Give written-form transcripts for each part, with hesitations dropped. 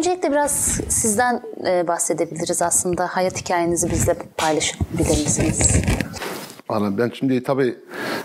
Öncelikle biraz sizden bahsedebiliriz aslında. Hayat hikayenizi bizle paylaşabilir misiniz? Ben şimdi tabii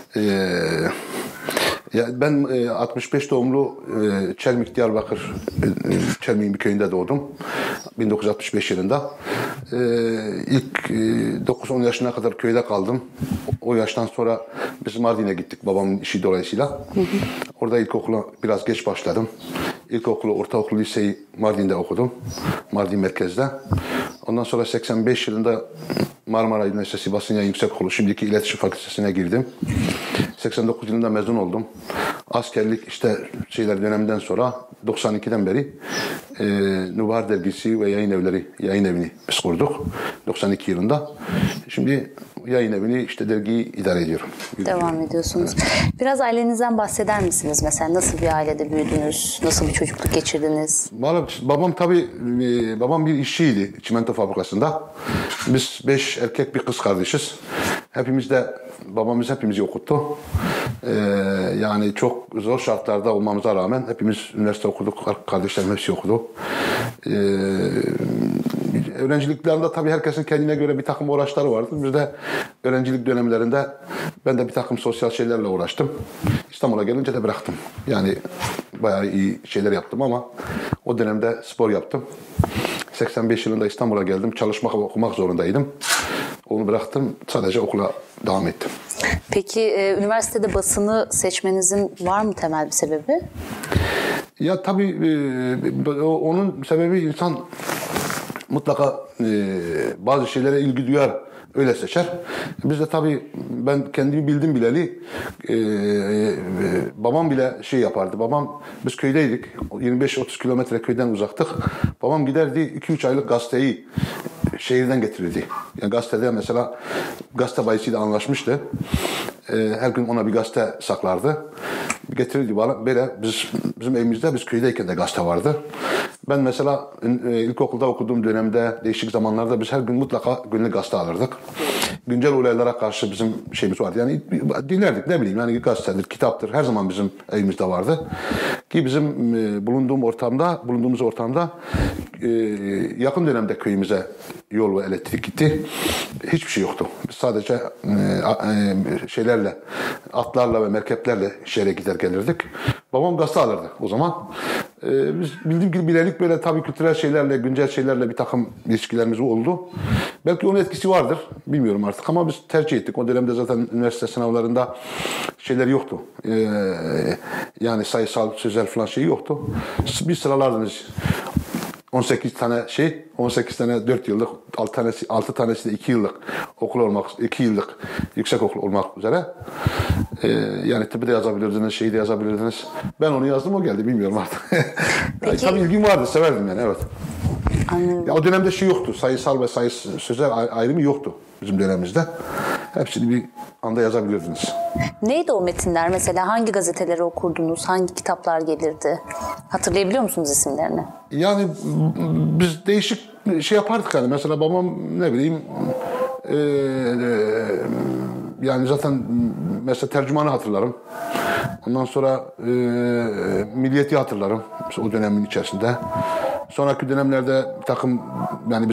ben 65 doğumlu Çelmik, Diyarbakır Çelmik'in bir köyünde doğdum. 1965 yılında. İlk 9-10 yaşına kadar köyde kaldım. O yaştan sonra biz Mardin'e gittik babamın işi dolayısıyla. Orada ilkokula biraz geç başladım. İlkokulu, ortaokulu, liseyi Mardin'de okudum. Mardin merkezde. Ondan sonra 85 yılında Marmara Üniversitesi Basın Yayın Yüksekokulu, şimdiki İletişim Fakültesine girdim. 89 yılında mezun oldum. Askerlik döneminden sonra 92'den beri Nubahar Dergisi ve yayın evini biz kurduk. 92 yılında. Şimdi yayın evini dergiyi idare ediyorum. Devam ediyorsunuz. Biraz ailenizden bahseder misiniz? Mesela nasıl bir ailede büyüdünüz? Nasıl bir çocukluk geçirdiniz? Babam bir işçiydi çimento fabrikasında. Biz 5 erkek bir kız kardeşiz. Babamız hepimizi okuttu. Yani çok zor şartlarda olmamıza rağmen hepimiz üniversite okuduk. Kardeşlerim hepsi okudu. Öğrenciliklerinde tabii herkesin kendine göre bir takım uğraşları vardı. Biz de öğrencilik dönemlerinde ben de bir takım sosyal şeylerle uğraştım. İstanbul'a gelince de bıraktım. Yani bayağı iyi şeyler yaptım ama o dönemde spor yaptım. 85 yılında İstanbul'a geldim. Çalışmak ve okumak zorundaydım. Onu bıraktım. Sadece okula devam ettim. Peki üniversitede basını seçmenizin var mı temel bir sebebi? Ya tabii onun sebebi insan mutlaka bazı şeylere ilgi duyar, öyle seçer. Biz de tabii ben kendimi bildim bileli babam bile yapardı. Biz köydeydik. 25-30 kilometre köyden uzaktık. Babam giderdi 2-3 aylık gazeteyi şehirden getirirdi. Yani gazetede mesela gazete bayisiyle anlaşmıştı. Her gün ona bir gazete saklardı. Getirirdi bana. Böyle bizim evimizde biz köydeyken de gazete vardı. Ben mesela ilkokulda okuduğum dönemde değişik zamanlarda biz her gün mutlaka günlük gazete alırdık. Güncel olaylara karşı bizim şeyimiz vardı. Yani dinlerdik, ne bileyim, yani gazetedir, kitaptır, her zaman bizim evimizde vardı. Ki bizim bulunduğumuz ortamda yakın dönemde köyümüze yol ve elektrik gitti. Hiçbir şey yoktu. Biz sadece atlarla ve merkeplerle şehre gider gelirdik. Babam gazete alırdı o zaman. Biz bildiğim gibi bilelik böyle tabii kültürel şeylerle, güncel şeylerle bir takım ilişkilerimiz oldu. Belki onun etkisi vardır. Bilmiyorum artık ama biz tercih ettik. O dönemde zaten üniversite sınavlarında şeyler yoktu. Yani sayısal, sözel falan şey yoktu. Biz sıralardınız. 18 tane 4 yıllık, 6 tanesi de 2 yıllık okul 2 yıllık yüksek okul olmak üzere. Yani tıbbı da yazabilirdiniz, şeyi de yazabilirdiniz. Ben onu yazdım, o geldi, bilmiyorum artık. Peki, tabii ilgim vardı, severdim yani, evet. Anladım. Ya, o dönemde yoktu, sayısal ve sözel ayrımı yoktu bizim dönemimizde. Hepsini bir anda yazabilirdiniz. Neydi o metinler? Mesela hangi gazeteleri okurdunuz? Hangi kitaplar gelirdi? Hatırlayabiliyor musunuz isimlerini? Yani biz değişik yapardık yani. Mesela babam ne bileyim yani zaten mesela tercümanı hatırlarım. Ondan sonra Milliyet'i hatırlarım o dönemin içerisinde. Sonraki dönemlerde bir takım, yani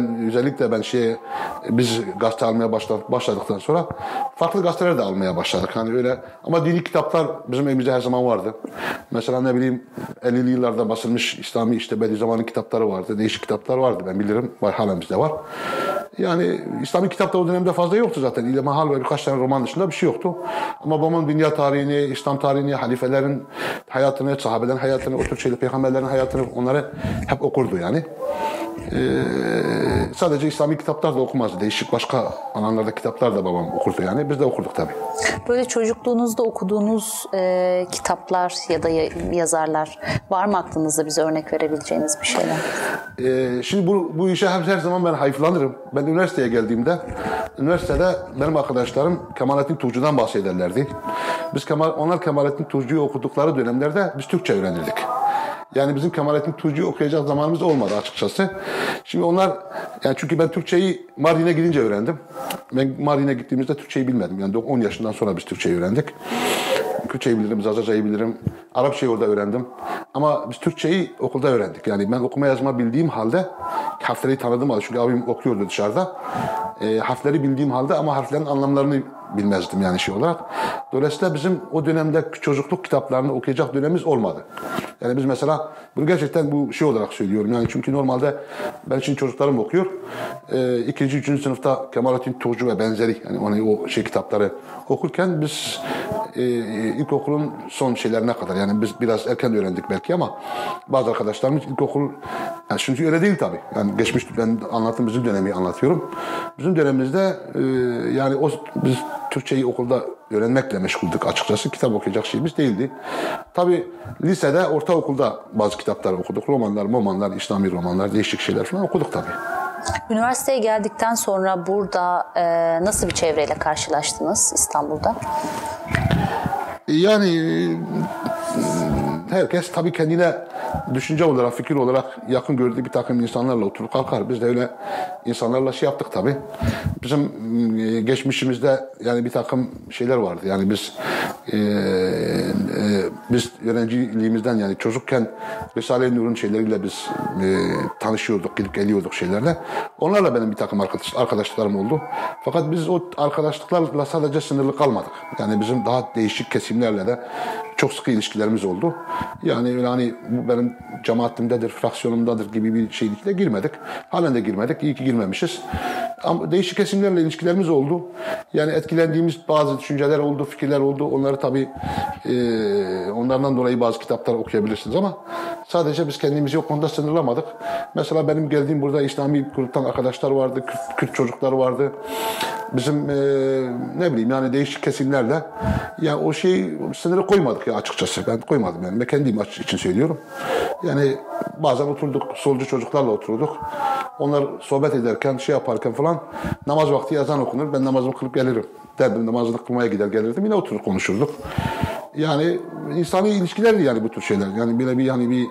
biz gazete almaya başladıktan sonra farklı gazeteler de almaya başladık. Hani öyle, ama dini kitaplar bizim evimizde her zaman vardı. Mesela ne bileyim 50'li yıllarda basılmış İslami Bediüzzaman'ın kitapları vardı. Değişik kitaplar vardı, ben bilirim. Var, halen bizde var. Yani İslami kitapta o dönemde fazla yoktu zaten. İlmihal ve birkaç tane roman dışında bir şey yoktu. Ama babamın dünya tarihini, İslam tarihini, halifelerin hayatını, sahabelerin hayatını, o tür peygamberlerin hayatını, onları hep okurdu yani. Sadece İslami kitaplar da okumazdı. Değişik başka alanlarda kitaplar da babam okurdu yani. Biz de okurduk tabii. Böyle çocukluğunuzda okuduğunuz kitaplar ya da yazarlar var mı aklınızda, bize örnek verebileceğiniz bir şeyler? Şimdi bu işe her zaman ben hayıflanırım. Ben üniversiteye geldiğimde, üniversitede benim arkadaşlarım Kemalettin Tuğcu'dan bahsederlerdi. Onlar Kemalettin Tuğcu'yu okudukları dönemlerde biz Türkçe öğrenirdik. Yani bizim Kemalettin Tuğcu'yu okuyacak zamanımız olmadı açıkçası. Şimdi çünkü ben Türkçeyi Mardin'e gidince öğrendim. Ben Mardin'e gittiğimizde Türkçeyi bilmedim. Yani 10 yaşından sonra biz Türkçeyi öğrendik. Kürtçeyi bilirim, Zazaca'yı bilirim. Arapçayı orada öğrendim. Ama biz Türkçeyi okulda öğrendik. Yani ben okuma yazma bildiğim halde, harfleri tanıdığım halde, çünkü abim okuyordu dışarıda. Harfleri bildiğim halde ama harflerin anlamlarını bilmezdim yani şey olarak. Dolayısıyla bizim o dönemde çocukluk kitaplarını okuyacak dönemimiz olmadı. Yani biz mesela, bunu gerçekten bu şey olarak söylüyorum yani, çünkü normalde ben şimdi çocuklarım okuyor. 2. 3. sınıfta Kemalettin Tuğcu ve benzeri, yani o şey kitapları okurken biz ilkokulun son şeylerine kadar, yani biz biraz erken öğrendik belki ama bazı arkadaşlarımız ilkokul, yani çünkü öyle değil tabii. Yani geçmiş, ben anlattığım bizim dönemi anlatıyorum. Bizim dönemimizde yani biz Türkçeyi okulda öğrenmekle meşguldük açıkçası. Kitap okuyacak şeyimiz değildi. Tabii lisede, ortaokulda bazı kitaplar okuduk. Romanlar, İslami romanlar, değişik şeyler falan okuduk tabii. Üniversiteye geldikten sonra burada nasıl bir çevreyle karşılaştınız İstanbul'da? Yani herkes tabii kendine düşünce olarak, fikir olarak yakın gördüğü bir takım insanlarla oturup kalkar. Biz de öyle insanlarla şey yaptık tabii. Bizim geçmişimizde yani bir takım şeyler vardı. Yani biz öğrenciliğimizden, yani çocukken Risale-i Nur'un şeyleriyle biz tanışıyorduk, gidip geliyorduk şeylerle. Onlarla benim bir takım arkadaşlıklarım oldu. Fakat biz o arkadaşlıklarla sadece sınırlı kalmadık. Yani bizim daha değişik kesimlerle de çok sıkı ilişkilerimiz oldu. Yani öyle hani bu benim cemaatimdedir, fraksiyonumdadır gibi bir şeylikle girmedik. Halen de girmedik. İyi ki girmemişiz. Ama değişik kesimlerle ilişkilerimiz oldu. Yani etkilendiğimiz bazı düşünceler oldu, fikirler oldu. Onları tabii onlardan dolayı bazı kitaplar okuyabilirsiniz ama sadece biz kendimizi o konuda sınırlamadık. Mesela benim geldiğim burada İslami gruptan arkadaşlar vardı, Kürt çocuklar vardı. Bizim ne bileyim yani değişik kesimlerle yani o sınırı koymadık ya açıkçası. Ben koymadım yani. Ben kendim için söylüyorum. Yani bazen oturduk, solcu çocuklarla oturduk. Onlar sohbet ederken, şey yaparken falan namaz vakti ezan okunur. Ben namazımı kılıp gelirim. Derdim, namazını kılmaya gider gelirdim. Yine oturup konuşurduk. Yani insani ilişkilerdi yani bu tür şeyler. Yani böyle bir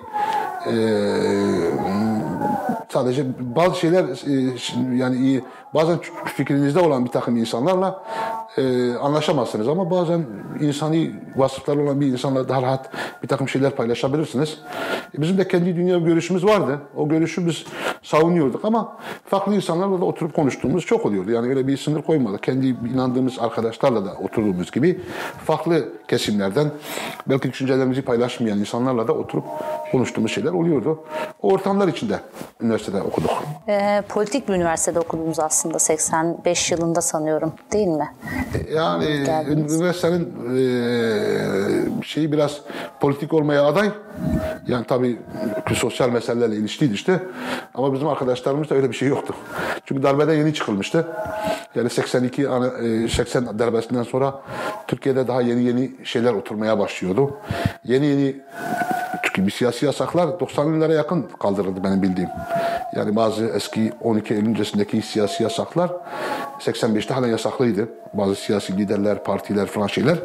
sadece bazı şeyler yani bazen fikrinizde olan bir takım insanlarla anlaşamazsınız ama bazen insani vasıfları olan bir insanla daha rahat bir takım şeyler paylaşabilirsiniz. Bizim de kendi dünya görüşümüz vardı. O görüşü biz savunuyorduk ama farklı insanlarla da oturup konuştuğumuz çok oluyordu. Yani öyle bir sınır koymadık. Kendi inandığımız arkadaşlarla da oturduğumuz gibi farklı kesimlerden belki düşüncelerimizi paylaşmayan insanlarla da oturup konuştuğumuz şeyler oluyordu. O ortamlar içinde üniversitede okuduk. Politik bir üniversitede okudunuz aslında 85 yılında sanıyorum, değil mi? Yani üniversitenin şeyi biraz politik olmaya aday. Yani tabii sosyal meselelerle ilişkiydi işte. Ama bizim arkadaşlarımızda öyle bir şey yoktu. Çünkü darbeden yeni çıkılmıştı. Yani 80 darbesinden sonra Türkiye'de daha yeni şeyler oturmaya başlıyordu. Yeni çünkü bir siyasi yasaklar 90'lı yıllara yakın kaldırıldı benim bildiğim. Yani bazı eski 12 Eylül öncesindeki siyasi yasaklar 85'te hala yasaklıydı. Bazı siyasi liderler, partiler falan şeyler.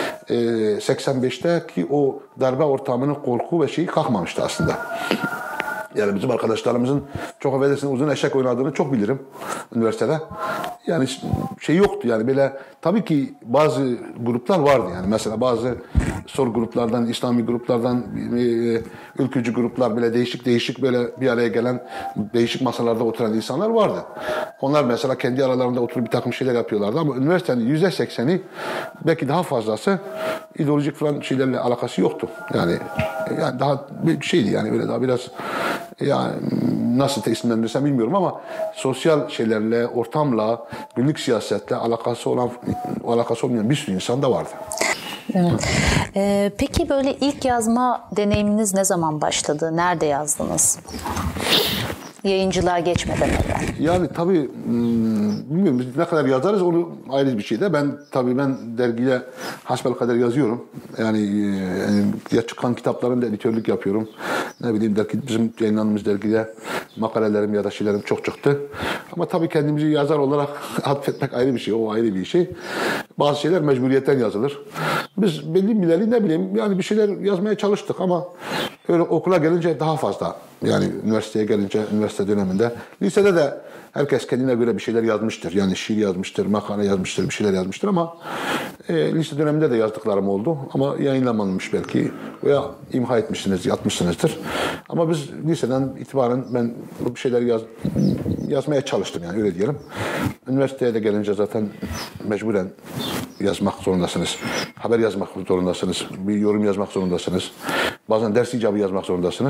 85'teki o darbe ortamının korku ve şeyi kalkmamıştı aslında. Yani bizim arkadaşlarımızın çok affedersiniz uzun eşek oynadığını çok bilirim üniversitede. Yani şey yoktu yani böyle, tabii ki bazı gruplar vardı yani mesela bazı sol gruplardan, İslami gruplardan, ülkücü gruplar, böyle değişik böyle bir araya gelen değişik masalarda oturan insanlar vardı. Onlar mesela kendi aralarında oturup bir takım şeyler yapıyorlardı ama üniversitenin %80'i belki daha fazlası ideolojik falan şeylerle alakası yoktu. Yani daha bir şeydi yani böyle daha biraz yani nasıl isimlendirsem bilmiyorum ama sosyal şeylerle, ortamla, günlük siyasetle alakası olmayan bir sürü insan da vardı. Evet. Peki böyle ilk yazma deneyiminiz ne zaman başladı? Nerede yazdınız? Yayıncılığa geçmeden evvel. Yani tabii bilmiyorum biz ne kadar yazarız onu ayrı bir şey de. Ben dergiye hasbelkader yazıyorum. Yani ya çıkan kitapların da editörlük yapıyorum. Ne bileyim bizim yayınlandığımız dergide makalelerim ya da şeylerim çok çıktı. Ama tabii kendimizi yazar olarak atfetmek ayrı bir şey. O ayrı bir şey. Bazı şeyler mecburiyetten yazılır. Biz belli ne bileyim yani bir şeyler yazmaya çalıştık ama Öyle okula gelince daha fazla. Yani üniversiteye gelince, üniversite döneminde. Lisede de herkes kendine göre bir şeyler yazmıştır. Yani şiir yazmıştır, makale yazmıştır, bir şeyler yazmıştır ama lise döneminde de yazdıklarım oldu. Ama yayınlanmamış belki veya imha etmişsiniz, yatmışsınızdır. Ama biz liseden itibaren ben bir şeyler yazmaya çalıştım yani öyle diyelim. Üniversiteye de gelince zaten mecburen yazmak zorundasınız. Haber yazmak zorundasınız. Bir yorum yazmak zorundasınız. Bazen ders icabı yazmak zorundasınız.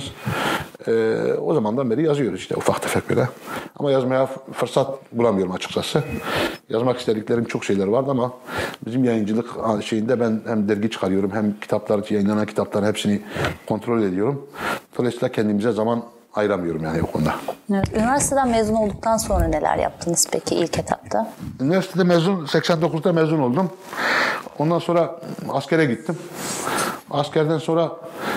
O zamandan beri yazıyoruz işte ufak tefek böyle. Ama yazmaya fırsat bulamıyorum açıkçası. Yazmak istediklerim çok şeyler vardı ama bizim yayıncılık şeyinde ben hem dergi çıkarıyorum hem kitaplar, yayınlanan kitapların hepsini kontrol ediyorum. Dolayısıyla kendimize zaman ayıramıyorum yani o konuda. Evet. Üniversiteden mezun olduktan sonra neler yaptınız peki ilk etapta? Üniversitede 89'da mezun oldum. Ondan sonra askere gittim. Askerden sonra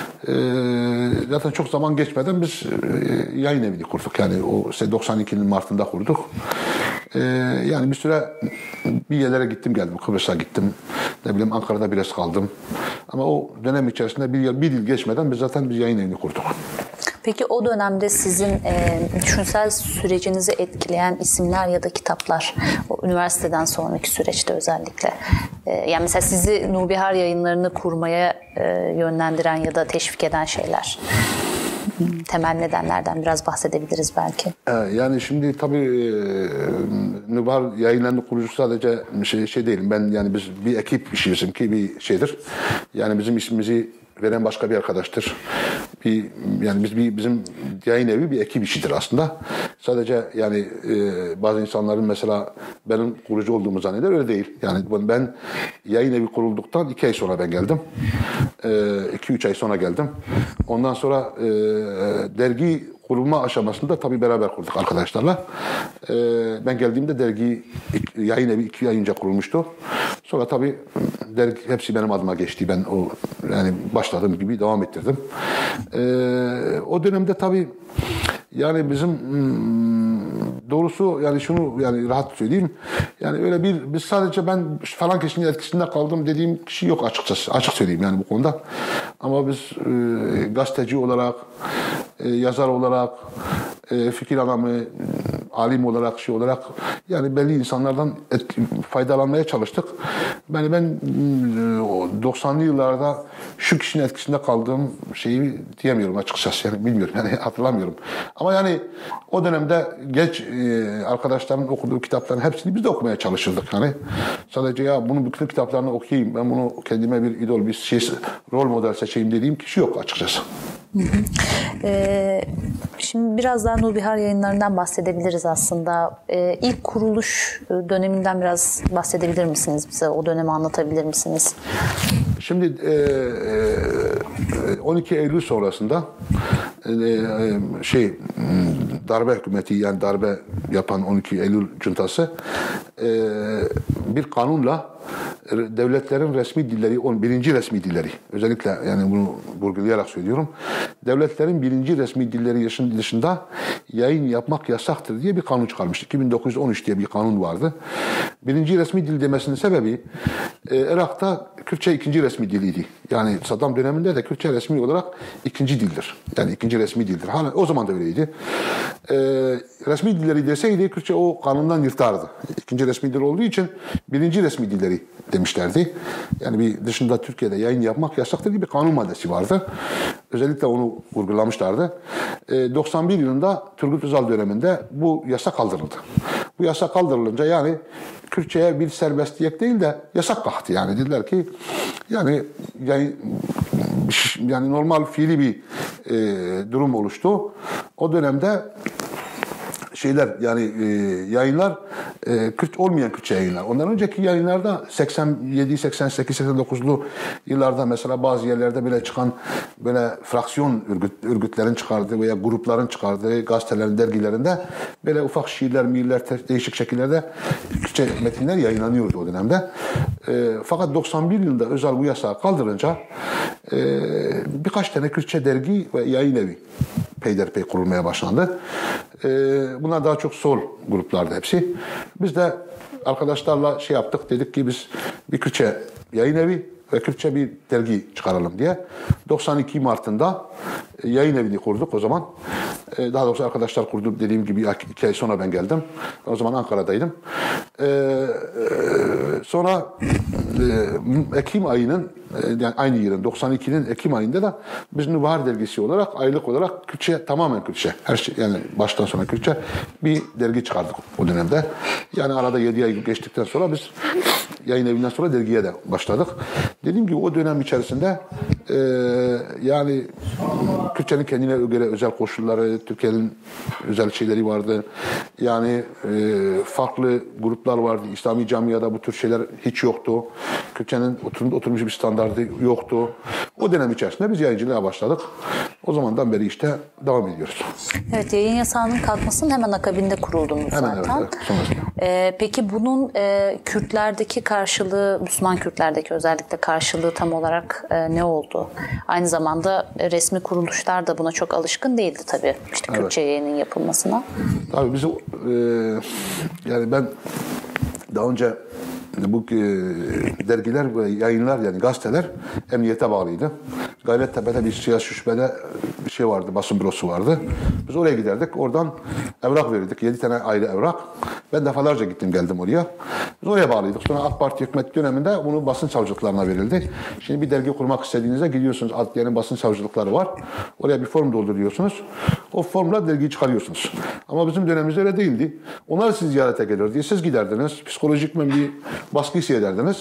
zaten çok zaman geçmeden biz yayın evini kurduk. Yani o 92'nin Mart'ında kurduk. Yani bir süre bir yerlere gittim geldim. Kıbrıs'a gittim. Ne bileyim Ankara'da biraz kaldım. Ama o dönem içerisinde bir yıl geçmeden biz zaten yayın evini kurduk. Peki o dönemde sizin düşünsel sürecinizi etkileyen isimler ya da kitaplar, o üniversiteden sonraki süreçte özellikle, yani mesela sizi Nubihar Yayınları'nı kurmaya yönlendiren ya da teşvik eden şeyler, temel nedenlerden biraz bahsedebiliriz belki. Yani şimdi tabii Nubihar Yayınları'nın kurucusu sadece şey değilim. Ben yani biz bir ekip işiyiz ki bir şeydir. Yani bizim ismimizi veren başka bir arkadaştır. Yani bizim yayın evi bir ekip işidir aslında. Sadece yani bazı insanların mesela benim kurucu olduğumu zanneder, öyle değil. Yani ben yayın evi kurulduktan 2 ay sonra ben geldim. 2-3 ay sonra geldim. Ondan sonra dergi kurulma aşamasında tabii beraber kurduk arkadaşlarla. Ben geldiğimde dergi yayın evi 2 ay önce kurulmuştu. Sonra tabii dergi hepsi benim adıma geçti. Ben o yani başladığım gibi devam ettirdim. O dönemde tabii yani bizim doğrusu yani şunu yani rahat söyleyeyim. Yani öyle biz sadece ben falan kişinin etkisinde kaldım dediğim kişi yok açıkçası. Açık söyleyeyim yani bu konuda. Ama biz gazeteci olarak, yazar olarak, fikir adamı, alim olarak, şey olarak yani belli insanlardan faydalanmaya çalıştık. Ben 90'lı yıllarda şu kişinin etkisinde kaldığım şeyi diyemiyorum açıkçası. Yani bilmiyorum yani hatırlamıyorum. Ama yani o dönemde geç arkadaşlarımın okuduğu kitapların hepsini biz de okumaya çalışırdık. Yani sadece ya bunun bütün kitaplarını okuyayım, ben bunu kendime bir idol, bir şey, rol model seçeyim dediğim kişi yok açıkçası. Şimdi biraz daha Nubihar Yayınları'ndan bahsedebiliriz aslında. İlk kuruluş döneminden biraz bahsedebilir misiniz bize? O dönemi anlatabilir misiniz? Şimdi 12 Eylül sonrasında darbe hükümeti yani darbe yapan 12 Eylül cuntası bir kanunla devletlerin resmi dilleri, birinci resmi dilleri, özellikle yani bunu vurgulayarak söylüyorum, devletlerin birinci resmi dilleri dışında yayın yapmak yasaktır diye bir kanun çıkarmıştı. 2913 diye bir kanun vardı. Birinci resmi dil demesinin sebebi Irak'ta Kürtçe ikinci resmi diliydi. Yani Saddam döneminde de Kürtçe resmi olarak ikinci dildir. Yani ikinci resmi dildir. Hala o zaman da öyleydi. Resmi dilleri deseydi Kürtçe o kanundan yırtardı. İkinci resmi dil olduğu için birinci resmi dilleri demişlerdi. Yani bir dışında Türkiye'de yayın yapmak yasaktır gibi bir kanun maddesi vardı. Özellikle onu vurgulamışlardı. 91 yılında Turgut Özal döneminde bu yasa kaldırıldı. Bu yasa kaldırılınca yani Kürtçe'ye bir serbestiyet değil de yasak kalktı. Yani dediler ki yani normal fiili bir durum oluştu. O dönemde yayınlar olmayan Kürtçe yayınlar. Ondan önceki yayınlarda 87, 88, 89'lu yıllarda mesela bazı yerlerde böyle çıkan böyle fraksiyon örgütlerin çıkardığı veya grupların çıkardığı gazetelerin, dergilerinde böyle ufak şiirler, miyirler, değişik şekillerde Kürtçe metinler yayınlanıyordu o dönemde. Fakat 91 yılında Özal bu yasağı kaldırınca birkaç tane Kürtçe dergi ve yayın evi peyderpey kurulmaya başlandı. Bunlar daha çok sol gruplardı hepsi. Biz de arkadaşlarla yaptık. Dedik ki biz bir Kürtçe yayın evi ve Kürtçe bir dergi çıkaralım diye. 92 Mart'ında yayın evini kurduk o zaman. Daha doğrusu arkadaşlar kurdu. Dediğim gibi 2 ay sonra ben geldim. O zaman Ankara'daydım. Sonra Ekim ayının yani aynı yılın 92'nin Ekim ayında da biz Nubahar dergisi olarak aylık olarak Kürtçe, tamamen Kürtçe, her şey yani baştan sona Kürtçe bir dergi çıkardık o dönemde. Yani arada 7 ay geçtikten sonra biz yayın evinden sonra dergiye de başladık. Dediğim gibi o dönem içerisinde yani Kürtçenin kendine göre özel koşulları, Türkiye'nin özel şeyleri vardı. Yani farklı gruplar vardı. İslami camiada bu tür şeyler hiç yoktu. Kürtçenin oturmuş bir standardı yoktu. O dönem içerisinde biz yayıncılığa başladık. O zamandan beri işte devam ediyoruz. Evet, yayın yasağının kalkmasının hemen akabinde kuruldunuz hemen zaten. Evet, sonrasında. Peki bunun Kürtlerdeki karşılığı, Müslüman Kürtlerdeki özellikle karşılığı tam olarak ne oldu? Aynı zamanda resmi kuruluşlar da buna çok alışkın değildi tabii. İşte Kürtçe yayının yapılmasına. Tabii biz yani ben daha önce bu dergiler ve yayınlar yani gazeteler emniyete bağlıydı. Gayrettepe'de bir siyasi şubede bir şey vardı, basın bürosu vardı. Biz oraya giderdik, oradan evrak verirdik. 7 tane ayrı evrak. Ben defalarca gittim geldim oraya. Biz oraya bağlıydık. Sonra AK Parti hükümet döneminde bunu basın savcılıklarına verildi. Şimdi bir dergi kurmak istediğinizde gidiyorsunuz. Adliyenin basın savcılıkları var. Oraya bir form dolduruyorsunuz. O formla dergiyi çıkarıyorsunuz. Ama bizim dönemimizde öyle değildi. Onlar sizi ziyarete gelirdi. Siz giderdiniz. Psikolojik bir baskı hissederdiniz.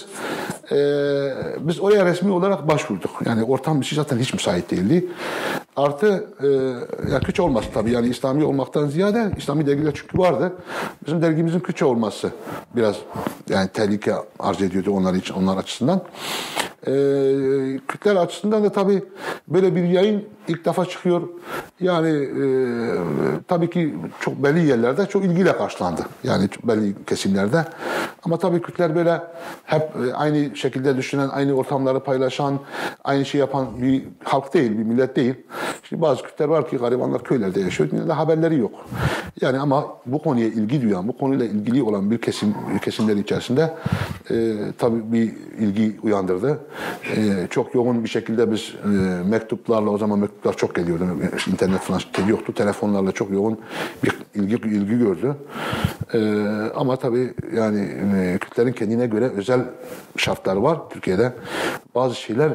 Biz oraya resmi olarak başvurduk. Yani ortam bir şey zaten hiç müsait değildi. Artı yani Kürtçe olması tabii yani İslami olmaktan ziyade İslami dergiler çünkü vardı. Bizim dergimizin Kürtçe olması biraz yani tehlike arz ediyordu onlar açısından. Kürtler açısından da tabii böyle bir yayın ilk defa çıkıyor. Yani tabii ki çok belli yerlerde çok ilgiyle karşılandı. Yani çok belli kesimlerde. Ama tabii Kürtler böyle hep aynı şekilde düşünen, aynı ortamları paylaşan, aynı şey yapan bir halk değil, bir millet değil. Şimdi bazı Kürtler var ki garibanlar köylerde yaşıyor. Yine de haberleri yok. Yani ama bu konuya ilgi duyan, bu konuyla ilgili olan bir kesimlerin içerisinde tabii bir ilgi uyandırdı. Çok yoğun bir şekilde biz mektuplarla, o zaman mektuplar çok geliyordu. İnternet falan yoktu. Telefonlarla çok yoğun bir ilgi gördü. Ama tabii yani Kürtlerin kendine göre özel şartları var Türkiye'de. Bazı şeyler,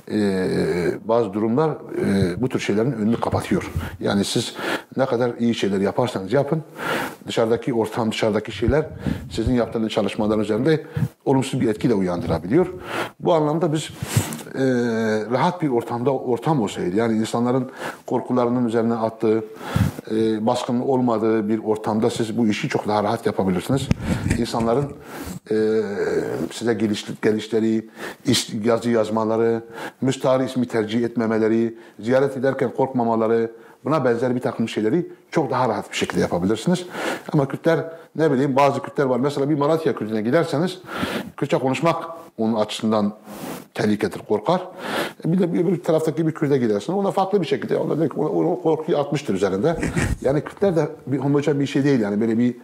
bazı durumlar bu tür şeylerin önünü kapatıyor. Yani siz ne kadar iyi şeyler yaparsanız yapın, dışarıdaki ortam, dışarıdaki şeyler sizin yaptığınız çalışmaların üzerinde olumsuz bir etki de uyandırabiliyor. Bu anlamda biz rahat bir ortam olsaydı, yani insanların korkularının üzerine attığı, baskının olmadığı bir ortamda siz bu işi çok daha rahat yapabilirsiniz. İnsanların size gelişleri, yazı yazmaları, müstahar ismi tercih etmemeleri, ziyaret ederken korkmamaları, buna benzer bir takım şeyleri çok daha rahat bir şekilde yapabilirsiniz. Ama Kürtler, ne bileyim bazı Kürtler var. Mesela bir Malatya Kürtüne giderseniz Kürtçe konuşmak onun açısından tehlikedir, korkar. Bir de bir taraftaki bir Kürt'e gidersiniz. Ona farklı bir şekilde, onu korkuyu atmıştır üzerinde. Yani Kürtler de bir homojen bir şey değil. Yani böyle bir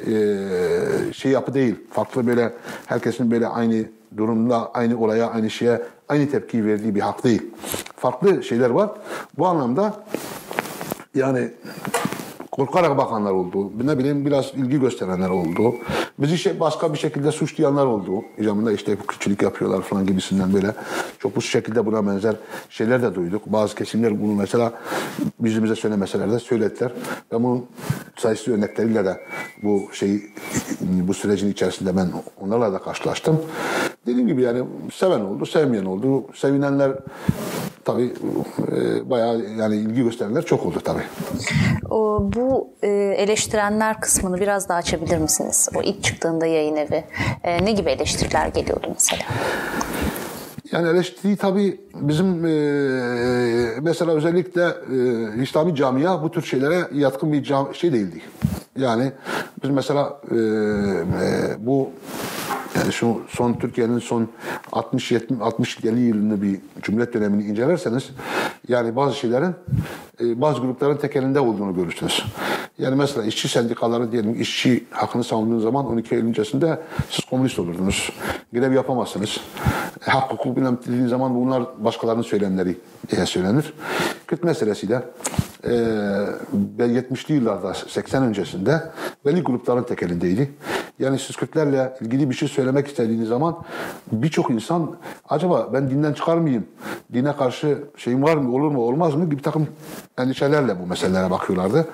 şey yapı değil. Farklı böyle herkesin böyle aynı durumda, aynı olaya, aynı şeye, aynı tepkiyi verdiği bir hak değil. Farklı şeyler var. Bu anlamda yani korkarak bakanlar oldu. Ne bileyim biraz ilgi gösterenler oldu. Bizi başka bir şekilde suçlayanlar oldu. İcamında işte Kürtçülük yapıyorlar falan gibisinden böyle. Çok bu şekilde buna benzer şeyler de duyduk. Bazı kesimler bunu mesela yüzümüze söylemeseler de söylediler. Ben bunun sayısız örnekleriyle de bu sürecin içerisinde ben onlarla da karşılaştım. Dediğim gibi yani seven oldu, sevmeyen oldu. Sevinenler tabii bayağı yani ilgi gösterenler çok oldu tabii. Bu eleştirenler kısmını biraz daha açabilir misiniz? O ilk çıktığında yayın evi ne gibi eleştiriler geliyordu mesela? Yani eleştiri tabii bizim mesela özellikle İslami camia bu tür şeylere yatkın bir şey değildi. Yani biz mesela bu yani şu Türkiye'nin son 60-50 yılını bir Cumhuriyet dönemini incelerseniz yani bazı şeylerin bazı grupların tek elinde olduğunu görürsünüz. Yani mesela işçi sendikaları diyelim, işçi hakkını savunduğunuz zaman 12 Eylül öncesinde siz komünist olurdunuz. Grev yapamazsınız. Hak hukuk bilmem dediğiniz zaman bunlar başkalarının söylemleri diye söylenir. Kürt meselesiyle 70'li yıllarda 80 öncesinde belli grupların tek elindeydi. Yani siz Kürtlerle ilgili bir şey söylemek istediğiniz zaman birçok insan acaba ben dinden çıkar mıyım? Dine karşı şeyim var mı, olur mu, olmaz mı gibi bir takım endişelerle bu meselelere bakıyorlardı.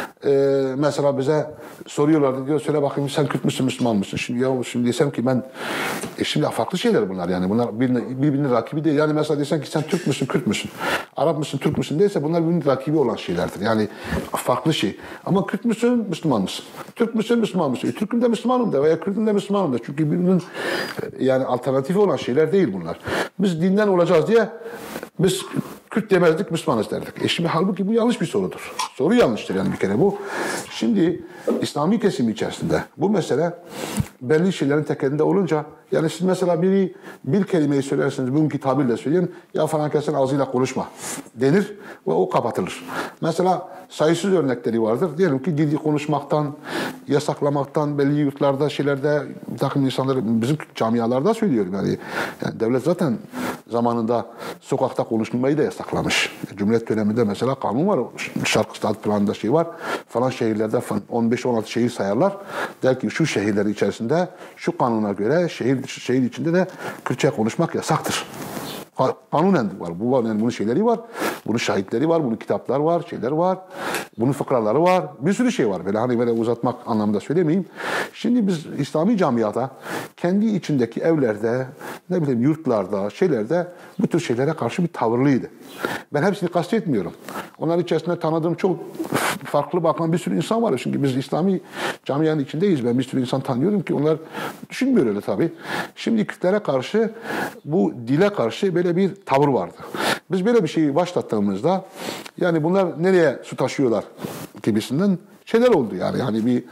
Mesela bize soruyorlardı, diyor söyle bakayım sen Kürt müsün, Müslüman mısın? Şimdi desem ki ben şimdi farklı şeyler bunlar yani. Bunlar birbirinin rakibi değil. Yani mesela desen ki sen Türk müsün, Kürt müsün? Arap mısın, Türk müsün değilse bunlar birbirinin rakibi olan şeylerdir. Yani farklı şey. Ama Kürt müsün, Müslüman mısın? Türk müsün, Müslüman mısın? Türk'üm de Müslümanım da veya Kürt'üm de Müslümanım da. Çünkü birbirinin yani alternatifi olan şeyler değil bunlar. Biz dinden olacağız diye biz Kürt demezdik, Müslümanız derdik. Şimdi halbuki bu yanlış bir sorudur. Soru yanlıştır yani bir kere bu. Şimdi İslami kesim içerisinde bu mesele belli şeylerin tekelinde olunca yani siz mesela bir kelimeyi söylersiniz, bugünkü tabirle söyleyeyim, ya falan kesin ağzıyla konuşma denir ve o kapatılır. Mesela sayısız örnekleri vardır. Diyelim ki dili konuşmaktan, yasaklamaktan, belli yurtlarda, şeylerde bir takım insanları bizim camialarda söylüyorum yani devlet zaten zamanında sokakta konuşmayı da yasaklamış. Cumhuriyet döneminde mesela kanun var. Şarkı Stat planında şey var. Falan şehirlerde 15-16 şehir sayarlar. Der ki şu şehirler içerisinde şu kanuna göre şehir içinde de Kürtçe konuşmak yasaktır. Kanunen var. Yani bunun şeyleri var. Bunun şahitleri var. Bunun kitaplar var. Şeyler var. Bunun fıkraları var. Bir sürü şey var. Böyle hani böyle uzatmak anlamında söylemeyeyim. Şimdi biz İslami camiada kendi içindeki evlerde, ne bileyim yurtlarda, şeylerde bu tür şeylere karşı bir tavırlıydı. Ben hepsini kastetmiyorum. Onların içerisinde tanıdığım çok farklı bakan bir sürü insan var. Çünkü biz İslami camianın içindeyiz. Ben bir sürü insan tanıyorum ki onlar düşünmüyor öyle tabii. Şimdi Kürtlere karşı, bu dile karşı böyle bir tavır vardı. Biz böyle bir şeyi başlattığımızda yani bunlar nereye su taşıyorlar gibisinden şeyler oldu yani. Hani bir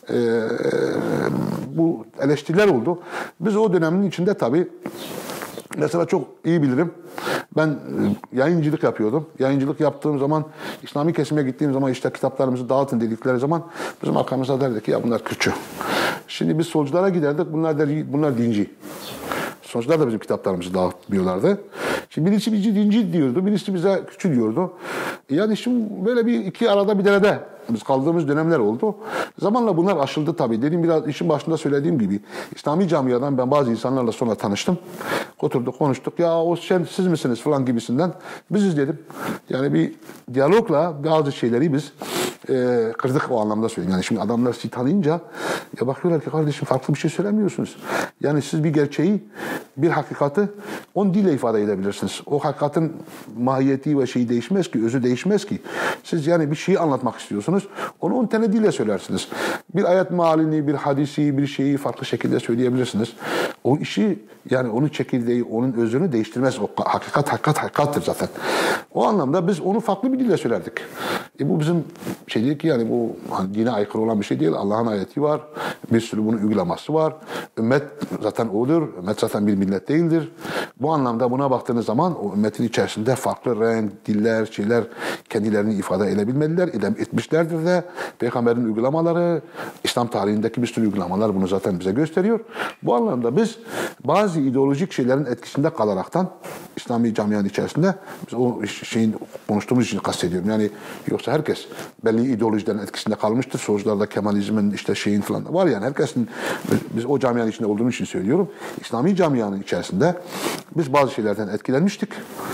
bu eleştiriler oldu. Biz o dönemin içinde tabii mesela çok iyi bilirim. Ben yayıncılık yapıyordum. Yayıncılık yaptığım zaman, İslami kesime gittiğim zaman işte kitaplarımızı dağıtın dedikleri zaman bizim arkamızda derdi ki ya bunlar Kürtçü. Şimdi biz solculara giderdik. Bunlar dinci. Sonuçlar da bizim kitaplarımızı dağıtmıyorlardı. Şimdi birisi bizi dinci diyordu, birisi bize Kürtçü diyordu. Yani şimdi böyle bir iki arada bir derede biz kaldığımız dönemler oldu. Zamanla bunlar aşıldı tabii. Dediğim biraz işin başında söylediğim gibi İslami camiadan ben bazı insanlarla sonra tanıştım. Oturduk, konuştuk. Ya o siz misiniz falan gibisinden. Biziz dedim. Yani bir diyalogla bazı şeyleri biz kırdık o anlamda söyleyeyim. Yani şimdi adamlar sizi tanıyınca ya bakıyorlar ki kardeşim farklı bir şey söylemiyorsunuz. Yani siz bir gerçeği, bir hakikati 10 dille ifade edebilirsiniz. O hakikatin mahiyeti ve şeyi değişmez ki, özü değişmez ki. Siz yani bir şeyi anlatmak istiyorsunuz. Onu 10 tane dille söylersiniz. Bir ayet mealini, bir hadisi, bir şeyi farklı şekilde söyleyebilirsiniz. O işi yani onun çekirdeği, onun özünü değiştirmez. O hakikattır zaten. O anlamda biz onu farklı bir dille söylerdik. Bu bizim şey değil ki yani bu hani dine aykırı olan bir şey değil. Allah'ın ayeti var. Bir sürü bunun uygulaması var. Ümmet zaten odur. Ümmet zaten bir millet değildir. Bu anlamda buna baktığınız zaman o ümmetin içerisinde farklı renk, diller, şeyler kendilerini ifade edebilmeliler. Etmişlerdir de. Peygamberin uygulamaları, İslam tarihindeki bir sürü uygulamalar bunu zaten bize gösteriyor. Bu anlamda biz bazı ideolojik şeylerin etkisinde kalaraktan İslami camianın içerisinde biz o şeyin konuştuğumuz için kastediyorum. Yani yoksa herkes belli ideolojilerin etkisinde kalmıştır. Solcularda Kemalizmin işte şeyin falan var yani herkesin biz o camianın içinde olduğumuz için söylüyorum. İslami camianın içerisinde biz bazı şeylerden etkilenmiştik.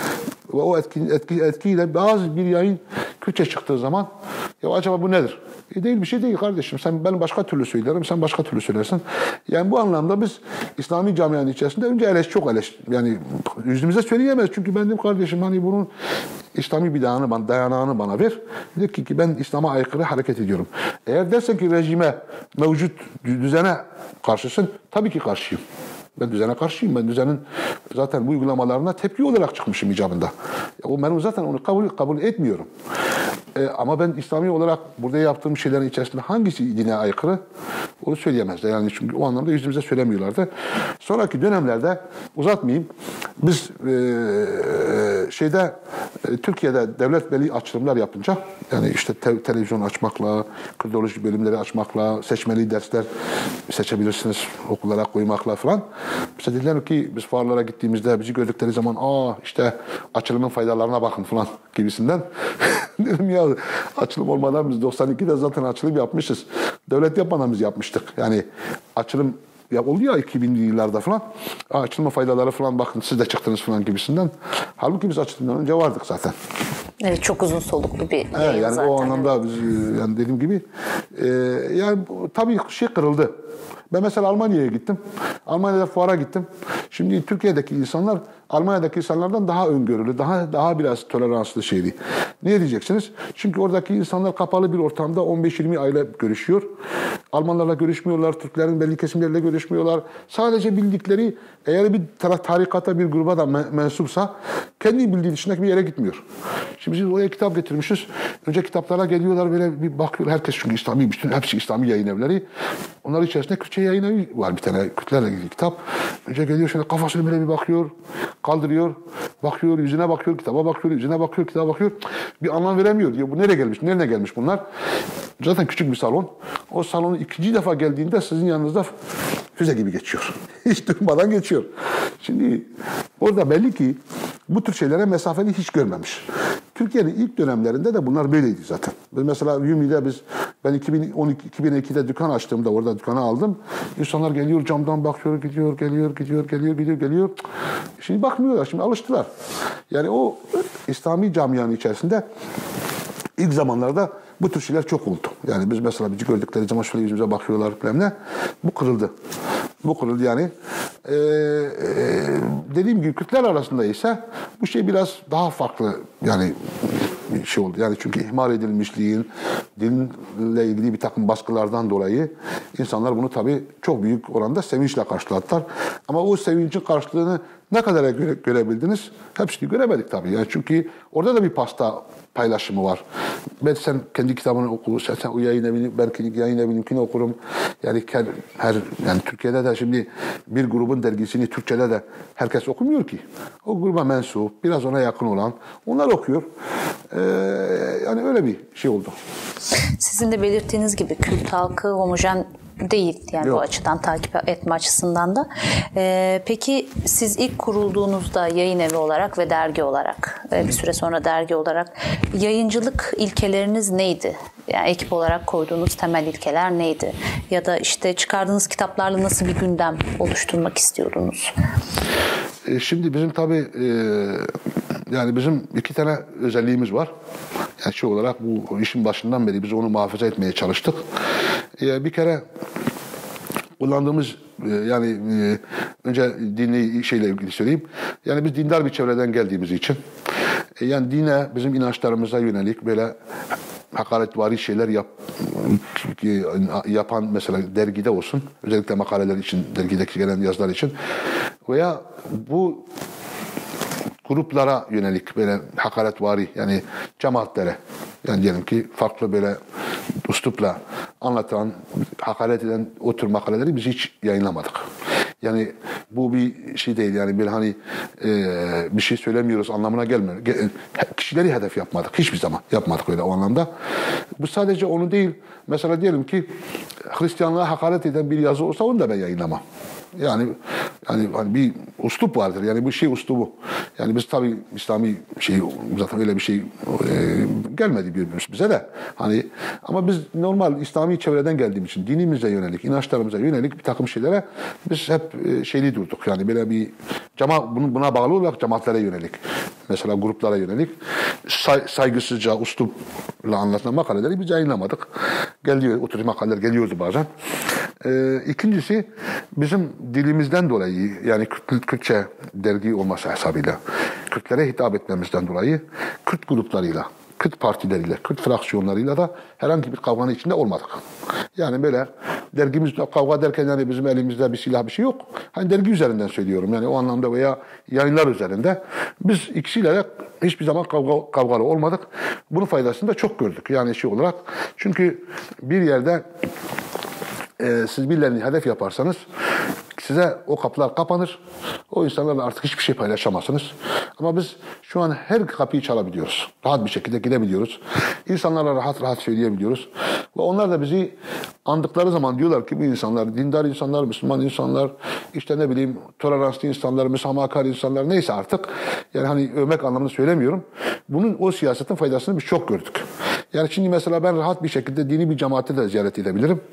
Ve o etkiyle bazı bir yayın Kürtçe çıktığı zaman ya acaba bu nedir? Değil bir şey değil kardeşim. Ben başka türlü söylerim, sen başka türlü söylersin. Yani bu anlamda biz İslami camianın içerisinde önce yani yüzümüze söyleyemez. Çünkü ben dedim kardeşim hani bunun İslami bir dayanağını bana ver. Dedi ki ben İslam'a aykırı hareket ediyorum. Eğer dersen ki rejime, mevcut düzene karşısın, tabii ki karşıyım. Ben düzene karşıyım. Ben düzenin zaten bu uygulamalarına tepki olarak çıkmışım icabında. Ben zaten onu kabul etmiyorum. Ama ben İslami olarak burada yaptığım şeylerin içerisinde hangisi dine aykırı onu söyleyemezler. Yani çünkü o anlamda yüzümüze söylemiyorlardı. Sonraki dönemlerde uzatmayayım. Biz Türkiye'de devlet belli açılımlar yapınca, yani işte televizyon açmakla, kurdoloji bölümleri açmakla, seçmeli dersler seçebilirsiniz okullara koymakla falan. Mesela dediler ki biz fuarlara gittiğimizde bizi gördükleri zaman işte açılımın faydalarına bakın falan gibisinden. Dedim ya, açılım olmadan biz 92'de zaten açılım yapmışız. Devlet yapmadan biz yapmıştık. Yani açılım oldu ya 2000'li yıllarda falan. Açılma faydaları falan, bakın siz de çıktınız falan gibisinden. Halbuki biz açılımdan önce vardık zaten. Evet, çok uzun soluklu bir yayın yani zaten. O anlamda biz, yani dediğim gibi yani tabii kırıldı. Ben mesela Almanya'ya gittim. Almanya'da fuara gittim. Şimdi Türkiye'deki insanlar Almanya'daki insanlardan daha öngörülü, daha biraz toleranslı şeydi. Niye diyeceksiniz? Çünkü oradaki insanlar kapalı bir ortamda 15-20 aile görüşüyor. Almanlarla görüşmüyorlar, Türklerin belli kesimleriyle görüşmüyorlar. Sadece bildikleri, eğer bir tarikata, bir gruba da mensupsa kendi bildiği dışındaki bir yere gitmiyor. Şimdi biz oraya kitap getirmişiz. Önce kitaplara geliyorlar, böyle bir bakıyor. Herkes, çünkü İslami, hepsi İslami yayın evleri. Onlar içerisinde Kürtçe yayın evi var, bir tane Kürtlerle ilgili kitap. Önce geliyor, şöyle kafasını böyle bir bakıyor, kaldırıyor, bakıyor, yüzüne bakıyor, kitaba bakıyor, yüzüne bakıyor, kitaba bakıyor. Bir anlam veremiyor diyor. Bu nereye gelmiş, nereye gelmiş bunlar? Zaten küçük bir salon. O salonu ikinci defa geldiğinde sizin yanınızda füze gibi geçiyor. Hiç durmadan geçiyor. Şimdi orada belli ki bu tür şeylere mesafeli hiç görmemiş. Türkiye'nin ilk dönemlerinde de bunlar böyleydi zaten. Mesela Yumi'de ben 2002'de dükkan açtığımda orada dükkanı aldım. İnsanlar geliyor, camdan bakıyor, geliyor. Şimdi bakmıyorlar, şimdi alıştılar. Yani o İslami camianın içerisinde ilk zamanlarda bu tür şeyler çok oldu. Yani biz mesela bizi gördükleri zaman şöyle yüzümüze bakıyorlar falan ne. Bu kırıldı. Yani. Dediğim gibi Kürtler arasında ise bu şey biraz daha farklı yani şey oldu. Yani çünkü ihmal edilmişliğin, dinle ilgili bir takım baskılardan dolayı insanlar bunu tabii çok büyük oranda sevinçle karşıladılar. Ama o sevincin karşılığını ne kadar görebildiniz? Hepsini göremedik tabii. Yani çünkü orada da bir pasta paylaşımı var. Ben sen kendi kitabını okursun, sen o yayın evini, belki yayın evininkini okurum. Yani yani Türkiye'de de şimdi bir grubun dergisini Türkçe'de de herkes okumuyor ki. O gruba mensup, biraz ona yakın olan onlar okuyor. Yani öyle bir şey oldu. Sizin de belirttiğiniz gibi Kürt halkı homojen değil yani. Yok. Bu açıdan takip etme açısından da. Peki siz ilk kurulduğunuzda yayın evi olarak ve dergi olarak, bir süre sonra dergi olarak yayıncılık ilkeleriniz neydi? Yani ekip olarak koyduğunuz temel ilkeler neydi? Ya da işte çıkardığınız kitaplarla nasıl bir gündem oluşturmak istiyordunuz? Şimdi bizim tabii yani bizim iki tane özelliğimiz var. Yani şey olarak bu işin başından beri biz onu muhafaza etmeye çalıştık. Bir kere kullandığımız yani önce dini şeyle ilgili söyleyeyim. Yani biz dindar bir çevreden geldiğimiz için yani dine, bizim inançlarımıza yönelik böyle hakaretvari şeyler yapan mesela dergide olsun, özellikle makaleler için, dergideki gelen yazılar için veya bu gruplara yönelik böyle hakaretvari yani cemaatlere, yani diyelim ki farklı böyle üslupla anlatan, hakaret eden o tür makaleleri biz hiç yayınlamadık. Yani bu bir şey değil, yani bir hani bir şey söylemiyoruz anlamına gelmiyor. Kişileri hedef yapmadık, hiçbir zaman yapmadık öyle o anlamda. Bu sadece onu değil, mesela diyelim ki Hristiyanlığa hakaret eden bir yazı olsa onu da ben yayınlamam. Yani hani bir üslup vardır. Yani bu şey üslubu. Yani biz tabii İslami şey zaten öyle bir şey gelmedi bize de. Hani ama biz normal İslami çevreden geldiğimiz için dinimize yönelik, inançlarımıza yönelik bir takım şeylere biz hep şeyli durduk. Yani böyle bir buna bağlı olarak cemaatlere yönelik, mesela gruplara yönelik saygısızca üslupla anlatılan makaleleri biz yayınlamadık. O tür makaleler geliyordu bazen. İkincisi bizim dilimizden dolayı, yani Kürtçe dergi olması hesabıyla Kürtlere hitap etmemizden dolayı Kürt gruplarıyla, Kürt partileriyle, Kürt fraksiyonlarıyla da herhangi bir kavganın içinde olmadık. Yani böyle dergimizde kavga derken yani bizim elimizde bir silah bir şey yok. Hani dergi üzerinden söylüyorum yani o anlamda veya yayınlar üzerinde biz ikisiyle de hiçbir zaman kavgalı olmadık. Bunun faydasını da çok gördük yani şey olarak. Çünkü bir yerde siz birilerini hedef yaparsanız size o kapılar kapanır. O insanlarla artık hiçbir şey paylaşamazsınız. Ama biz şu an her kapıyı çalabiliyoruz. Rahat bir şekilde gidebiliyoruz. İnsanlarla rahat rahat söyleyebiliyoruz. Ve onlar da bizi andıkları zaman diyorlar ki bu insanlar dindar insanlar, Müslüman insanlar, işte ne bileyim toleranslı insanlar, müsamahakar insanlar neyse artık. Yani hani övmek anlamında söylemiyorum. Bunun o siyasetin faydasını biz çok gördük. Yani şimdi mesela ben rahat bir şekilde dini bir cemaati de ziyaret edebilirim.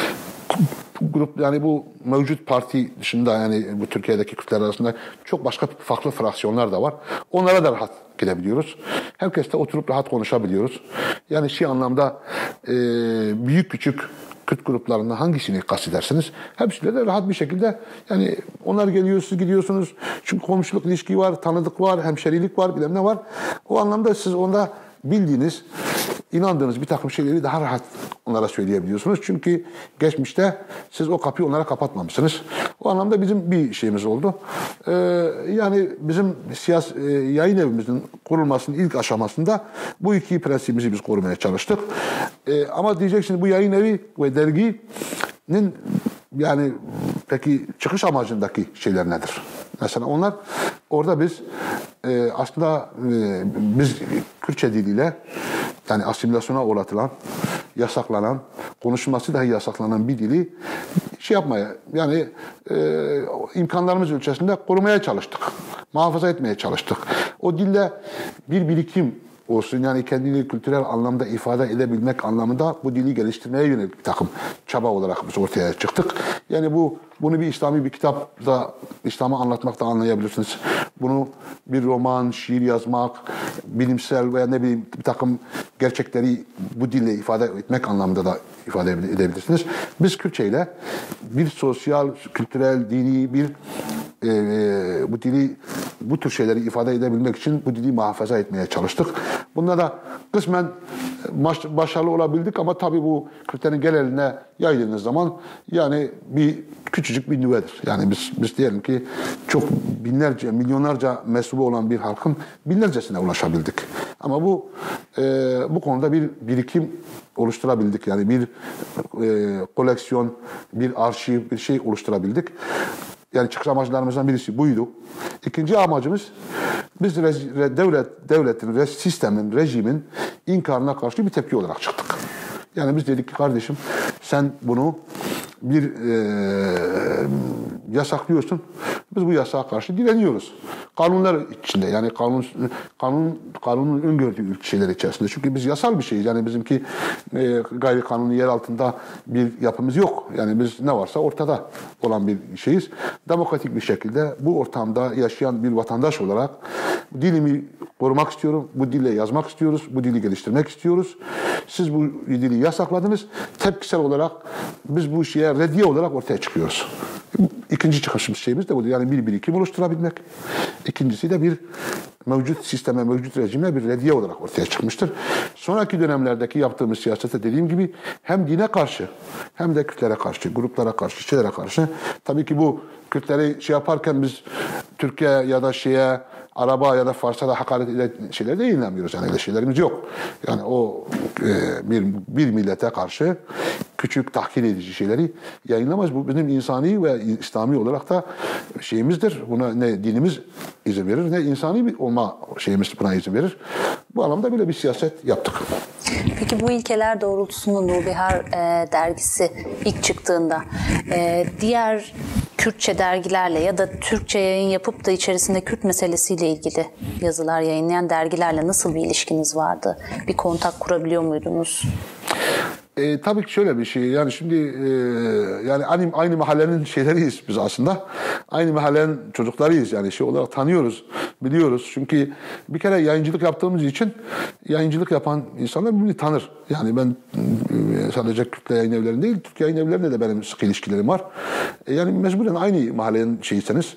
Grup yani bu mevcut parti dışında yani bu Türkiye'deki Kürtler arasında çok başka farklı fraksiyonlar da var. Onlara da rahat gidebiliyoruz. Herkesle oturup rahat konuşabiliyoruz. Yani şey anlamda büyük küçük Kürt gruplarından hangisini kastedersiniz? Hepsiyle de rahat bir şekilde yani onlar geliyor, siz gidiyorsunuz. Çünkü komşuluk ilişki var, tanıdık var, hemşerilik var, bilmem ne var. O anlamda siz onda bildiğiniz, inandığınız bir takım şeyleri daha rahat onlara söyleyebiliyorsunuz. Çünkü geçmişte siz o kapıyı onlara kapatmamışsınız. O anlamda bizim bir şeyimiz oldu. Yani bizim yayın evimizin kurulmasının ilk aşamasında bu iki prensibimizi biz korumaya çalıştık. Ama diyeceksiniz bu yayın evi ve derginin yani peki çıkış amacındaki şeyler nedir? Mesela onlar orada biz aslında biz Kürtçe diliyle yani asimilasyona uğratılan, yasaklanan, konuşulması dahi yasaklanan bir dili şey yapmaya yani imkanlarımız ölçüsünde korumaya çalıştık. Muhafaza etmeye çalıştık. O dille bir birikim olsun yani kendini kültürel anlamda ifade edebilmek anlamında bu dili geliştirmeye yönelik bir takım çaba olarak biz ortaya çıktık. Yani bunu bir İslami bir kitapta İslam'ı anlatmakta anlayabilirsiniz. Bunu bir roman, şiir yazmak, bilimsel veya ne bileyim bir takım gerçekleri bu dille ifade etmek anlamında da ifade edebilirsiniz. Biz Kürtçe ile bir sosyal, kültürel, dini bir bu dili, bu tür şeyleri ifade edebilmek için bu dili muhafaza etmeye çalıştık. Bunda da kısmen başarılı olabildik ama tabii bu Kürtlerin geneline yaydığınız zaman yani bir küçücük bir nüvedir. Yani biz diyelim ki çok binlerce, milyonlarca mensubu olan bir halkın binlercesine ulaşabildik. Ama bu konuda bir birikim oluşturabildik. Yani bir koleksiyon, bir arşiv, bir şey oluşturabildik. Yani çıkış amaçlarımızdan birisi buydu. İkinci amacımız biz devletin, sistemin, rejimin inkarına karşı bir tepki olarak çıktık. Yani biz dedik ki kardeşim sen bunu bir yasaklıyorsun. Biz bu yasağa karşı direniyoruz. Kanunlar içinde yani kanunun öngördüğü şeyler içerisinde. Çünkü biz yasal bir şeyiz. Yani bizimki gayri kanuni yer altında bir yapımız yok. Yani biz ne varsa ortada olan bir şeyiz. Demokratik bir şekilde bu ortamda yaşayan bir vatandaş olarak dilimi korumak istiyorum. Bu dille yazmak istiyoruz. Bu dili geliştirmek istiyoruz. Siz bu dili yasakladınız. Tepkisel olarak biz bu şeye reddiye olarak ortaya çıkıyoruz. İkinci çıkışımız şeyimiz de bu. Yani bir birikim oluşturabilmek. İkincisi de bir mevcut sisteme, mevcut rejime bir reddiye olarak ortaya çıkmıştır. Sonraki dönemlerdeki yaptığımız siyasette dediğim gibi hem dine karşı hem de Kürtlere karşı, gruplara karşı, şeylere karşı. Tabii ki bu Kürtleri şey yaparken biz Türkiye ya da Araba ya da Fars'a da hakaret eden şeyleri de yayınlamıyoruz. Yani öyle şeylerimiz yok. Yani o bir millete karşı küçük tahkir edici şeyleri yayınlamaz. Bu bizim insani ve İslami olarak da şeyimizdir. Buna ne dinimiz izin verir ne insani olma şeyimiz buna izin verir. Bu anlamda böyle bir siyaset yaptık. Peki bu ilkeler doğrultusunda Nubihar dergisi ilk çıktığında diğer Kürtçe dergilerle ya da Türkçe yayın yapıp da içerisinde Kürt meselesiyle ilgili yazılar yayınlayan dergilerle nasıl bir ilişkiniz vardı? Bir kontak kurabiliyor muydunuz? Tabii ki şöyle bir şey. Yani şimdi yani aynı mahallenin şeyleriyiz biz aslında. Aynı mahallenin çocuklarıyız yani şey olarak tanıyoruz, biliyoruz. Çünkü bir kere yayıncılık yaptığımız için yayıncılık yapan insanlar birbirini tanır. Yani ben sadece Kürt yayın evlerinde değil, Türk yayın evlerinde de benim sık ilişkilerim var. Yani mecburen aynı mahallenin şeyseniz.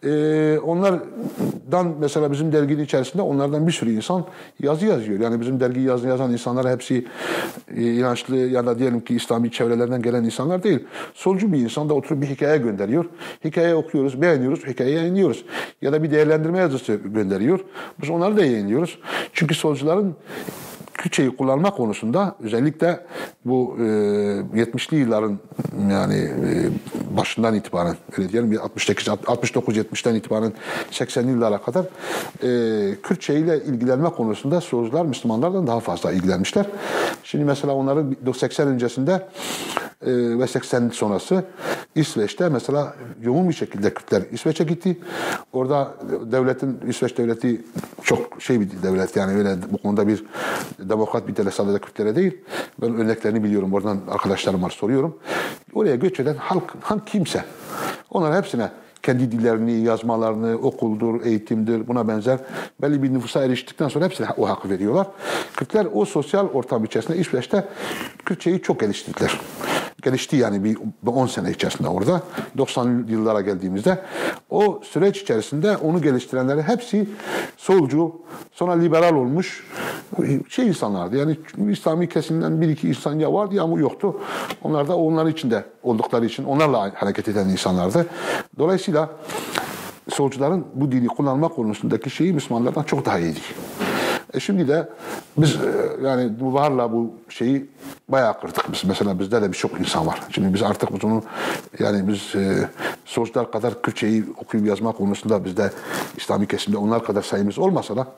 Onlardan mesela bizim derginin içerisinde onlardan bir sürü insan yazı yazıyor. Yani bizim dergiyi yazan insanlar hepsi inançlı ya da diyelim ki İslami çevrelerden gelen insanlar değil. Solcu bir insan da oturup bir hikaye gönderiyor. Hikaye okuyoruz, beğeniyoruz, hikayeyi yayınlıyoruz. Ya da bir değerlendirme yazısı gönderiyor. Biz onları da yayınlıyoruz. Çünkü solcuların Kürtçeyi kullanma konusunda özellikle bu 70'li yılların yani başından itibaren öyle diyelim 69-70'ten itibaren 80'li yıllara kadar Kürtçe ile ilgilenme konusunda solcular Müslümanlardan daha fazla ilgilenmişler. Şimdi mesela onların 80 öncesinde ve 80 sonrası İsveç'te mesela yoğun bir şekilde Kürtler İsveç'e gitti. Orada İsveç devleti çok bir devlet yani öyle bu konuda bir demokrat bir devlet sadece Kürtlere değil. Ben örneklerini biliyorum. Oradan arkadaşlarım var soruyorum. Oraya göç eden halk kimse. Onlar hepsine kendi dillerini, yazmalarını, okuldur, eğitimdir, buna benzer belli bir nüfusa eriştikten sonra hepsine o hakkı veriyorlar. Kürtler o sosyal ortam içerisinde İsveç'te Kürtçeyi çok geliştirdiler. Gelişti yani bir 10 sene içerisinde orada. 90'lı yıllara geldiğimizde o süreç içerisinde onu geliştirenlerin hepsi solcu, sonra liberal olmuş insanlardı. Yani İslami kesimden bir iki insan ya vardı ya yoktu. Onlar da onların içinde oldukları için onlarla hareket eden insanlardı. Dolayısıyla solcuların bu dili kullanma konusundaki şeyi Müslümanlardan çok daha iyiydi. Şimdi de biz yani Nubihar'la bu şeyi bayağı kırdık biz. Mesela bizde de birçok insan var. Şimdi biz artık bunu yani biz solcular kadar Kürtçeyi okuyup yazma konusunda bizde İslami kesimde onlar kadar sayımız olmasa da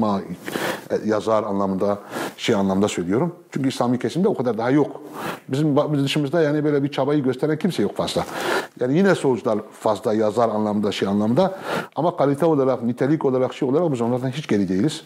yazar anlamında anlamda söylüyorum. Çünkü İslami kesimde o kadar daha yok. Bizim dışımızda yani böyle bir çabayı gösteren kimse yok fazla. Yani yine solcular fazla yazar anlamda anlamda ama kalite olarak, nitelik olarak olarak biz onlardan hiç geri değiliz.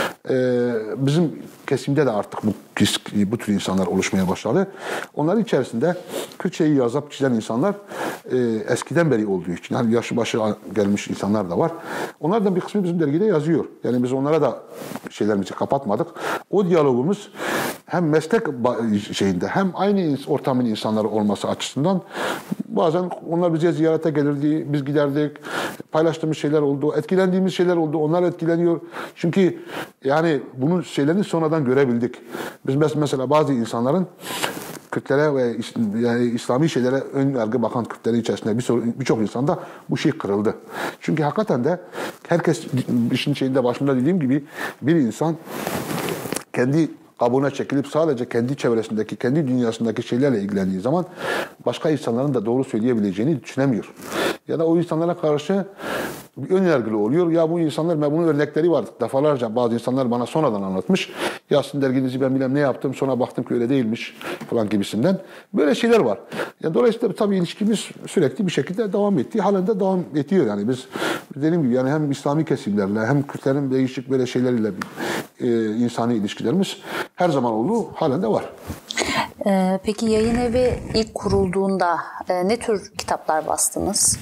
Bizim kesimde de artık bu tür insanlar oluşmaya başladı. Onların içerisinde Kürtçeyi yazıp çizen insanlar eskiden beri olduğu için yani yaşı başı gelmiş insanlar da var. Onlardan bir kısmı bizim dergide yazıyor. Yani biz onlara da şeylerimizi kapatmadık. O diyalogumuz hem meslek şeyinde hem aynı ortamın insanları olması açısından bazen onlar bize ziyarete gelirdi, biz giderdik, paylaştığımız şeyler oldu, etkilendiğimiz şeyler oldu, onlar etkileniyor. Çünkü yani bunun şeylerini sonradan görebildik. Biz mesela bazı insanların Kürtlere ve yani İslami şeylere ön yargı bakan Kürtlerin içerisinde birçok insanda bu şey kırıldı. Çünkü hakikaten de herkes işin şeyinde başında dediğim gibi bir insan kendi kabuğuna çekilip sadece kendi çevresindeki, kendi dünyasındaki şeylerle ilgilendiği zaman başka insanların da doğru söyleyebileceğini düşünemiyor. Ya da o insanlara karşı bir önyargılı oluyor. Ya bu insanlar, bunun örnekleri var. Defalarca bazı insanlar bana sonradan anlatmış. Ya sizin derginizi ben bilmem ne yaptım, sonra baktım ki öyle değilmiş falan gibisinden. Böyle şeyler var. Yani dolayısıyla tabii ilişkimiz sürekli bir şekilde devam etti. Halen de devam ediyor yani. Biz dediğim gibi yani hem İslami kesimlerle hem Kürtlerin değişik böyle şeyleriyle insani ilişkilerimiz her zaman oldu. Halen de var. Peki yayın evi ilk kurulduğunda ne tür kitaplar bastınız?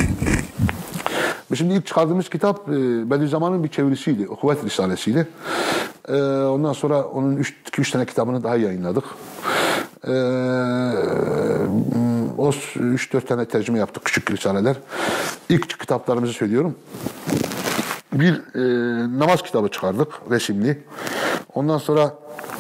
Şimdi ilk çıkardığımız kitap Bediüzzaman'ın bir çevirisiydi. Kuvvet Risalesi'ydi. Ondan sonra onun 2-3 tane kitabını daha yayınladık. O 3-4 tane tercüme yaptık, küçük risaleler. İlk kitaplarımızı söylüyorum. Bir namaz kitabı çıkardık, resimli. Ondan sonra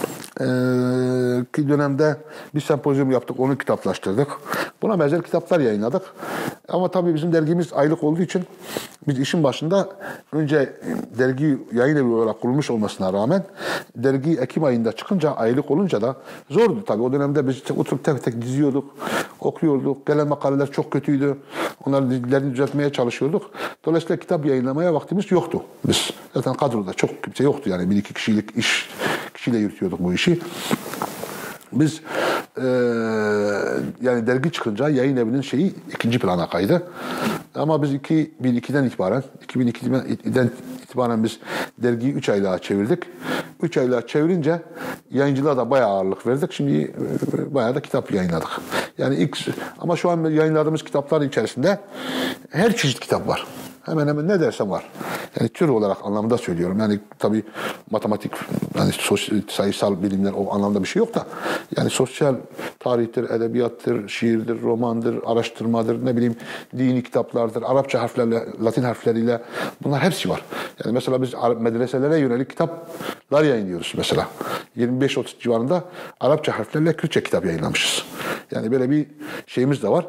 ki dönemde bir sempozyum yaptık, onu kitaplaştırdık. Buna benzer kitaplar yayınladık. Ama tabii bizim dergimiz aylık olduğu için biz işin başında önce dergi yayın evi olarak kurulmuş olmasına rağmen dergi Ekim ayında çıkınca aylık olunca da zordu tabii. O dönemde biz oturup tek tek diziyorduk, okuyorduk. Gelen makaleler çok kötüydü. Onların dillerini düzeltmeye çalışıyorduk. Dolayısıyla kitap yayınlamaya vaktimiz yoktu. Biz zaten kadroda çok kimse yoktu yani. 1-2 kişilik kişiyle yürütüyorduk bu işi. Biz yani dergi çıkınca yayın evinin şeyi ikinci plana kaydı. Ama biz 2002'den itibaren biz dergiyi 3 aylığa çevirdik. 3 aylığa çevirince yayıncılığa da bayağı ağırlık verdik. Şimdi bayağı da kitap yayınladık. Yani ama şu an yayınladığımız kitaplar içerisinde her çeşit kitap var. Hemen hemen ne dersen var. Yani tür olarak anlamda söylüyorum. Yani tabii matematik, yani sayısal bilimler o anlamda bir şey yok da. Yani sosyal tarihtir, edebiyattır, şiirdir, romandır, araştırmadır, ne bileyim dini kitaplardır, Arapça harflerle, Latin harfleriyle bunlar hepsi var. Yani mesela biz medreselere yönelik kitaplar yayınlıyoruz mesela. 25-30 civarında Arapça harflerle Kürtçe kitap yayınlamışız. Yani böyle bir şeyimiz de var.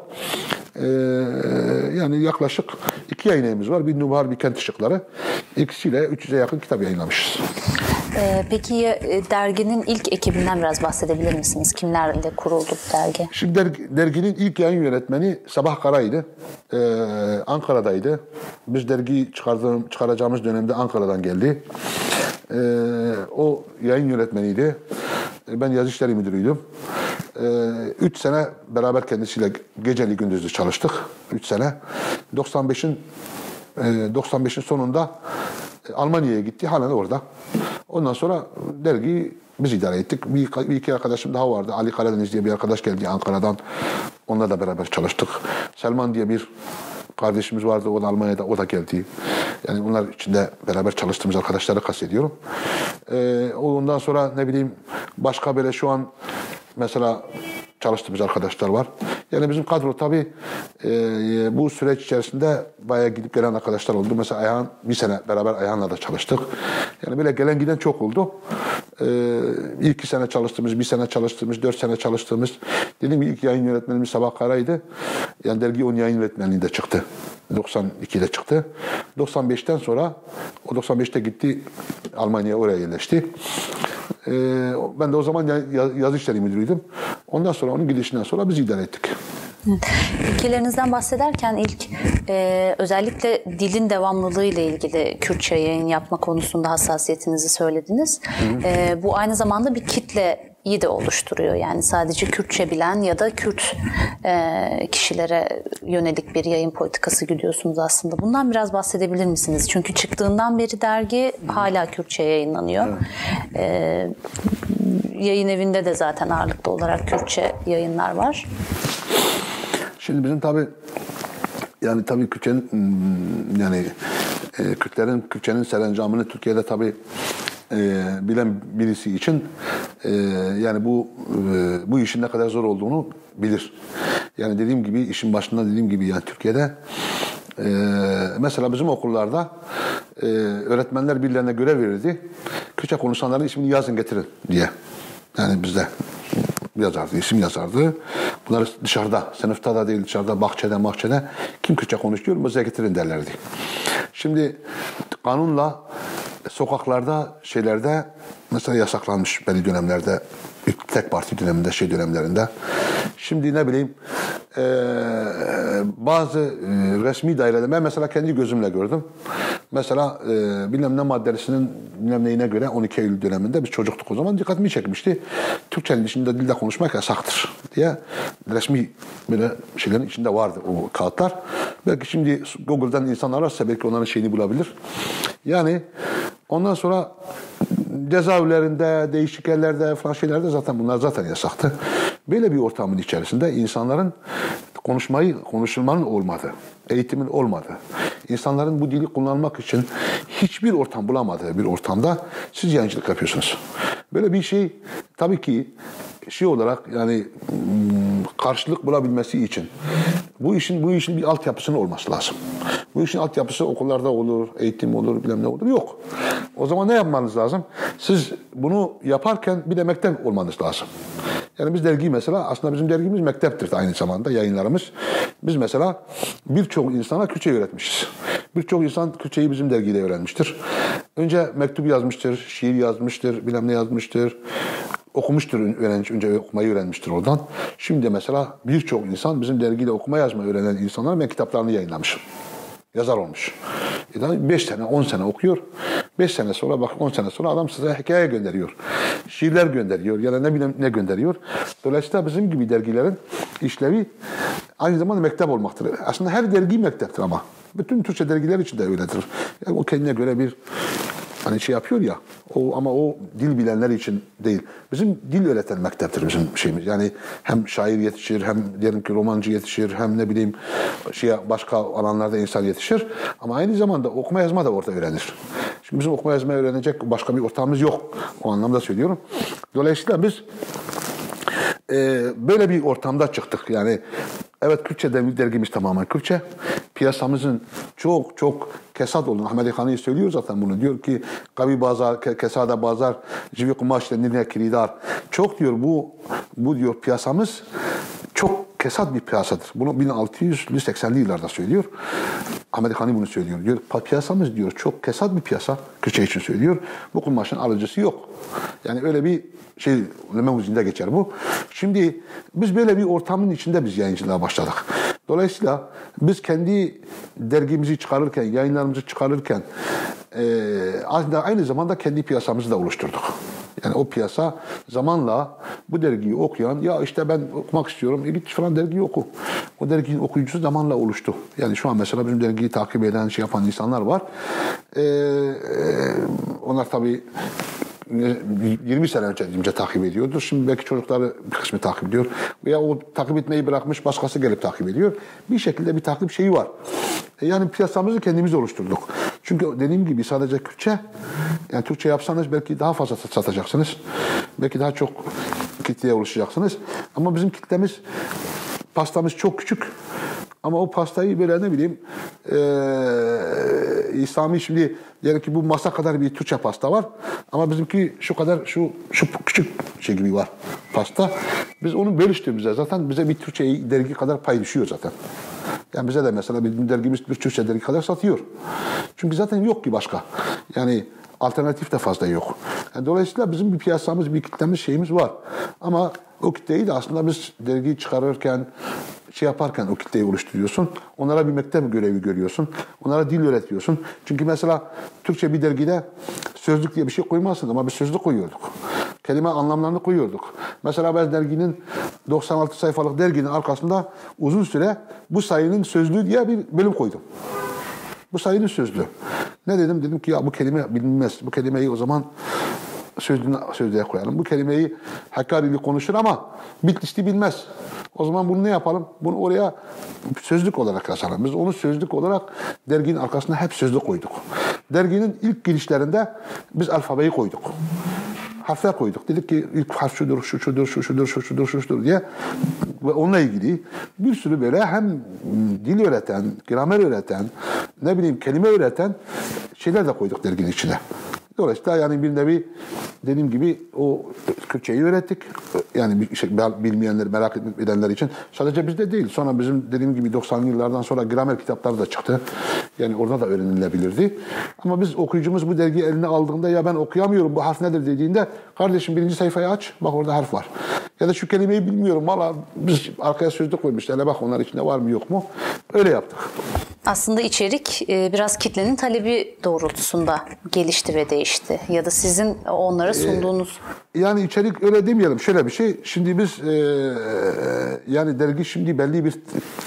Yani yaklaşık 2 yayın evimiz var. Bir Nubihar, bir Kent Işıkları. İkisiyle 300'e yakın kitap yayınlamışız. Peki derginin ilk ekibinden biraz bahsedebilir misiniz? Kimlerle kuruldu bu dergi? Şimdi derginin ilk yayın yönetmeni Sabah Kara'ydı. Ankara'daydı. Biz dergiyi çıkaracağımız dönemde Ankara'dan geldi. O yayın yönetmeniydi. Ben yazı işleri müdürüydüm. 3 sene beraber kendisiyle geceli gündüzlü çalıştık. 3 sene. 95'in sonunda Almanya'ya gitti. Halen orada. Ondan sonra dergiyi biz idare ettik. Bir iki arkadaşım daha vardı. Ali Karadeniz diye bir arkadaş geldi Ankara'dan. Onunla da beraber çalıştık. Selman diye bir kardeşimiz vardı. O da Almanya'da. O da geldi. Yani onlar içinde beraber çalıştığımız arkadaşları kastediyorum. Ondan sonra ne bileyim başka böyle şu an mesela çalıştığımız arkadaşlar var. Yani bizim kadro tabii bu süreç içerisinde bayağı gidip gelen arkadaşlar oldu. Mesela Ayhan, bir sene beraber Ayhan'la da çalıştık. Yani böyle gelen giden çok oldu. İlk 2 sene çalıştığımız, 1 sene çalıştığımız, 4 sene çalıştığımız. Dediğim gibi ilk yayın yönetmenimiz Sabah Kara'ydı. Yani dergi onun yayın yönetmenliğinde çıktı. 92'de çıktı. 95'ten sonra o 95'te gitti Almanya'ya, oraya yerleşti. Ben de o zaman yazı işleri müdürüydüm. Ondan sonra onun gidişinden sonra biz idare ettik. Ülkelerinizden bahsederken ilk özellikle dilin devamlılığı ile ilgili Kürtçe yayın yapma konusunda hassasiyetinizi söylediniz. Bu aynı zamanda bir kitleyi de oluşturuyor. Yani sadece Kürtçe bilen ya da Kürt kişilere yönelik bir yayın politikası gidiyorsunuz aslında. Bundan biraz bahsedebilir misiniz? Çünkü çıktığından beri dergi hala Kürtçe yayınlanıyor. Yayın evinde de zaten ağırlıklı olarak Kürtçe yayınlar var. Şimdi bizim tabii Kürtçenin yani Kürtçenin serencamını Türkiye'de tabii bilen birisi için yani bu işin ne kadar zor olduğunu bilir. Yani dediğim gibi işin başında dediğim gibi yani Türkiye'de mesela bizim okullarda öğretmenler birilerine görev verirdi. Kürtçe konuşanların ismini yazın getirin diye. Yani bizde yazardı, isim yazardı. Bunlar dışarıda, sınıfta da değil dışarıda, bahçede kim Kürtçe konuşuyor, bize getirin derlerdi. Şimdi kanunla sokaklarda şeylerde mesela yasaklanmış belli dönemlerde, tek parti döneminde, dönemlerinde. Şimdi ne bileyim bazı resmi dairelerde ben mesela kendi gözümle gördüm. Mesela bilmem ne maddesinin bilmem neyine göre 12 Eylül döneminde biz çocuktuk o zaman dikkatimi çekmişti. Türkçenin içinde dilde konuşmak yasaktır diye resmi böyle şeylerin içinde vardı o kağıtlar. Belki şimdi Google'dan insan ararsa belki onların şeyini bulabilir. Yani ondan sonra cezaevlerinde, değişik yerlerde falan şeylerde zaten bunlar zaten yasaktı. Böyle bir ortamın içerisinde insanların konuşulmanın olmadığı, eğitimin olmadığı, insanların bu dili kullanmak için hiçbir ortam bulamadığı bir ortamda siz yayıncılık yapıyorsunuz. Böyle bir şey tabii ki olarak yani karşılık bulabilmesi için bu işin bir altyapısının olması lazım. Bu işin altyapısı okullarda olur, eğitim olur, bilmem ne olur. Yok. O zaman ne yapmanız lazım? Siz bunu yaparken bir de mektep olmanız lazım. Yani biz dergi mesela, aslında bizim dergimiz mekteptir aynı zamanda yayınlarımız. Biz mesela birçok insana Kürtçe öğretmişiz. Birçok insan Kürtçeyi bizim dergiyle öğrenmiştir. Önce mektup yazmıştır, şiir yazmıştır, bilmem ne yazmıştır. Okumuştur, önce okumayı öğrenmiştir oradan. Şimdi mesela birçok insan bizim dergiyle okuma yazma öğrenen insanlar ben kitaplarını yayınlamışım. Yazar olmuş. 5 sene, 10 sene okuyor. 5 sene sonra bak 10 sene sonra adam size hikaye gönderiyor. Şiirler gönderiyor ya da ne bileyim ne gönderiyor. Dolayısıyla bizim gibi dergilerin işlevi aynı zamanda mektep olmaktır. Aslında her dergi mekteptir ama. Bütün Türkçe dergiler için de öyledir. Yani o kendine göre bir şey yapıyor ya, ama o dil bilenler için değil. Bizim dil öğreten mekteptir bizim şeyimiz. Yani hem şair yetişir, hem diyelim ki romancı yetişir, hem ne bileyim başka alanlarda insan yetişir. Ama aynı zamanda okuma yazma da orada öğrenir. Şimdi bizim okuma yazma öğrenecek başka bir ortamımız yok. O anlamda söylüyorum. Dolayısıyla biz böyle bir ortamda çıktık. Yani evet Kürtçe dergimiz tamamen Kürtçe. Piyasamızın çok kesat olduğunu, Ahmet Han'ı söylüyor zaten bunu. Diyor ki kavi bazar, kesada bazar, civi kumaş denirine kiridar. Çok diyor bu diyor piyasamız çok kesat bir piyasadır. Bunu 1680'li yıllarda söylüyor. Ahmet Hani bunu söylüyor. Diyor piyasamız diyor çok kesat bir piyasa. Kürtçe için söylüyor. Bu kumaşın alıcısı yok. Yani öyle bir şey Lemevuzinde geçer bu. Şimdi biz böyle bir ortamın içinde biz yayıncılığa başladık. Dolayısıyla biz kendi dergimizi çıkarırken, yayınlarımızı çıkarırken aynı zamanda kendi piyasamızı da oluşturduk. Yani o piyasa zamanla bu dergiyi okuyan, ya işte ben okumak istiyorum, git falan dergiyi oku. O derginin okuyucusu zamanla oluştu. Yani şu an mesela bizim dergiyi takip eden, şey yapan insanlar var. Onlar tabii 20 sene önce takip ediyordur. Şimdi belki çocukları bir kısmı takip ediyor. Veya o takip etmeyi bırakmış, başkası gelip takip ediyor. Bir şekilde bir takip şeyi var. Yani piyasamızı kendimiz oluşturduk. Çünkü dediğim gibi sadece Kürtçe, yani Türkçe yapsanız belki daha fazla satacaksınız. Belki daha çok kitleye ulaşacaksınız. Ama bizim kitlemiz, pastamız çok küçük. Ama o pastayı böyle ne bileyim İslami şimdi diyelim ki bu masa kadar bir Türkçe pasta var. Ama bizimki şu kadar şu küçük şey gibi var pasta. Biz onu bölüştüğümüzde zaten bize bir Türkçe dergi kadar pay düşüyor zaten. Yani bize de mesela bir dergimiz bir Türkçe dergi kadar satıyor. Çünkü zaten yok ki başka. Yani alternatif de fazla yok. Yani dolayısıyla bizim bir piyasamız, bir kitlemiz, şeyimiz var. Ama o kitleyi de aslında biz dergiyi çıkarırken, şey yaparken o kitleyi oluşturuyorsun. Onlara bir mektep görevi görüyorsun. Onlara dil öğretiyorsun. Çünkü mesela Türkçe bir dergide sözlük diye bir şey koymazsın ama bir sözlük koyuyorduk. Kelime anlamlarını koyuyorduk. Mesela ben derginin 96 sayfalık derginin arkasında uzun süre bu sayının sözlüğü diye bir bölüm koydum. Bu sayının sözlüğü. Ne dedim? Dedim ki ya bu kelime bilinmez. Bu kelimeyi o zaman sözlüğe koyalım. Bu kelimeyi Hakkari'li konuşur ama Bitlisli bilmez. O zaman bunu ne yapalım? Bunu oraya sözlük olarak yazalım. Biz onu sözlük olarak derginin arkasına hep sözlük koyduk. Derginin ilk girişlerinde biz alfabeyi koyduk. Harfler koyduk. Dedik ki ilk harf şudur, şu şudur, şu şudur, şu şudur, şu şudur diye. Ve onunla ilgili bir sürü böyle hem dil öğreten, gramer öğreten, ne bileyim kelime öğreten şeyler de koyduk derginin içine. Dolayısıyla yani bir nevi dediğim gibi o Kürtçeyi öğrettik. Yani bir şey, bilmeyenler, merak edenler için. Sadece bizde değil. Sonra bizim dediğim gibi 90'lı yıllardan sonra gramer kitapları da çıktı. Yani orada da öğrenilebilirdi. Ama biz okuyucumuz bu dergiyi eline aldığında ya ben okuyamıyorum bu harf nedir dediğinde kardeşim birinci sayfayı aç bak orada harf var. Ya da şu kelimeyi bilmiyorum valla biz arkaya sözlük koymuşlar. Hele bak onlar içinde var mı yok mu? Öyle yaptık. Aslında içerik biraz kitlenin talebi doğrultusunda gelişti ve değişti. Ya da sizin onlara sunduğunuz... Yani içerik öyle demeyelim. Şöyle bir şey. Şimdi biz yani dergi şimdi belli bir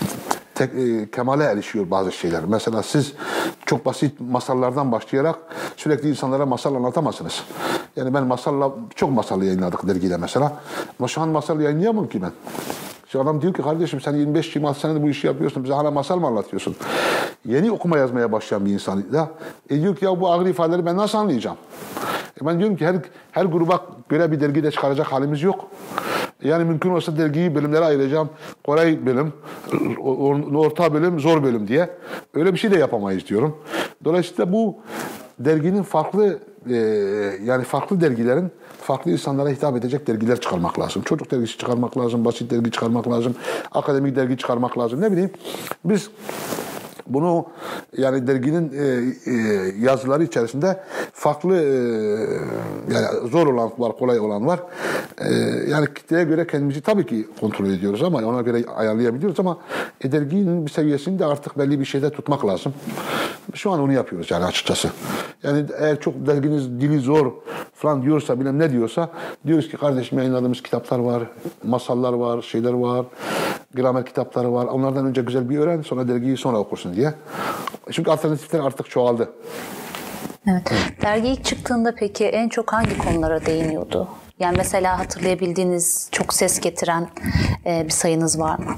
kemale erişiyor bazı şeyler. Mesela siz çok basit masallardan başlayarak sürekli insanlara masal anlatamazsınız. Yani ben çok masal yayınladık dergide mesela. Ama şu an masal yayınlayamam ki ben. Şu adam diyor ki kardeşim sen 25-26 senedir bu işi yapıyorsun. Bize hala masal mı anlatıyorsun? Yeni okuma yazmaya başlayan bir insan da diyor ki ya bu ağır ifadeleri ben nasıl anlayacağım? Ben diyorum ki her gruba göre bir dergide çıkaracak halimiz yok. Yani mümkün olsa dergiyi bölümlere ayıracağım. Kolay bölüm, orta bölüm, zor bölüm diye. Öyle bir şey de yapamayız diyorum. Dolayısıyla bu derginin yani farklı dergilerin farklı insanlara hitap edecek dergiler çıkarmak lazım. Çocuk dergisi çıkarmak lazım, basit dergi çıkarmak lazım, akademik dergi çıkarmak lazım. Ne bileyim biz bunu yani derginin yazıları içerisinde farklı yani zor olan var, kolay olan var. Yani kitleye göre kendimizi tabii ki kontrol ediyoruz ama ona göre ayarlayabiliyoruz ama derginin bir seviyesini de artık belli bir şeyde tutmak lazım. Şu an onu yapıyoruz yani açıkçası. Yani eğer çok derginiz dili zor falan diyorsa bilmem ne diyorsa diyoruz ki kardeşim yayınladığımız kitaplar var, masallar var, şeyler var, gramer kitapları var. Onlardan önce güzel bir öğren sonra dergiyi sonra okursun diye. Çünkü alternatifler artık çoğaldı. Evet. Dergi ilk çıktığında peki en çok hangi konulara değiniyordu? Yani mesela hatırlayabildiğiniz çok ses getiren bir sayınız var mı?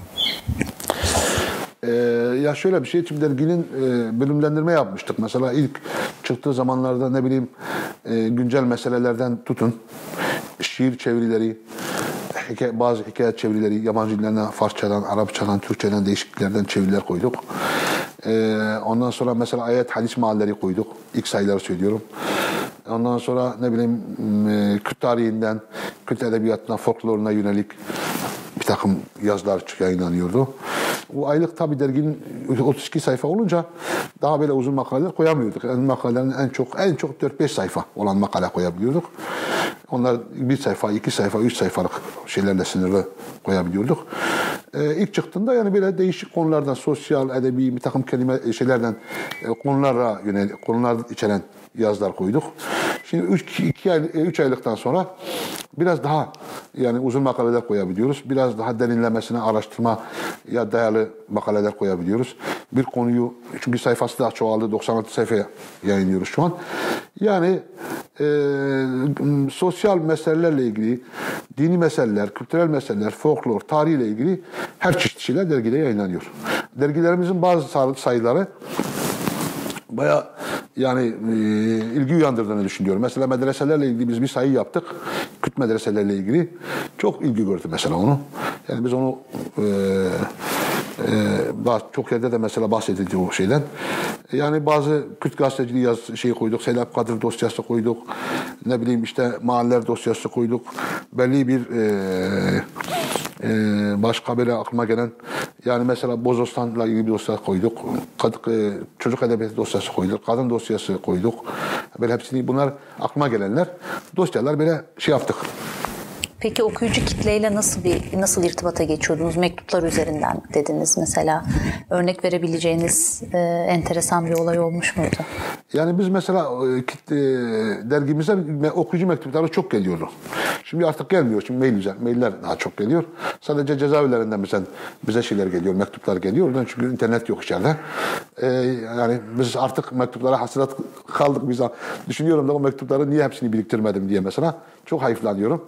Ya şöyle bir şey, şimdi derginin bölümlendirme yapmıştık. Mesela ilk çıktığı zamanlarda ne bileyim güncel meselelerden tutun, şiir çevirileri, bazı hikaye çevirileri, yabancı dillerden, Farsçadan, Arapçadan, Türkçeden değişikliklerden çeviriler koyduk. Ondan sonra mesela ayet hadis mealleri koyduk. İlk sayıları söylüyorum. Ondan sonra ne bileyim Kürt tarihinden, Kürt edebiyatına, folkloruna yönelik bir takım yazılar yayınlanıyordu. Bu aylık tabii derginin 32 sayfa olunca daha böyle uzun makaleler koyamıyorduk. Yani makalelerin en çok 4-5 sayfa olan makale koyabiliyorduk. Onlar 1 sayfa, 2 sayfa, 3 sayfalık şeylerle sınırlı koyabiliyorduk. İlk çıktığında yani böyle değişik konulardan, sosyal, edebi bir takım kelime şeylerden konular içeren yazılar koyduk. Şimdi 3 aylıktan sonra biraz daha yani uzun makaleler koyabiliyoruz. Biraz daha derinlemesine araştırmaya dayalı makaleler koyabiliyoruz. Bir konuyu, çünkü sayfası da çoğaldı, 96 sayfaya yayınlıyoruz şu an. Yani sosyal meselelerle ilgili, dini meseleler, kültürel meseleler, folklor, tarihle ilgili her çeşit şeyler dergide yayınlanıyor. Dergilerimizin bazı sayıları bayağı yani ilgi uyandırdığını düşünüyorum. Mesela medreselerle ilgili biz bir sayı yaptık. Kürt medreselerle ilgili. Çok ilgi gördü mesela onu. Yani biz onu çok yerde de mesela bahsedildi o şeyden. Yani bazı Kürt gazeteciliği koyduk. Selam Kadir dosyası koyduk. Ne bileyim işte mahalleler dosyası koyduk. Belli bir başka böyle aklıma gelen yani mesela Bozostan'la ilgili bir dosya koyduk. Çocuk edebiyatı dosyası koyduk. Kadın dosyası koyduk. Böyle hepsini bunlar aklıma gelenler. Dosyalar böyle şey yaptık. Peki okuyucu kitleyle nasıl irtibata geçiyordunuz? Mektuplar üzerinden dediniz mesela. Örnek verebileceğiniz enteresan bir olay olmuş muydu? Yani biz mesela dergimize okuyucu mektupları çok geliyordu. Şimdi artık gelmiyor. Şimdi mailler daha çok geliyor. Sadece cezaevlerinden bize şeyler geliyor, mektuplar geliyor. Çünkü internet yok içeride. Yani biz artık mektuplara hasret kaldık. Biz düşünüyorum da o mektupları niye hepsini biriktirmedim diye mesela. Çok hayıflanıyorum.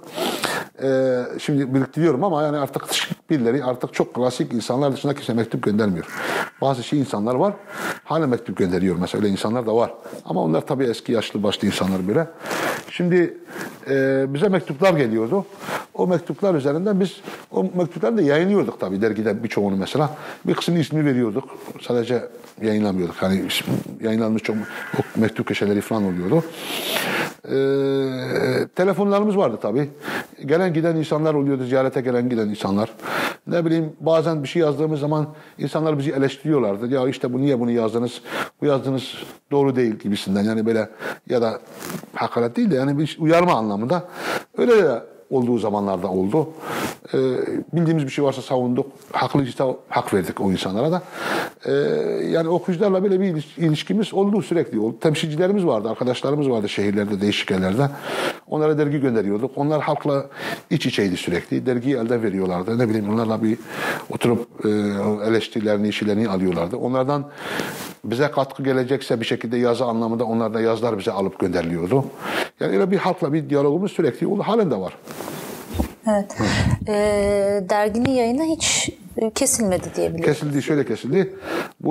Şimdi biriktiriyorum ama yani artık birileri artık çok klasik insanlar dışında kimse mektup göndermiyor. Bazı insanlar var. Hala mektup gönderiyor mesela. Öyle insanlar da var. Ama onlar tabii eski yaşlı başlı insanlar böyle. Şimdi bize mektuplar geliyordu. O mektuplar üzerinden biz o mektupları da yayınlıyorduk tabii dergide birçoğunu mesela. Bir kısmının ismini veriyorduk. Sadece yayınlamıyorduk. Hani yayınlanmış çok mektup köşeleri falan oluyordu. Telefonlarımız vardı tabii. Gelen giden insanlar oluyordu. Ziyarete gelen giden insanlar. Ne bileyim bazen bir şey yazdığımız zaman insanlar bizi eleştiriyorlardı. Ya işte niye bunu yazdınız? Bu yazdığınız doğru değil gibisinden. Yani böyle ya da hakaret değil de yani bir uyarma anlamında. Öyle de olduğu zamanlarda oldu. Bildiğimiz bir şey varsa savunduk. Haklıysa hak verdik o insanlara da. Yani okuyucularla böyle bir ilişkimiz oldu sürekli. Temsilcilerimiz vardı, arkadaşlarımız vardı şehirlerde, değişik yerlerde. Onlara dergi gönderiyorduk. Onlar halkla iç içeydi sürekli. Dergiyi elden veriyorlardı. Ne bileyim onlarla bir oturup eleştirilerini, işlerini alıyorlardı. Onlardan bize katkı gelecekse bir şekilde yazı anlamında onlardan yazılar bize alıp gönderiliyordu. Yani öyle bir halkla bir diyalogumuz sürekli oldu. Halen de var. Evet. Derginin yayını hiç kesilmedi diyebilirim. Şöyle kesildi. Bu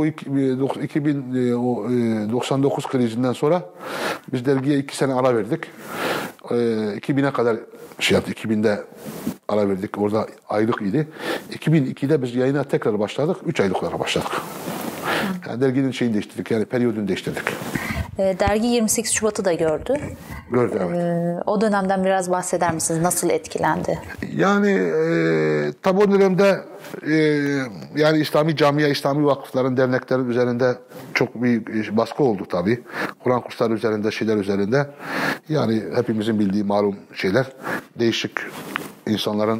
99 krizinden sonra biz dergiye 2 sene ara verdik. 2000'e kadar şey yaptık. 2000'de ara verdik. Orada aylık idi. 2002'de biz yayına tekrar başladık. 3 aylıklara başladık. Yani derginin şeyini değiştirdik. Yani periyodunu değiştirdik. Dergi 28 Şubat'ı da gördü. Gördü evet. O dönemden biraz bahseder misiniz? Nasıl etkilendi? Yani tabi o dönemde yani İslami camia, İslami vakıfların, derneklerin üzerinde çok bir baskı oldu tabi. Kur'an kursları üzerinde, şeyler üzerinde. Yani hepimizin bildiği malum şeyler. Değişik insanların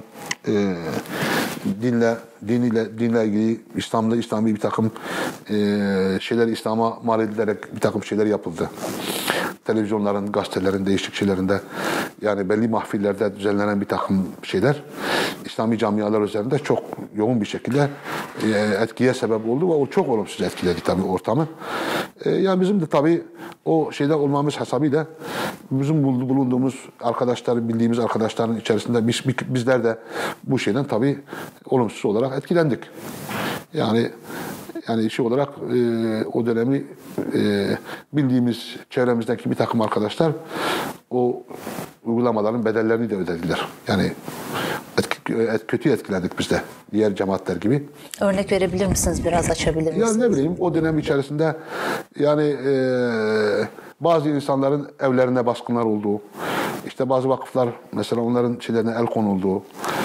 dinle ilgili İslami bir takım şeyler İslam'a mal edilerek bir takım şeyler yapıldı. Televizyonların, gazetelerin, değişik şeylerinde yani belli mahfillerde düzenlenen bir takım şeyler İslami camialar üzerinde çok yoğun bir şekilde etkiye sebep oldu ve o çok olumsuz etkiledi tabii ortamı. Yani bizim de tabii o şeyde olmamız hesabıyla bizim bulunduğumuz arkadaşlar, bildiğimiz arkadaşların içerisinde bizler de bu şeyden tabii olumsuz olarak etkilendik. Yani işi olarak o dönemi bildiğimiz çevremizdeki bir takım arkadaşlar o uygulamaların bedellerini de ödediler. Yani kötü etkilendik biz de diğer cemaatler gibi. Örnek verebilir misiniz? Biraz açabilir misiniz? Ya ne bileyim o dönem içerisinde yani bazı insanların evlerine baskınlar olduğu, işte bazı vakıflar mesela onların şeylerine el konulduğu,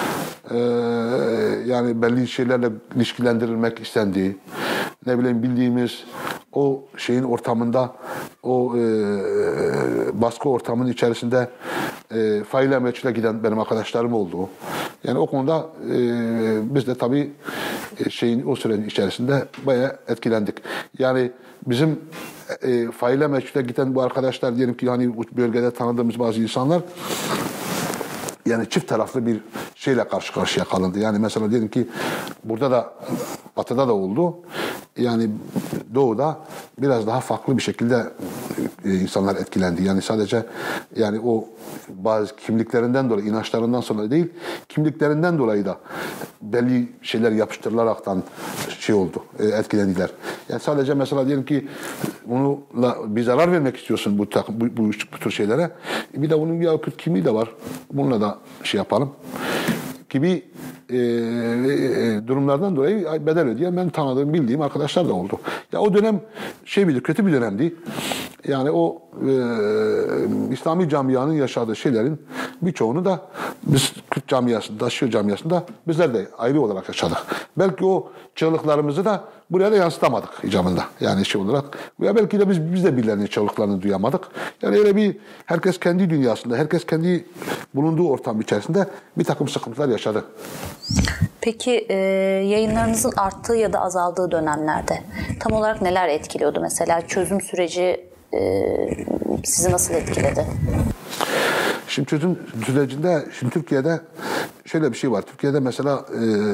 Yani belli şeylerle ilişkilendirilmek istendiği, ne bileyim bildiğimiz o şeyin ortamında, o baskı ortamının içerisinde faile meçhule giden benim arkadaşlarım oldu. Yani o konuda biz de tabii o sürenin içerisinde bayağı etkilendik. Yani bizim faile meçhule giden bu arkadaşlar, diyelim ki hani bu bölgede tanıdığımız bazı insanlar, yani çift taraflı bir şeyle karşı karşıya kalındı. Yani mesela diyelim ki burada da, batıda da oldu. Yani doğuda biraz daha farklı bir şekilde insanlar etkilendi. Yani sadece yani o bazı kimliklerinden dolayı, inançlarından sonra değil, kimliklerinden dolayı da belli şeyler yapıştırılaraktan oldu, etkilendiler. Yani sadece mesela diyelim ki bununla bir zarar vermek istiyorsun bu tür şeylere. Bir de bunun bir Kürt kimliği de var. Bununla da yapalım gibi durumlardan dolayı bedel ödeyen ben tanıdığım, bildiğim arkadaşlar da oldu. Ya o dönem kötü bir dönemdi. Yani o İslami camianın yaşadığı şeylerin birçoğunu da biz Kürt camiasında, Şii camiasında bizler de ayrı olarak yaşadık. Belki o çığlıklarımızı da buraya da yansıtamadık icabında. Yani olarak. Veya belki de biz de birilerinin çığlıklarını duyamadık. Yani öyle bir herkes kendi dünyasında, herkes kendi bulunduğu ortam içerisinde bir takım sıkıntılar yaşadı. Peki yayınlarınızın arttığı ya da azaldığı dönemlerde tam olarak neler etkiliyordu? Mesela çözüm süreci sizi nasıl etkiledi? Şimdi çözüm sürecinde, şimdi Türkiye'de şöyle bir şey var. Türkiye'de mesela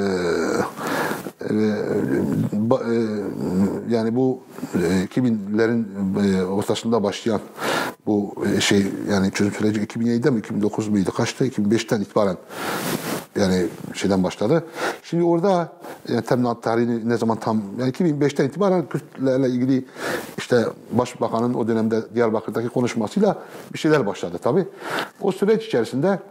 yani bu 2000'lerin ortasında başlayan bu yani çözüm süreci 2007'de mi 2009 muydu, kaçtı? 2005'ten itibaren yani başladı. Şimdi orada yani teminat tarihini ne zaman tam, yani 2005'ten itibaren Kürtlerle ilgili Başbakanın o dönemde Diyarbakır'daki konuşmasıyla bir şeyler başladı tabii. O süreç içerisinde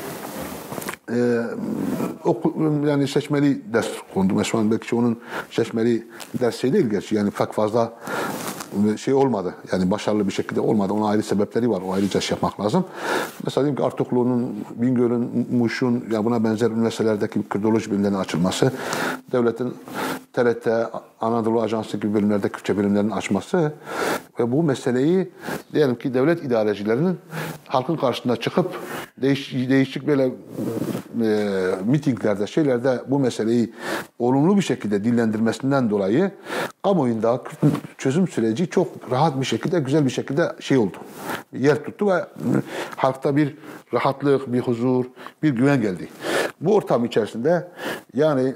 yani seçmeli ders kondu. Mesela belki onun seçmeli ders değil gerçi. Yani pek fazla olmadı. Yani başarılı bir şekilde olmadı. Ona ayrı sebepleri var. O ayrıca yapmak lazım. Mesela diyelim ki Artuklu'nun, Bingöl'ün, Muş'un, ya buna benzer üniversitelerdeki Kürdoloji bölümlerinin açılması, devletin TRT, Anadolu Ajansı gibi bölümlerde Kürtçe bölümlerinin açması ve bu meseleyi diyelim ki devlet idarecilerinin halkın karşısına çıkıp değişik böyle mitinglerde, şeylerde bu meseleyi olumlu bir şekilde dillendirmesinden dolayı kamuoyunda çözüm süreci çok rahat bir şekilde, güzel bir şekilde oldu. Yer tuttu ve halkta bir rahatlık, bir huzur, bir güven geldi. Bu ortam içerisinde yani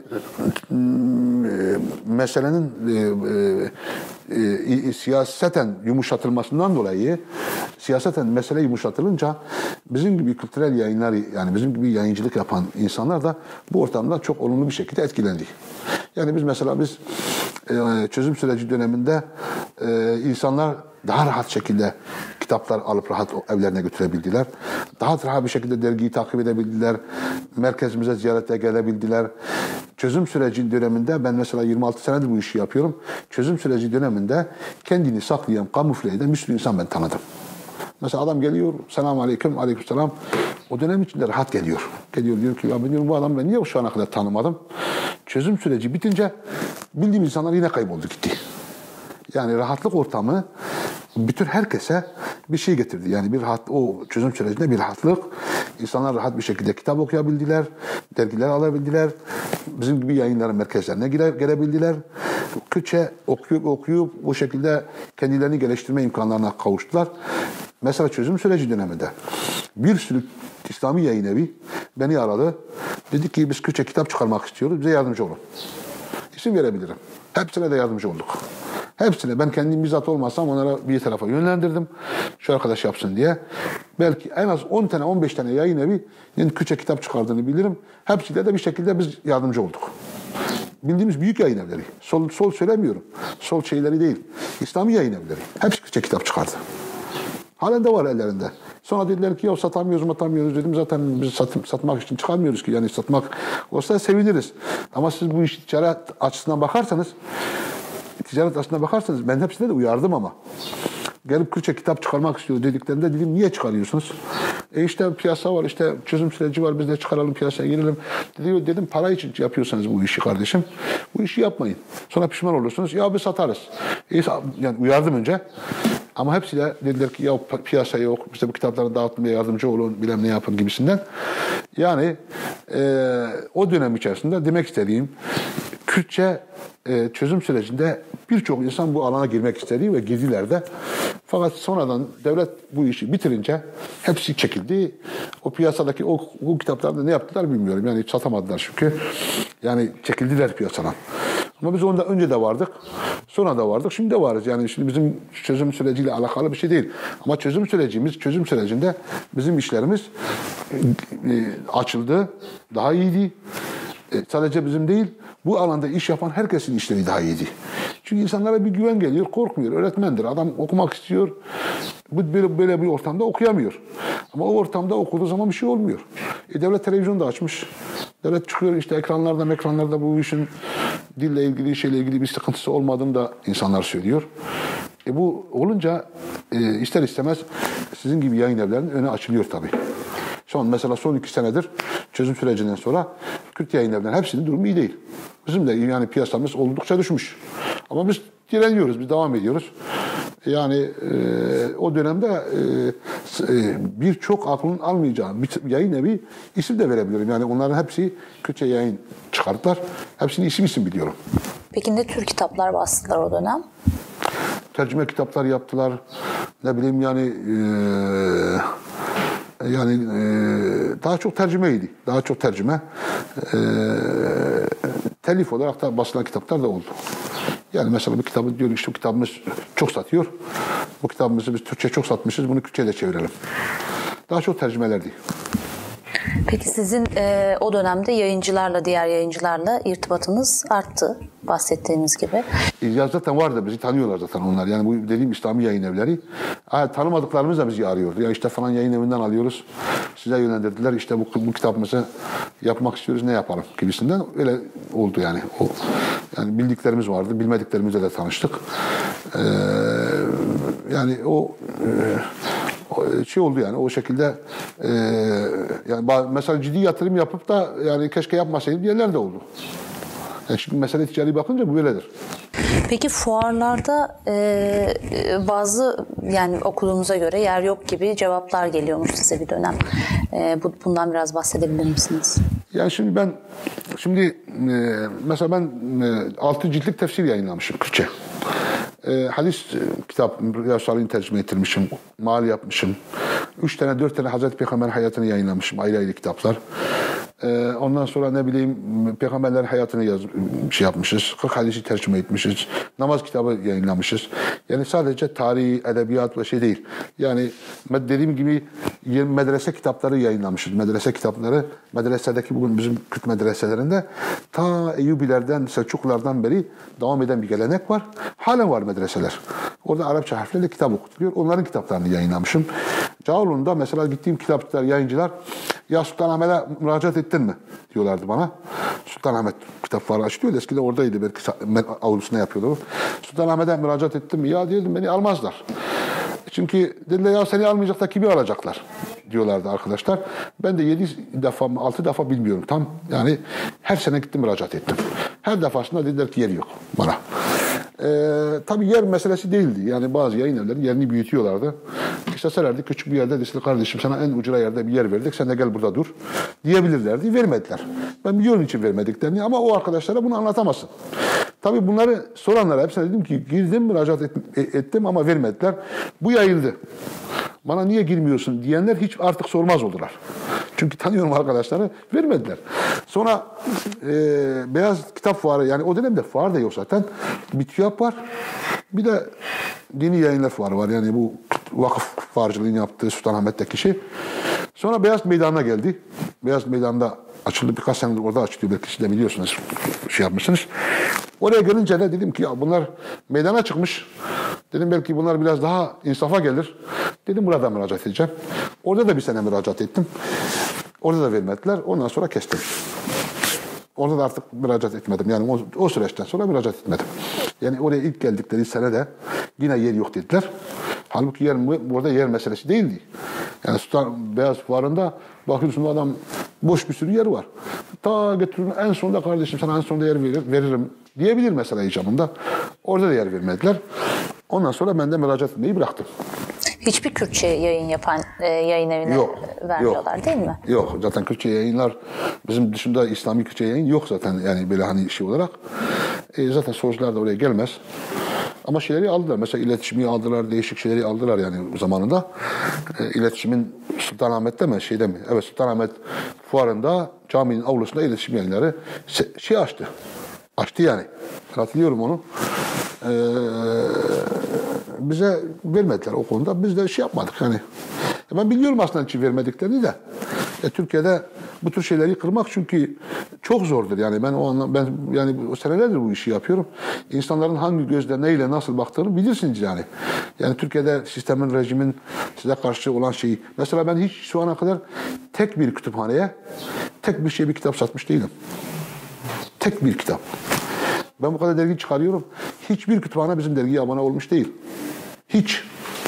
meselenin siyaseten yumuşatılmasından dolayı, siyaseten mesele yumuşatılınca bizim gibi kültürel yayınlar, yani bizim gibi yayıncılık yapan insanlar da bu ortamda çok olumlu bir şekilde etkilendi. Yani biz çözüm süreci döneminde insanlar daha rahat şekilde kitaplar alıp rahat evlerine götürebildiler. Daha rahat bir şekilde dergiyi takip edebildiler. Merkezimize ziyarete gelebildiler. Çözüm süreci döneminde, ben mesela 26 senedir bu işi yapıyorum. Çözüm süreci döneminde kendini saklayan, kamufle eden bir sürü insan ben tanıdım. Mesela adam geliyor, selamun aleyküm, aleykümselam. O dönem içinde rahat geliyor. Geliyor diyor ki, ya ben diyorum, bu adam ben niye şu ana kadar tanımadım? Çözüm süreci bitince bildiğim insanlar yine kayboldu gitti. Yani rahatlık ortamı bütün herkese bir şey getirdi. Yani o çözüm sürecinde bir rahatlık. İnsanlar rahat bir şekilde kitap okuyabildiler, dergiler alabildiler. Bizim gibi yayınların merkezlerine gelebildiler. Kürtçe okuyup bu şekilde kendilerini geliştirme imkanlarına kavuştular. Mesela çözüm süreci döneminde bir sürü İslami yayın evi beni aradı. Dedi ki biz Kürtçe kitap çıkarmak istiyoruz, bize yardımcı olun. İsim verebilirim. Hepsine de yardımcı olduk. Hepsine ben kendim bizzat olmasam onlara bir tarafa yönlendirdim. Şu arkadaş yapsın diye. Belki en az 10 tane 15 tane yayın evi Kürtçe kitap çıkardığını bilirim. Hepsiyle de bir şekilde biz yardımcı olduk. Bildiğimiz büyük yayın evleri. Sol söylemiyorum. Sol şeyleri değil. İslami yayın evleri. Hepsi Kürtçe kitap çıkardı. Halen de var ellerinde. Sonra dediler ki ya satamıyoruz dedim. Zaten biz satmak için çıkarmıyoruz ki. Yani satmak olsa seviniriz. Ama siz bu iş ticaret açısından bakarsanız ben hepsine de uyardım ama. gelip Kürtçe kitap çıkarmak istiyor dediklerinde dedim niye çıkarıyorsunuz? İşte piyasa var, işte çözüm süreci var, biz de çıkaralım piyasaya girelim. Dedim para için yapıyorsanız bu işi kardeşim, bu işi yapmayın. Sonra pişman olursunuz. Ya biz satarız. Yani uyardım önce. Ama hepsi de dediler ki ya piyasa yok, işte bu kitapları dağıtmaya yardımcı olun, bilmem ne yapın gibisinden. Yani o dönem içerisinde demek istediğim Kürtçe çözüm sürecinde birçok insan bu alana girmek istedi ve girdiler de. Fakat sonradan devlet bu işi bitirince hepsi çekildi. O piyasadaki o kitaplarda ne yaptılar bilmiyorum. Yani satamadılar çünkü. Yani çekildiler piyasadan. Ama biz ondan önce de vardık. Sonra da vardık. Şimdi de varız. Yani şimdi bizim çözüm süreciyle alakalı bir şey değil. Ama çözüm sürecinde bizim işlerimiz açıldı. Daha iyiydi. Sadece bizim değil, bu alanda iş yapan herkesin işleri daha iyiydi. Çünkü insanlara bir güven geliyor, korkmuyor. Öğretmendir, adam okumak istiyor. Böyle bir ortamda okuyamıyor. Ama o ortamda okuduğu zaman bir şey olmuyor. Devlet televizyonu da açmış. Devlet çıkıyor işte ekranlarda bu işin dille ilgili, şeyle ilgili bir sıkıntısı olmadığını da insanlar söylüyor. Bu olunca ister istemez sizin gibi yayın evlerinin önü açılıyor tabii. Mesela son 2 senedir çözüm sürecinden sonra Kürt yayın evlerinin hepsinin durumu iyi değil. Bizim de yani piyasamız oldukça düşmüş. Ama biz direniyoruz, biz devam ediyoruz. Yani o dönemde birçok aklın almayacağı bir yayın evi isim de verebilirim. Yani onların hepsi Kürtçe yayın çıkarttılar. Hepsini isim biliyorum. Peki ne tür kitaplar bastılar o dönem? Tercüme kitaplar yaptılar. Ne bileyim yani daha çok tercümeydi. Daha çok tercüme. Telif olarak da basılan kitaplar da oldu. Yani mesela bir kitabı diyor işte bu kitabımız çok satıyor. Bu kitabımızı biz Türkçe çok satmışız. Bunu Kürtçe'ye de çevirelim. Daha çok tercümelerdi. Peki sizin o dönemde diğer yayıncılarla irtibatınız arttı bahsettiğiniz gibi. Ya zaten vardı, bizi tanıyorlar zaten onlar. Yani bu dediğim İslami yayın evleri. Tanımadıklarımız da bizi arıyordu. Ya işte falan yayın evinden alıyoruz. Size yönlendirdiler. İşte bu kitabımızı yapmak istiyoruz, ne yapalım gibisinden. Öyle oldu yani. Yani bildiklerimiz vardı. Bilmediklerimizle de tanıştık. Yani şey oldu yani o şekilde yani mesela ciddi yatırım yapıp da yani keşke yapmasaydım diyenler de oldu. Yani şimdi mesele ticari bakınca bu böyledir. Peki fuarlarda bazı yani okuduğumuza göre yer yok gibi cevaplar geliyormuş size bir dönem. Bundan biraz bahsedebilir misiniz? Yani şimdi mesela ben 6 ciltlik tefsir yayınlamışım Kürtçe. Hadis kitap, Riyâd-ı Sâlihîn'i tercüme ettirmişim, mal yapmışım. 3 tane 4 tane Hazreti Peygamber hayatını yayınlamışım, ayrı kitaplar. Ondan sonra ne bileyim Peygamberlerin hayatını yapmışız. 40 hadisi tercüme etmişiz. Namaz kitabı yayınlamışız. Yani sadece tarih, edebiyat ve şey değil. Yani dediğim gibi medrese kitapları yayınlamışız. Medrese kitapları, medresedeki bugün bizim Kürt medreselerinde ta Eyyubilerden, Selçuklulardan beri devam eden bir gelenek var. Halen var medreseler. Orada Arapça harflerle kitap okutuluyor. Onların kitaplarını yayınlamışım. Cağaloğlu'nda mesela gittiğim kitapçılar, yayıncılar ya Sultanahmet'e müracaat ettin mi diyorlardı bana. Sultanahmet kitapları açılıyor. Eskiden oradaydı, belki avlusuna yapıyordu. Sultanahmet'e müracaat ettin mi? Ya diyordum beni almazlar. Çünkü dediler ya seni almayacak da kimi alacaklar diyorlardı arkadaşlar. Ben de 7 defa 6 defa bilmiyorum tam. Yani her sene gittim müracaat ettim. Her defasında dediler ki yer yok bana. Tabii yer meselesi değildi. Yani bazı yayın evleri yerini büyütüyorlardı. İsteselerdi küçük bir yerde deseler kardeşim sana en ucuna yerde bir yer verdik. Sen de gel burada dur diyebilirlerdi. Vermediler. Ben biliyorum için vermediklerini ama o arkadaşlara bunu anlatamazsın. Tabii bunları soranlara hepsine dedim ki girdim müracaat ettim ama vermediler. Bu yayıldı. Bana niye girmiyorsun diyenler hiç artık sormaz oldular. Çünkü tanıyorum arkadaşları, vermediler. Sonra Beyaz Kitap Fuarı, yani o dönemde fuar da yok zaten. Bir TÜYAP var, bir de Dini Yayınlar Fuarı var. Yani bu vakıf fuarcılığını yaptığı Sultanahmet'teki kişi. Sonra Beyaz Meydan'a geldi. Beyaz Meydan'da açıldı, birkaç senedir orada açılıyor. Belki siz de biliyorsunuz, şey yapmışsınız. Oraya gelince de dedim ki ya bunlar meydana çıkmış. Dedim belki bunlar biraz daha insafa gelir. Dedim burada müracaat edeceğim. Orada da bir sene müracaat ettim. Orada da vermediler. Ondan sonra kestim. Orada da artık müracaat etmedim. Yani o süreçten sonra müracaat etmedim. Yani oraya ilk geldikleri sene de yine yer yok dediler. Halbuki burada yer meselesi değildi. Yani Sultan Beyaz Fuarı'nda bakıyorsun adam boş bir sürü yer var. Ta götürün en sonunda kardeşim sana en sonunda yer veririm diyebilir mesela icabında. Orada da yer vermediler. Ondan sonra ben de müracaat etmeyi bıraktım. Hiçbir Kürtçe yayın yapan yayın evine vermiyorlar değil mi? Yok. Zaten Kürtçe yayınlar bizim dışında İslami Kürtçe yayın yok zaten yani böyle hani şey olarak. Zaten solcular da oraya gelmez. Ama şeyleri aldılar. Mesela iletişimi aldılar, değişik şeyleri aldılar yani zamanında. İletişimin Sultanahmet'te mi? Şeyde mi? Evet, Sultanahmet Fuarı'nda caminin avlusunda iletişim yayınları açtı. Açtı yani. Ben hatırlıyorum onu. Bize vermediler o konuda. Biz de şey yapmadık yani. Ben biliyorum aslında için vermediklerini de. Türkiye'de bu tür şeyleri kırmak çünkü çok zordur. Yani ben yani o senelerdir bu işi yapıyorum. İnsanların hangi gözle neyle nasıl baktığını bilirsiniz yani. Yani Türkiye'de sistemin, rejimin size karşı olan şeyi. Mesela ben hiç şu ana kadar tek bir kütüphaneye tek bir kitap satmış değilim. Tek bir kitap. Ben bu kadar dergi çıkarıyorum. Hiçbir kütüphane bizim dergiye abone olmuş değil. Hiç.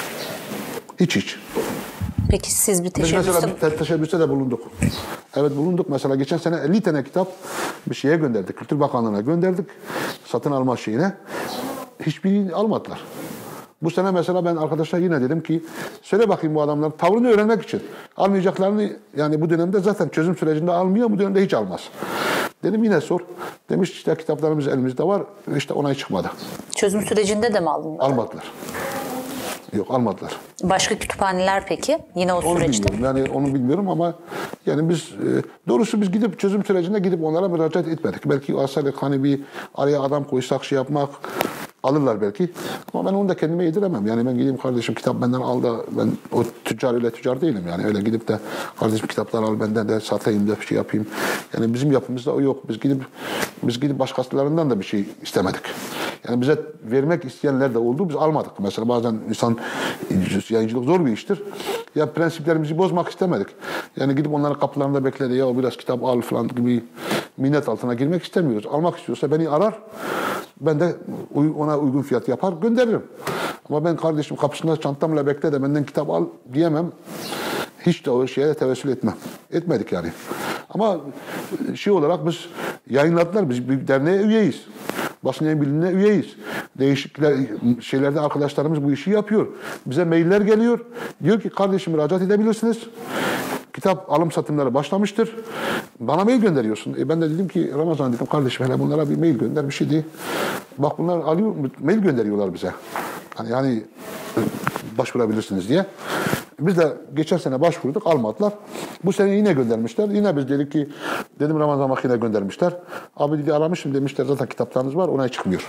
Peki siz bir Biz mesela bir teşebbüste de bulunduk. Evet bulunduk. Mesela geçen sene 50 tane kitap bir şeye gönderdik. Kültür Bakanlığı'na gönderdik. Satın alma şeyine. Hiçbirini almadılar. Bu sene mesela ben arkadaşlara yine dedim ki söyle bakayım bu adamlar tavrını öğrenmek için. Almayacaklarını yani bu dönemde zaten çözüm sürecinde almıyor. Bu dönemde hiç almaz. Dedim yine sor. Demiş işte kitaplarımız elimizde var. İşte onay çıkmadı. Çözüm sürecinde de mi alınmadı? Almadılar. Yok almadılar. Başka kütüphaneler peki? Yine o süreçte. Yani onu bilmiyorum ama yani biz doğrusu biz gidip çözüm sürecinde gidip onlara müracaat etmedik. Belki aslında hani bir araya adam koysak şey yapmak alırlar belki. Ama ben onu da kendime yediremem. Yani ben gideyim kardeşim kitap benden al da ben o tüccar değilim yani. Öyle gidip de kardeşim kitaplar al benden de satayım da bir şey yapayım. Yani bizim yapımızda o yok. Biz gidip başkalarından da bir şey istemedik. Yani bize vermek isteyenler de oldu. Biz almadık. Mesela bazen yayıncılık zor bir iştir. Ya prensiplerimizi bozmak istemedik. Yani gidip onların kapılarında bekledi. Ya biraz kitap al falan gibi minnet altına girmek istemiyoruz. Almak istiyorsa beni arar. Ben de ona uygun fiyat yapar gönderirim. Ama ben kardeşim kapısında çantamla bekle de benden kitap al diyemem. Hiç de o şeye de tevessül etmem. Etmedik yani. Ama şey olarak biz yayınladılar. Biz bir derneğe üyeyiz. Basın yayın birliğine üyeyiz. Değişik şeylerde arkadaşlarımız bu işi yapıyor. Bize mailler geliyor. Diyor ki kardeşim müracaat edebilirsiniz. Kitap alım satımları başlamıştır. Bana mail gönderiyorsun. Ben de dedim ki Ramazan dedim kardeşim hele bunlara bir mail gönder bir şey değil. Bak bunlar alıyor mail gönderiyorlar bize. Yani başvurabilirsiniz diye. Biz de geçen sene başvurduk almadılar. Bu sene yine göndermişler. Yine biz dedik ki dedim Ramazan bak yine göndermişler. Abi dedi aramışım demişler zaten kitaplarınız var onay çıkmıyor.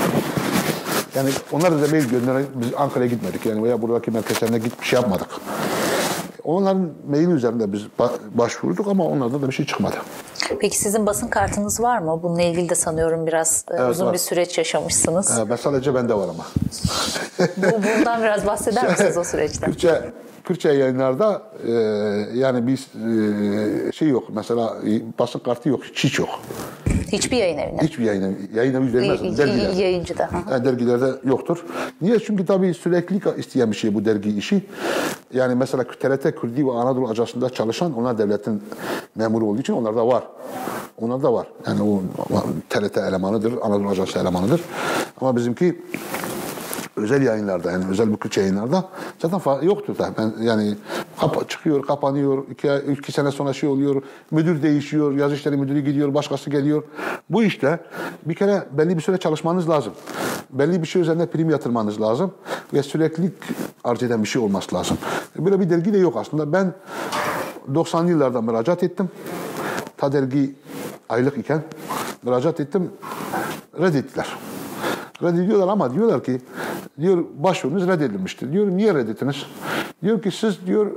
Yani onlar da mail gönderen biz Ankara'ya gitmedik. Yani veya buradaki merkezlerine gidip bir şey yapmadık. Onların maili üzerinde biz başvurduk ama onlardan da bir şey çıkmadı. Peki sizin basın kartınız var mı? Bununla ilgili de sanıyorum biraz uzun bir süreç yaşamışsınız. Ben sadece bende var ama. Bundan biraz bahseder misiniz o süreçten? Kürtçe yayınlarda yani biz şey yok mesela basın kartı yok, hiç yok. Hiçbir yayın evine? Hiçbir yayın evi vermez. Yayıncıda. Dergilerde yoktur. Niye? Çünkü tabii süreklilik isteyen bir şey bu dergi işi. Yani mesela TRT Kürdi ve Anadolu Ajansı'nda çalışan onlar devletin memuru olduğu için onlar da var. Onlar da var. Yani o TRT elemanıdır, Anadolu Ajansı elemanıdır. Ama bizimki özel yayınlarda yani özel bu Kürtçe yayınlarda zaten yoktur da. Yani çıkıyor, kapanıyor, iki sene sonra şey oluyor, müdür değişiyor, yazı işleri müdürü gidiyor, başkası geliyor. Bu işte bir kere belli bir süre çalışmanız lazım. Belli bir şey üzerine prim yatırmanız lazım ve süreklilik arz eden bir şey olması lazım. Böyle bir dergi de yok aslında. Ben 90'lı yıllarda müracaat ettim. Ta dergi aylık iken müracaat ettim, reddettiler. Reddediyorlar ama diyorlar ki başvurunuz reddedilmiştir. Diyorum niye reddettiniz? Diyor ki siz diyor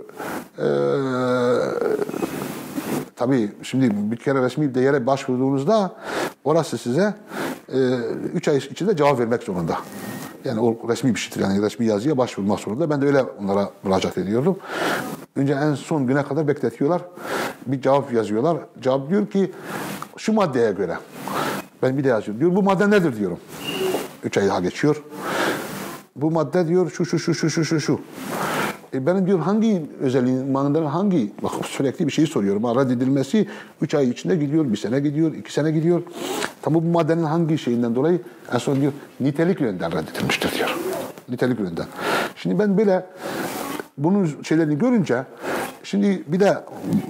tabii şimdi bir kere resmi bir yere başvurduğunuzda orası size 3 ay içinde cevap vermek zorunda. Yani o resmi bir şeydir. Yani resmi yazıya başvurmak zorunda. Ben de öyle onlara müracaat ediyordum. Önce en son güne kadar bekletiyorlar. Bir cevap yazıyorlar. Cevap diyor ki şu maddeye göre. Ben bir de yazıyorum. Diyor bu madde nedir diyorum. 3 ay daha geçiyor. bu madde diyor şu. Benim diyor hangi özelliğin, mandaların hangi, bak sürekli bir şeyi soruyorum. Reddedilmesi 3 ay içinde gidiyor, 1 sene gidiyor, 2 sene gidiyor. Tam bu maddenin hangi şeyinden dolayı en son diyor nitelik yönden reddedilmiştir diyor. Nitelik yönden. Şimdi ben böyle bunun şeylerini görünce, şimdi bir de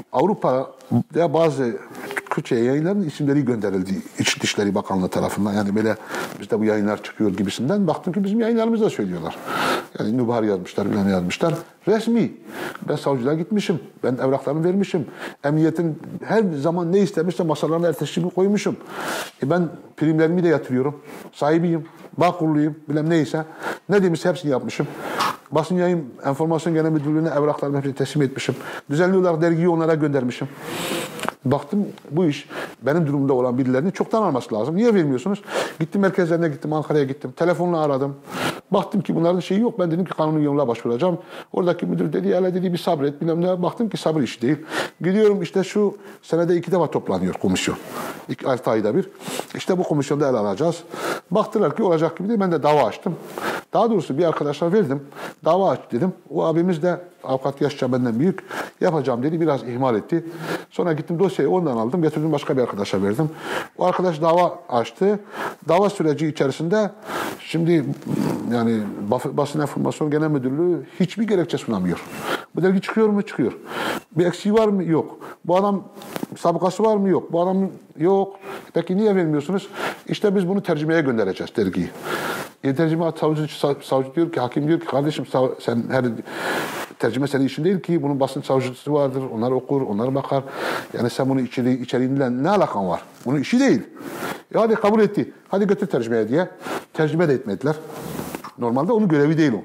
Avrupa'da bazı Kürtçe yayınların isimleri gönderildi İçişleri Bakanlığı tarafından. Yani böyle bizde bu yayınlar çıkıyor gibisinden. Baktım ki bizim yayınlarımız da söylüyorlar. Yani Nubahar yazmışlar, bilmem yazmışlar. Resmi. Ben savcılığa gitmişim. Ben evraklarımı vermişim. Emniyetin her zaman ne istemişse masalarına ertesi gün koymuşum. Ben primlerimi de yatırıyorum. Sahibiyim. Bağ kuruluyum. Bilmem neyse. Ne demişse hepsini yapmışım. Basın Yayın Enformasyon Genel Müdürlüğü'ne evraklarımı hepsini teslim etmişim. Düzenli olarak dergiyi onlara göndermişim. Baktım bu iş benim durumda olan birilerinin çoktan alması lazım. Niye vermiyorsunuz? Gittim merkezlerine gittim, Ankara'ya gittim. Telefonla aradım. Baktım ki bunların şeyi yok. Ben dedim ki kanuni yoluna başvuracağım. Oradaki müdür dedi, hele dedi bir sabret. Bilmem ne. Baktım ki sabır işi değil. Gidiyorum işte şu senede 2 defa toplanıyor komisyon. 6 ayda bir. İşte bu komisyonda ele alacağız. Baktılar ki olacak gibi değil. Ben de dava açtım. Daha doğrusu bir arkadaşa verdim. Dava aç dedim. O abimiz de avukat yaşça benden büyük. Yapacağım dedi. Biraz ihmal etti. Sonra gittim dosyayı ondan aldım. Getirdim başka bir arkadaşa verdim. O arkadaş dava açtı. Dava süreci içerisinde şimdi yani Basın Enformasyon Genel Müdürlüğü hiçbir gerekçe sunamıyor. Bu dergi çıkıyor mu? Çıkıyor. Bir eksiği var mı? Yok. Bu adam sabıkası var mı? Yok. Bu adam yok. Peki niye vermiyorsunuz? İşte biz bunu tercümeye göndereceğiz dergiyi. Tercüme savcı diyor ki, hakim diyor ki kardeşim sen her tercüme senin işin değil ki. Bunun basın savcısı vardır. Onlar okur, onlar bakar. Yani sen bunu içeriğinden ne alakan var? Bunun işi değil. Hadi kabul etti. Hadi götür tercümeye diye. Tercüme de etmediler. Normalde onun görevi değil o.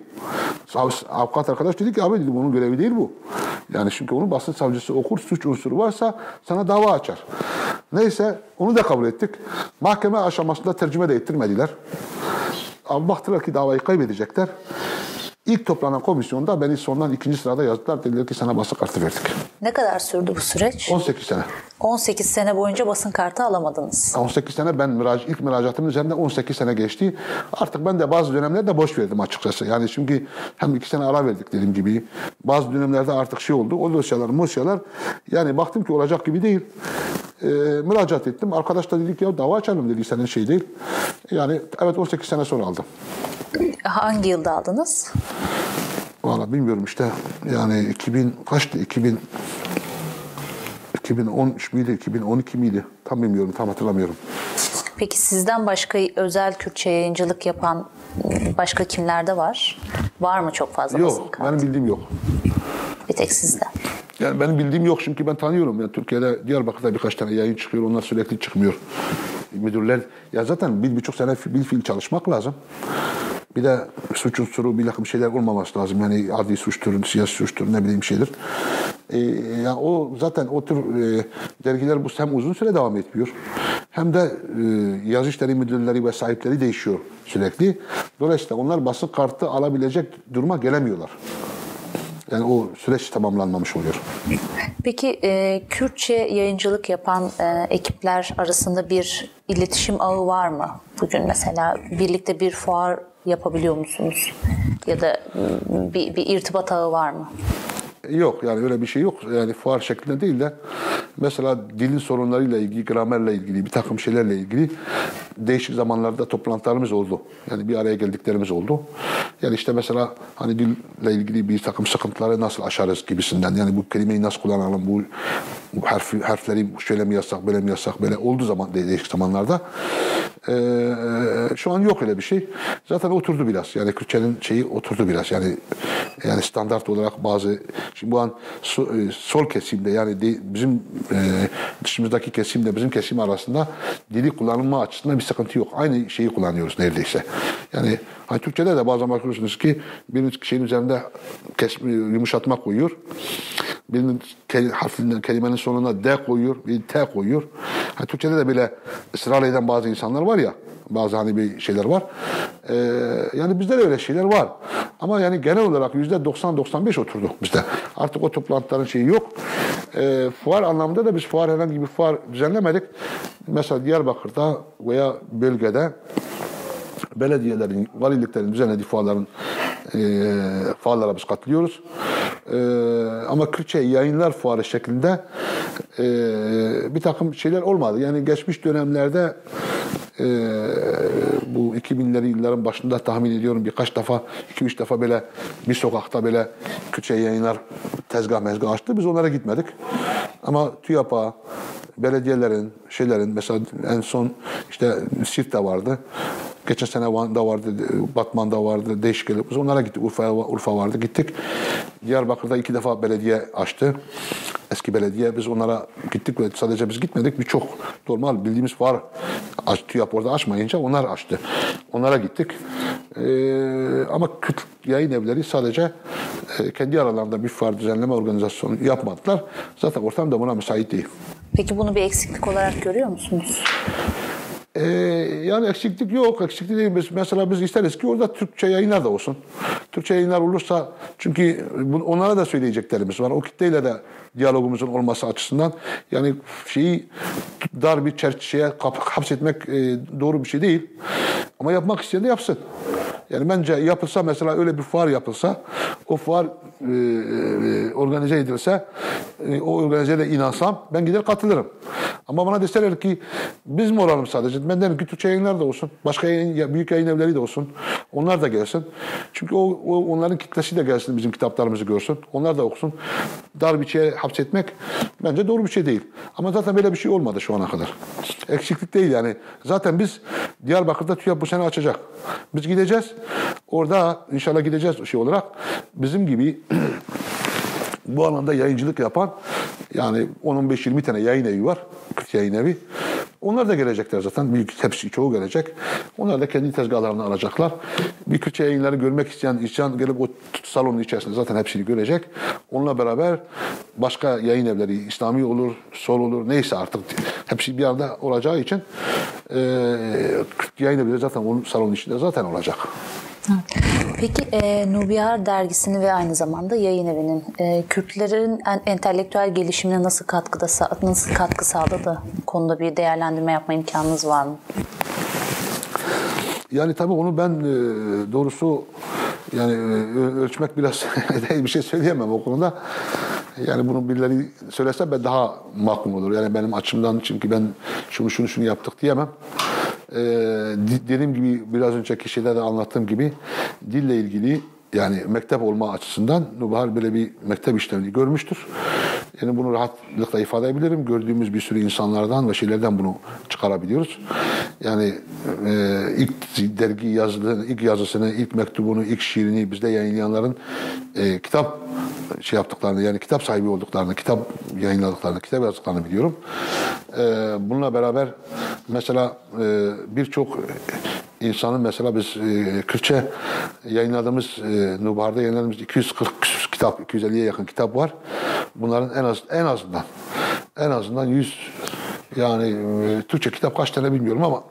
Avukat arkadaş dedi ki abi dedi bunun görevi değil bu. Yani çünkü onun basın savcısı okur, suç unsuru varsa sana dava açar. Neyse onu da kabul ettik. Mahkeme aşamasında tercüme de ettirmediler. Ama baktılar ki davayı kaybedecekler. İlk toplanan komisyonda beni sondan 2. sırada yazdılar. Dediler ki sana basın kartı verdik. Ne kadar sürdü bu süreç? 18 sene. 18 sene boyunca basın kartı alamadınız. 18 sene ben ilk müracaatımın üzerinden 18 sene geçti. Artık ben de bazı dönemlerde boş verdim açıkçası. Yani çünkü hem 2 sene ara verdik dediğim gibi. Bazı dönemlerde artık şey oldu. O dosyalar yani baktım ki olacak gibi değil. Müracaat ettim. Arkadaş da dedi ki ya dava açalım dedi. Senin şey değil. Yani evet 18 sene sonra aldım. Hangi yılda aldınız? Valla bilmiyorum işte. Yani 2000 kaçtı? 2013 miydi? 2012 miydi? Tam bilmiyorum. Tam hatırlamıyorum. Peki sizden başka özel Kürtçe yayıncılık yapan başka kimlerde var? Var mı çok fazla basın Yok. kartı? Benim bildiğim yok. Bir tek sizde. Yani benim bildiğim yok çünkü ben tanıyorum. Yani Türkiye'de, Diyarbakır'da birkaç tane yayın çıkıyor. Onlar sürekli çıkmıyor. Müdürler, ya zaten 1,5 sene bilfiil çalışmak lazım. Bir de suç unsuru bir takım şeyler olmaması lazım. Yani adli suçtur, siyasi suçtur, ne bileyim şeydir. Yani o zaten o tür dergiler bu hem uzun süre devam etmiyor. Hem de yazı işleri müdürleri ve sahipleri değişiyor sürekli. Dolayısıyla onlar basın kartı alabilecek duruma gelemiyorlar. Yani o süreç tamamlanmamış oluyor. Peki Kürtçe yayıncılık yapan ekipler arasında bir iletişim ağı var mı? Bugün mesela birlikte bir fuar yapabiliyor musunuz? Ya da bir irtibat ağı var mı? Yok yani öyle bir şey yok. Yani fuar şeklinde değil de mesela dilin sorunlarıyla ilgili, gramerle ilgili, bir takım şeylerle ilgili değişik zamanlarda toplantılarımız oldu. Yani bir araya geldiklerimiz oldu. Yani işte mesela hani dille ilgili bir takım sıkıntıları nasıl aşarız gibisinden. Yani bu kelimeyi nasıl kullanalım, bu harfleri şöyle mi yazsak, böyle mi yazsak, böyle olduğu zaman değişik zamanlarda. Şu an yok öyle bir şey. Zaten oturdu biraz. Yani Kürtçenin şeyi oturdu biraz. Yani standart olarak bazı şimdi bu an sol kesimde yani bizim dışımızdaki kesimle bizim kesim arasında dili kullanılma açısından bir sıkıntı yok. Aynı şeyi kullanıyoruz neredeyse. Yani hani Türkçe'de de bazen bakıyorsunuz ki bir şeyin üzerinde yumuşatma koyuyor. Birinin kelimenin sonuna D koyuyor, bir T koyuyor. Hani Türkçe'de de böyle ısrar eden bazı insanlar var ya, bazı hani bir şeyler var. Yani bizde de öyle şeyler var. Ama yani genel olarak %90-95 oturdu bizde. Artık o toplantıların şeyi yok. Fuar anlamında da biz herhangi bir fuar düzenlemedik. Mesela Diyarbakır'da veya bölgede belediyelerin, valiliklerin düzenlediği fuarlara biz katılıyoruz. Ama Kürtçe yayınlar fuarı şeklinde bir takım şeyler olmadı. Yani geçmiş dönemlerde bu 2000'leri yılların başında tahmin ediyorum birkaç defa, 2-3 defa böyle bir sokakta böyle Kürtçe yayınlar tezgah açtı. Biz onlara gitmedik. Ama TÜYAP'a, belediyelerin, mesela en son işte Sirt'te vardı. Geçen sene Van'da vardı, Batman'da vardı, değişik yerler. Biz onlara gittik. Urfa vardı, gittik. Diyarbakır'da 2 defa belediye açtı. Eski belediye. Biz onlara gittik ve sadece biz gitmedik. Birçok normal bildiğimiz var. TÜYAP orada açmayınca onlar açtı. Onlara gittik. Ama Kürt yayın evleri sadece kendi aralarında bir fuar düzenleme organizasyonu yapmadılar. Zaten ortam da buna müsait değil. Peki bunu bir eksiklik olarak görüyor musunuz? Yani eksiklik yok, eksiklik değil. Mesela biz isteriz ki orada Türkçe yayınlar da olsun. Türkçe yayınlar olursa, çünkü onlara da söyleyeceklerimiz var. O kitleyle de diyalogumuzun olması açısından, yani şeyi dar bir çerçeveye hapsetmek doğru bir şey değil. Ama yapmak isteyen de yapsın. Yani bence yapılsa, mesela öyle bir fuar yapılsa, o fuar organize edilse, o organizeye de inansam ben gider katılırım. Ama bana deseler ki biz mi olalım sadece? Ben derim ki Türkçe yayınlar da olsun, başka büyük yayın evleri de olsun. Onlar da gelsin. Çünkü onların kitlesi de gelsin, bizim kitaplarımızı görsün. Onlar da okusun. Dar bir şeye hapsetmek bence doğru bir şey değil. Ama zaten böyle bir şey olmadı şu ana kadar. Eksiklik değil yani. Zaten biz Diyarbakır'da TÜYAP bu sene açacak. Biz gideceğiz. Orada inşallah gideceğiz şey olarak. Bizim gibi bu alanda yayıncılık yapan, yani 10-15-20 tane yayın evi var. Kürt yayın evi. Onlar da gelecekler zaten. Büyük hepsi, çoğu gelecek. Onlar da kendi tezgahlarını alacaklar. Bir Kürtçe yayınları görmek isteyen gelip o salonun içerisinde zaten hepsini görecek. Onunla beraber başka yayın evleri, İslami olur, sol olur, neyse artık hepsi bir arada olacağı için yayın evleri zaten onun salonun içinde zaten olacak. Peki Nubihar dergisini ve aynı zamanda yayın evinin Kürtlerin entelektüel gelişimine nasıl katkı sağladı? Bu konuda bir değerlendirme yapma imkanınız var mı? Yani tabii onu ben doğrusu yani ölçmek biraz bir şey söyleyemem o konuda. Yani bunu birileri söylese ben daha makul olur. Yani benim açımdan, çünkü ben şunu yaptık diyemem. Dediğim gibi, biraz önceki şeyde de anlattığım gibi, dille ilgili, yani mektep olma açısından Nubihar böyle bir mektep işlevini görmüştür. Yani bunu rahatlıkla ifade edebilirim. Gördüğümüz bir sürü insanlardan ve şeylerden bunu çıkarabiliyoruz. Yani ilk dergi ilk yazısını, ilk mektubunu, ilk şiirini bizde yayınlayanların kitap yaptıklarını, yani kitap sahibi olduklarını, kitap yayınladıklarını, kitap yazdıklarını biliyorum. Bununla beraber mesela birçok insanın, mesela biz Kürtçe yayınladığımız, Nubihar'da yayınladığımız 240 kitap, 250'ye yakın kitap var. Bunların en azından 100, yani Türkçe kitap kaç tane bilmiyorum ama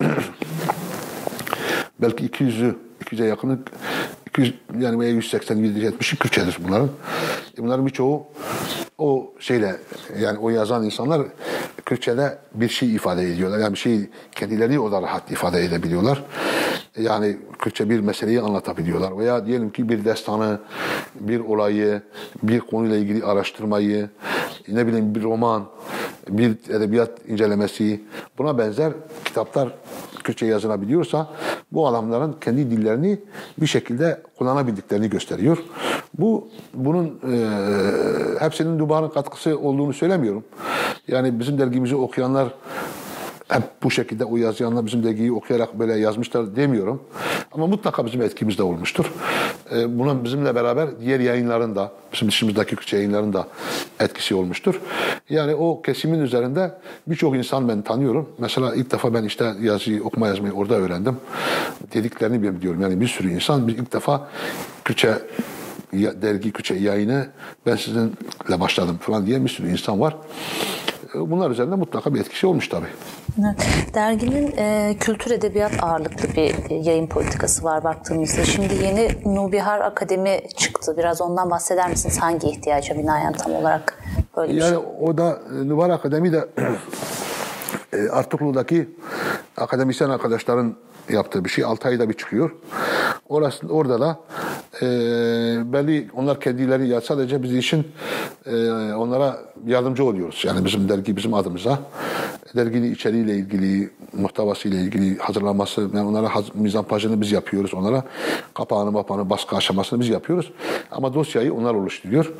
belki 200'e yakını, 200, yani 180, 170'i Kürtçedir bunların. Bunların birçoğu o şeyle, yani o yazan insanlar Kürtçe'de bir şey ifade ediyorlar. Yani bir şey kendileri o da rahat ifade edebiliyorlar. Yani Kürtçe bir meseleyi anlatabiliyorlar. Veya diyelim ki bir destanı, bir olayı, bir konuyla ilgili araştırmayı, ne bileyim bir roman, bir edebiyat incelemesi, buna benzer kitaplar Kürtçe yazılabiliyorsa bu adamların kendi dillerini bir şekilde kullanabildiklerini gösteriyor. Bunun hepsinin Nubihar'ın katkısı olduğunu söylemiyorum. Yani bizim dergimizi okuyanlar hep bu şekilde, o yazıyanlar bizim dergiyi okuyarak böyle yazmışlar demiyorum. Ama mutlaka bizim etkimiz de olmuştur. Buna bizimle beraber diğer yayınların da, bizim dışımızdaki Kürtçe yayınların da etkisi olmuştur. Yani o kesimin üzerinde birçok insan ben tanıyorum. Mesela ilk defa ben işte okuma yazmayı orada öğrendim. Dediklerini ben biliyorum. Yani bir sürü insan ilk defa Kürtçe dergi, Kürtçe yayını ben sizinle başladım falan diye bir sürü insan var. Bunlar üzerinde mutlaka bir etkisi olmuş tabii. Derginin kültür edebiyat ağırlıklı bir yayın politikası var baktığımızda. Şimdi yeni Nubihar Akademi çıktı. Biraz ondan bahseder misiniz? Hangi ihtiyaca binaen tam olarak böyle bir şey? Yani o da Nubihar Akademi de Artuklu'daki akademisyen arkadaşların yaptığı bir şey. 6 ayda bir çıkıyor. Orada da belli onlar kendileri ya sadece biz için onlara yardımcı oluyoruz. Yani bizim dergi bizim adımıza. Derginin içeriğiyle ilgili, muhtevasıyla ilgili hazırlanması, yani onlara mizampajını biz yapıyoruz. Onlara kapağını, baskı aşamasını biz yapıyoruz. Ama dosyayı onlar oluşturuyor.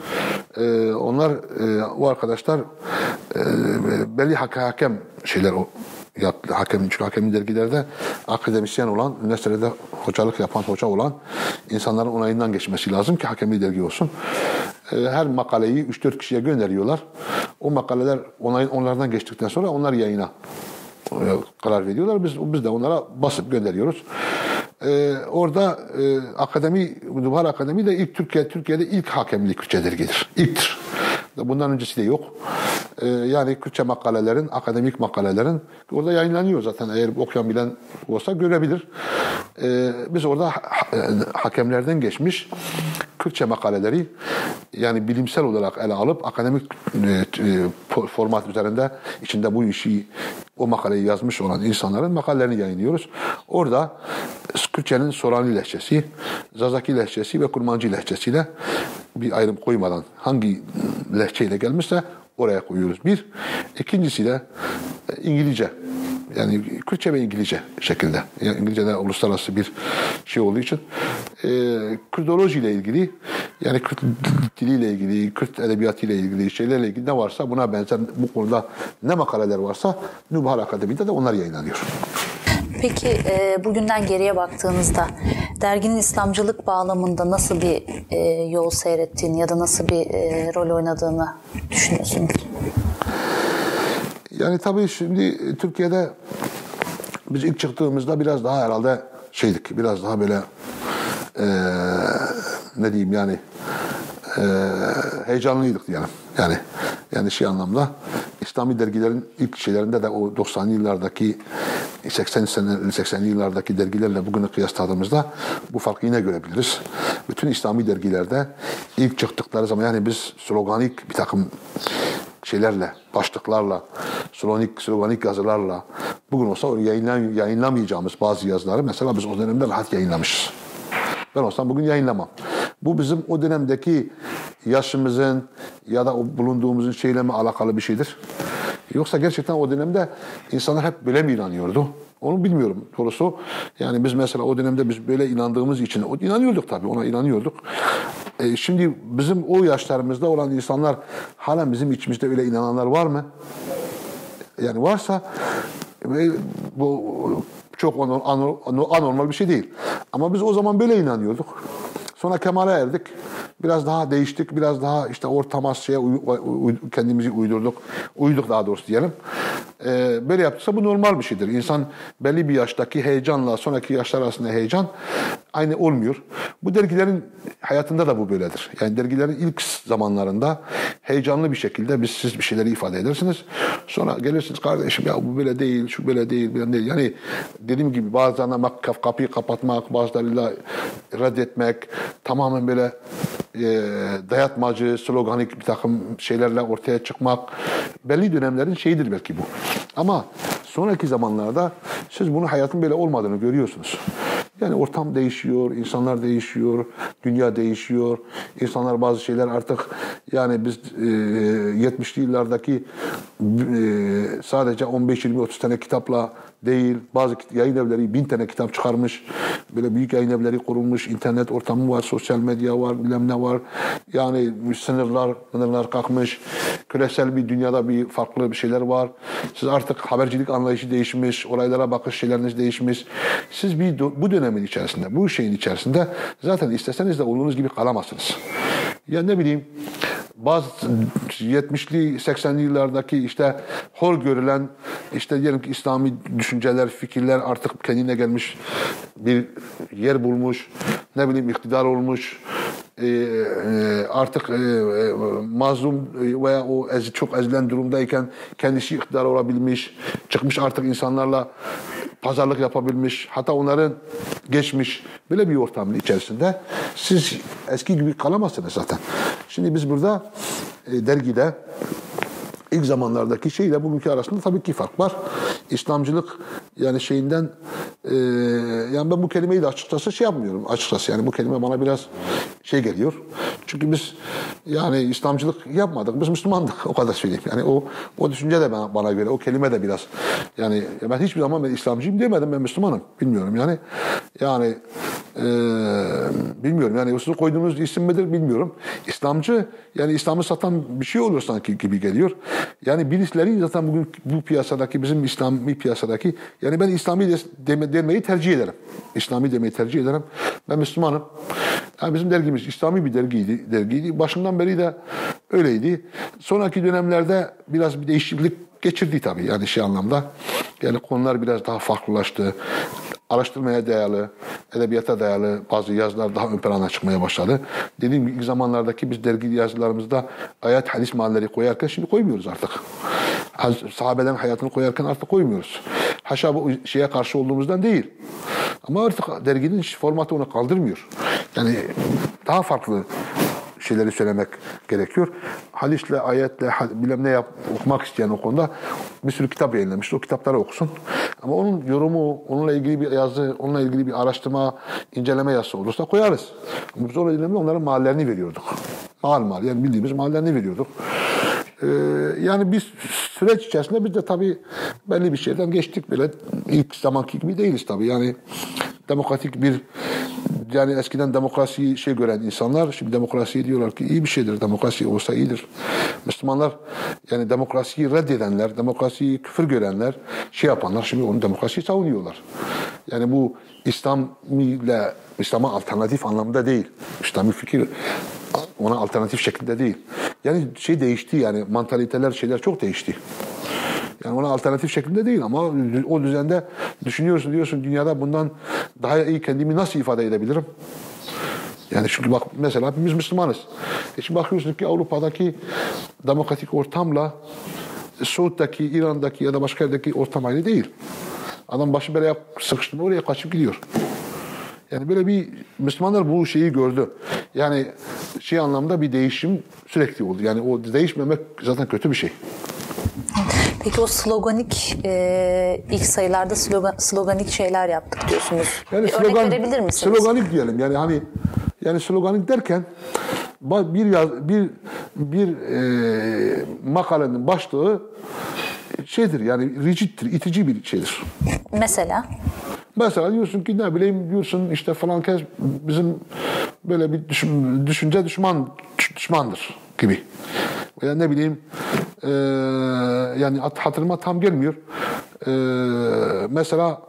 O arkadaşlar belli hakem şeyler yaptı. Çünkü hakemin dergilerde akademisyen olan, üniversitede hocalık yapan hoca olan insanların onayından geçmesi lazım ki hakemli dergi olsun. Her makaleyi 3-4 kişiye gönderiyorlar. O makaleler onlardan geçtikten sonra onlar yayına karar veriyorlar. Biz de onlara basıp gönderiyoruz. Orada Nubuhar Akademi de Türkiye'de ilk hakemli Kürtçe dergidir. İlktir. Bundan öncesi de yok. Yani Kürtçe makalelerin, akademik makalelerin orada yayınlanıyor zaten. Eğer okuyan bilen olsa görebilir. Biz orada hakemlerden geçmiş Kürtçe makaleleri yani bilimsel olarak ele alıp akademik format üzerinde içinde bu işi o makaleyi yazmış olan insanların makalelerini yayınlıyoruz. Orada Kürtçenin Sorani lehçesi, Zazaki lehçesi ve Kurmancı lehçesiyle bir ayrım koymadan hangi lehçeyle gelmişse oraya koyuyoruz. Bir. İkincisi de İngilizce. Yani Kürtçe ve İngilizce şekilde. Yani İngilizce'de uluslararası bir şey olduğu için Kürtoloji ile ilgili yani Kürt diliyle ilgili, Kürt edebiyatıyla ilgili şeylerle ilgili ne varsa buna benzer bu konuda ne makaleler varsa Nubuhar Akademi'de de onlar yayınlanıyor. Peki bugünden geriye baktığınızda derginin İslamcılık bağlamında nasıl bir yol seyrettiğini ya da nasıl bir rol oynadığını düşünüyorsunuz? Yani tabii şimdi Türkiye'de biz ilk çıktığımızda biraz daha herhalde biraz daha böyle ne diyeyim yani heyecanlıydık diyelim. Yani şey anlamda İslami dergilerin ilk şeylerinde de o 90'lı yıllardaki 80'li yıllardaki dergilerle bugünü kıyasladığımızda bu farkı yine görebiliriz. Bütün İslami dergilerde ilk çıktıkları zaman yani biz sloganik bir takım şeylerle, başlıklarla, sloganik yazılarla bugün olsa yayınlamayacağımız bazı yazıları mesela biz o dönemde rahat yayınlamışız. Ben olsam bugün yayınlamam. Bu bizim o dönemdeki yaşımızın ya da o bulunduğumuzun şeyle mi alakalı bir şeydir? Yoksa gerçekten o dönemde insanlar hep böyle mi inanıyordu? Onu bilmiyorum doğrusu. Yani biz mesela o dönemde biz böyle inandığımız için inanıyorduk tabii ona inanıyorduk. Şimdi bizim o yaşlarımızda olan insanlar halen bizim içimizde öyle inananlar var mı? Yani varsa bu çok anormal bir şey değil. Ama biz o zaman böyle inanıyorduk. Sonra kemale erdik. Biraz daha değiştik. Biraz daha işte ortama kendimizi uydurduk daha doğrusu diyelim. Böyle yaptıysa bu normal bir şeydir. İnsan belli bir yaştaki heyecanla sonraki yaşlar arasında heyecan aynı olmuyor. Bu dergilerin hayatında da bu böyledir. Yani dergilerin ilk zamanlarında heyecanlı bir şekilde siz bir şeyleri ifade edersiniz. Sonra gelirsiniz kardeşim ya bu böyle değil, şu böyle değil, böyle değil. Yani dediğim gibi bazılarına kapıyı kapatmak, bazılarıyla reddetmek, tamamen böyle dayatmacı, sloganik bir takım şeylerle ortaya çıkmak belli dönemlerin şeyidir belki bu. Ama sonraki zamanlarda siz bunu hayatın böyle olmadığını görüyorsunuz. Yani ortam değişiyor, insanlar değişiyor, dünya değişiyor. İnsanlar bazı şeyler artık yani biz 70'li yıllardaki sadece 15-20-30 tane kitapla değil, bazı yayın evleri 1000 tane kitap çıkarmış. Böyle büyük yayın evleri kurulmuş, internet ortamı var, sosyal medya var, bilmem ne var. Yani sınırlar kalkmış. Küresel bir dünyada bir farklı bir şeyler var. Siz artık habercilik anlayışı değişmiş, olaylara bakış şeyleriniz değişmiş. Siz bu dönemin içerisinde, bu şeyin içerisinde zaten isteseniz de olduğunuz gibi kalamazsınız. Ya ne bileyim, bazı 70'li 80'li yıllardaki işte hor görülen işte diyelim ki İslami düşünceler, fikirler artık kendine gelmiş bir yer bulmuş, ne bileyim iktidar olmuş, artık mazlum veya o çok ezilen durumdayken kendisi iktidar olabilmiş, çıkmış artık insanlarla pazarlık yapabilmiş, hatta onların geçmiş böyle bir ortamın içerisinde siz eski gibi kalamazsınız zaten. Şimdi biz burada dergide ilk zamanlardaki şeyle bugünkü arasında tabii ki fark var. İslamcılık yani şeyinden yani ben bu kelimeyi de açıkçası şey yapmıyorum. Açıkçası yani bu kelime bana biraz şey geliyor. Çünkü biz yani İslamcılık yapmadık. Biz Müslümandık. O kadar söyleyeyim. Yani o düşünce de bana göre, o kelime de biraz yani ben hiçbir zaman ben İslamcıyım demedim. Ben Müslümanım. Bilmiyorum yani. Yani bilmiyorum. Yani sizin koyduğunuz isim midir bilmiyorum. İslamcı yani İslam'ı satan bir şey olur sanki gibi geliyor. Yani birisileri zaten bugün bu piyasadaki bizim İslami piyasadaki yani ben İslami demeyi tercih ederim. İslami demeyi tercih ederim. Ben Müslümanım. Yani bizim dergimiz İslami bir dergiydi. Başından beri de öyleydi. Sonraki dönemlerde biraz bir değişiklik geçirdi tabii yani şey anlamda. Yani konular biraz daha farklılaştı. Araştırmaya dayalı, edebiyata dayalı bazı yazılar daha ön plana çıkmaya başladı. Dediğim gibi ilk zamanlardaki biz dergi yazılarımızda ayet, hadis mealleri koyarken şimdi koymuyoruz artık. Sahabelerin hayatını koyarken artık koymuyoruz. Haşa bu şeye karşı olduğumuzdan değil. Ama artık derginin formatı onu kaldırmıyor. Yani daha farklı şeyleri söylemek gerekiyor. Hadisle, ayetle, bilmem ne okumak isteyen o konuda bir sürü kitap yayınlamıştır. O kitapları okusun. Ama onun yorumu, onunla ilgili bir yazı, onunla ilgili bir araştırma, inceleme yazısı olursa koyarız. Ama biz onunla ilgili onların mahallerini veriyorduk. Mal yani bildiğimiz mahallerini veriyorduk. Yani biz süreç içerisinde biz de tabii belli bir şeyden geçtik bile. İlk zamanki gibi değiliz tabii. Yani demokratik bir yani eskiden demokrasiyi şey gören insanlar şimdi demokrasiyi diyorlar ki iyi bir şeydir. Demokrasi olsa iyidir. Müslümanlar yani demokrasiyi reddedenler, demokrasiyi küfür görenler, şey yapanlar şimdi onu demokrasiyi savunuyorlar. Yani bu İslam'a alternatif anlamda değil. İslami fikir ona alternatif şeklinde değil. Yani şey değişti yani mantaliteler şeyler çok değişti. Yani ona alternatif şeklinde değil ama o düzende düşünüyorsun diyorsun dünyada bundan daha iyi kendimi nasıl ifade edebilirim? Yani çünkü bak mesela hepimiz Müslümanız. Şimdi bakıyorsun ki Avrupa'daki demokratik ortamla Suud'daki, İran'daki ya da başka yerdeki ortam aynı değil. Adam başı belaya sıkıştı oraya kaçıp gidiyor. Yani böyle bir Müslümanlar bu şeyi gördü. Yani şey anlamda bir değişim sürekli oldu. Yani o değişmemek zaten kötü bir şey. Peki o sloganik ilk sayılarda sloganik şeyler yaptık diyorsunuz. Yani bir örnek verebilir misiniz? Sloganik diyelim. Yani sloganik derken bir makalenin başlığı şeydir yani rigiddir, itici bir şeydir. Mesela diyorsun ki ne bileyim diyorsun işte falan kez bizim böyle bir düşünce düşmandır gibi. Veya ne bileyim yani hatırıma tam gelmiyor. Mesela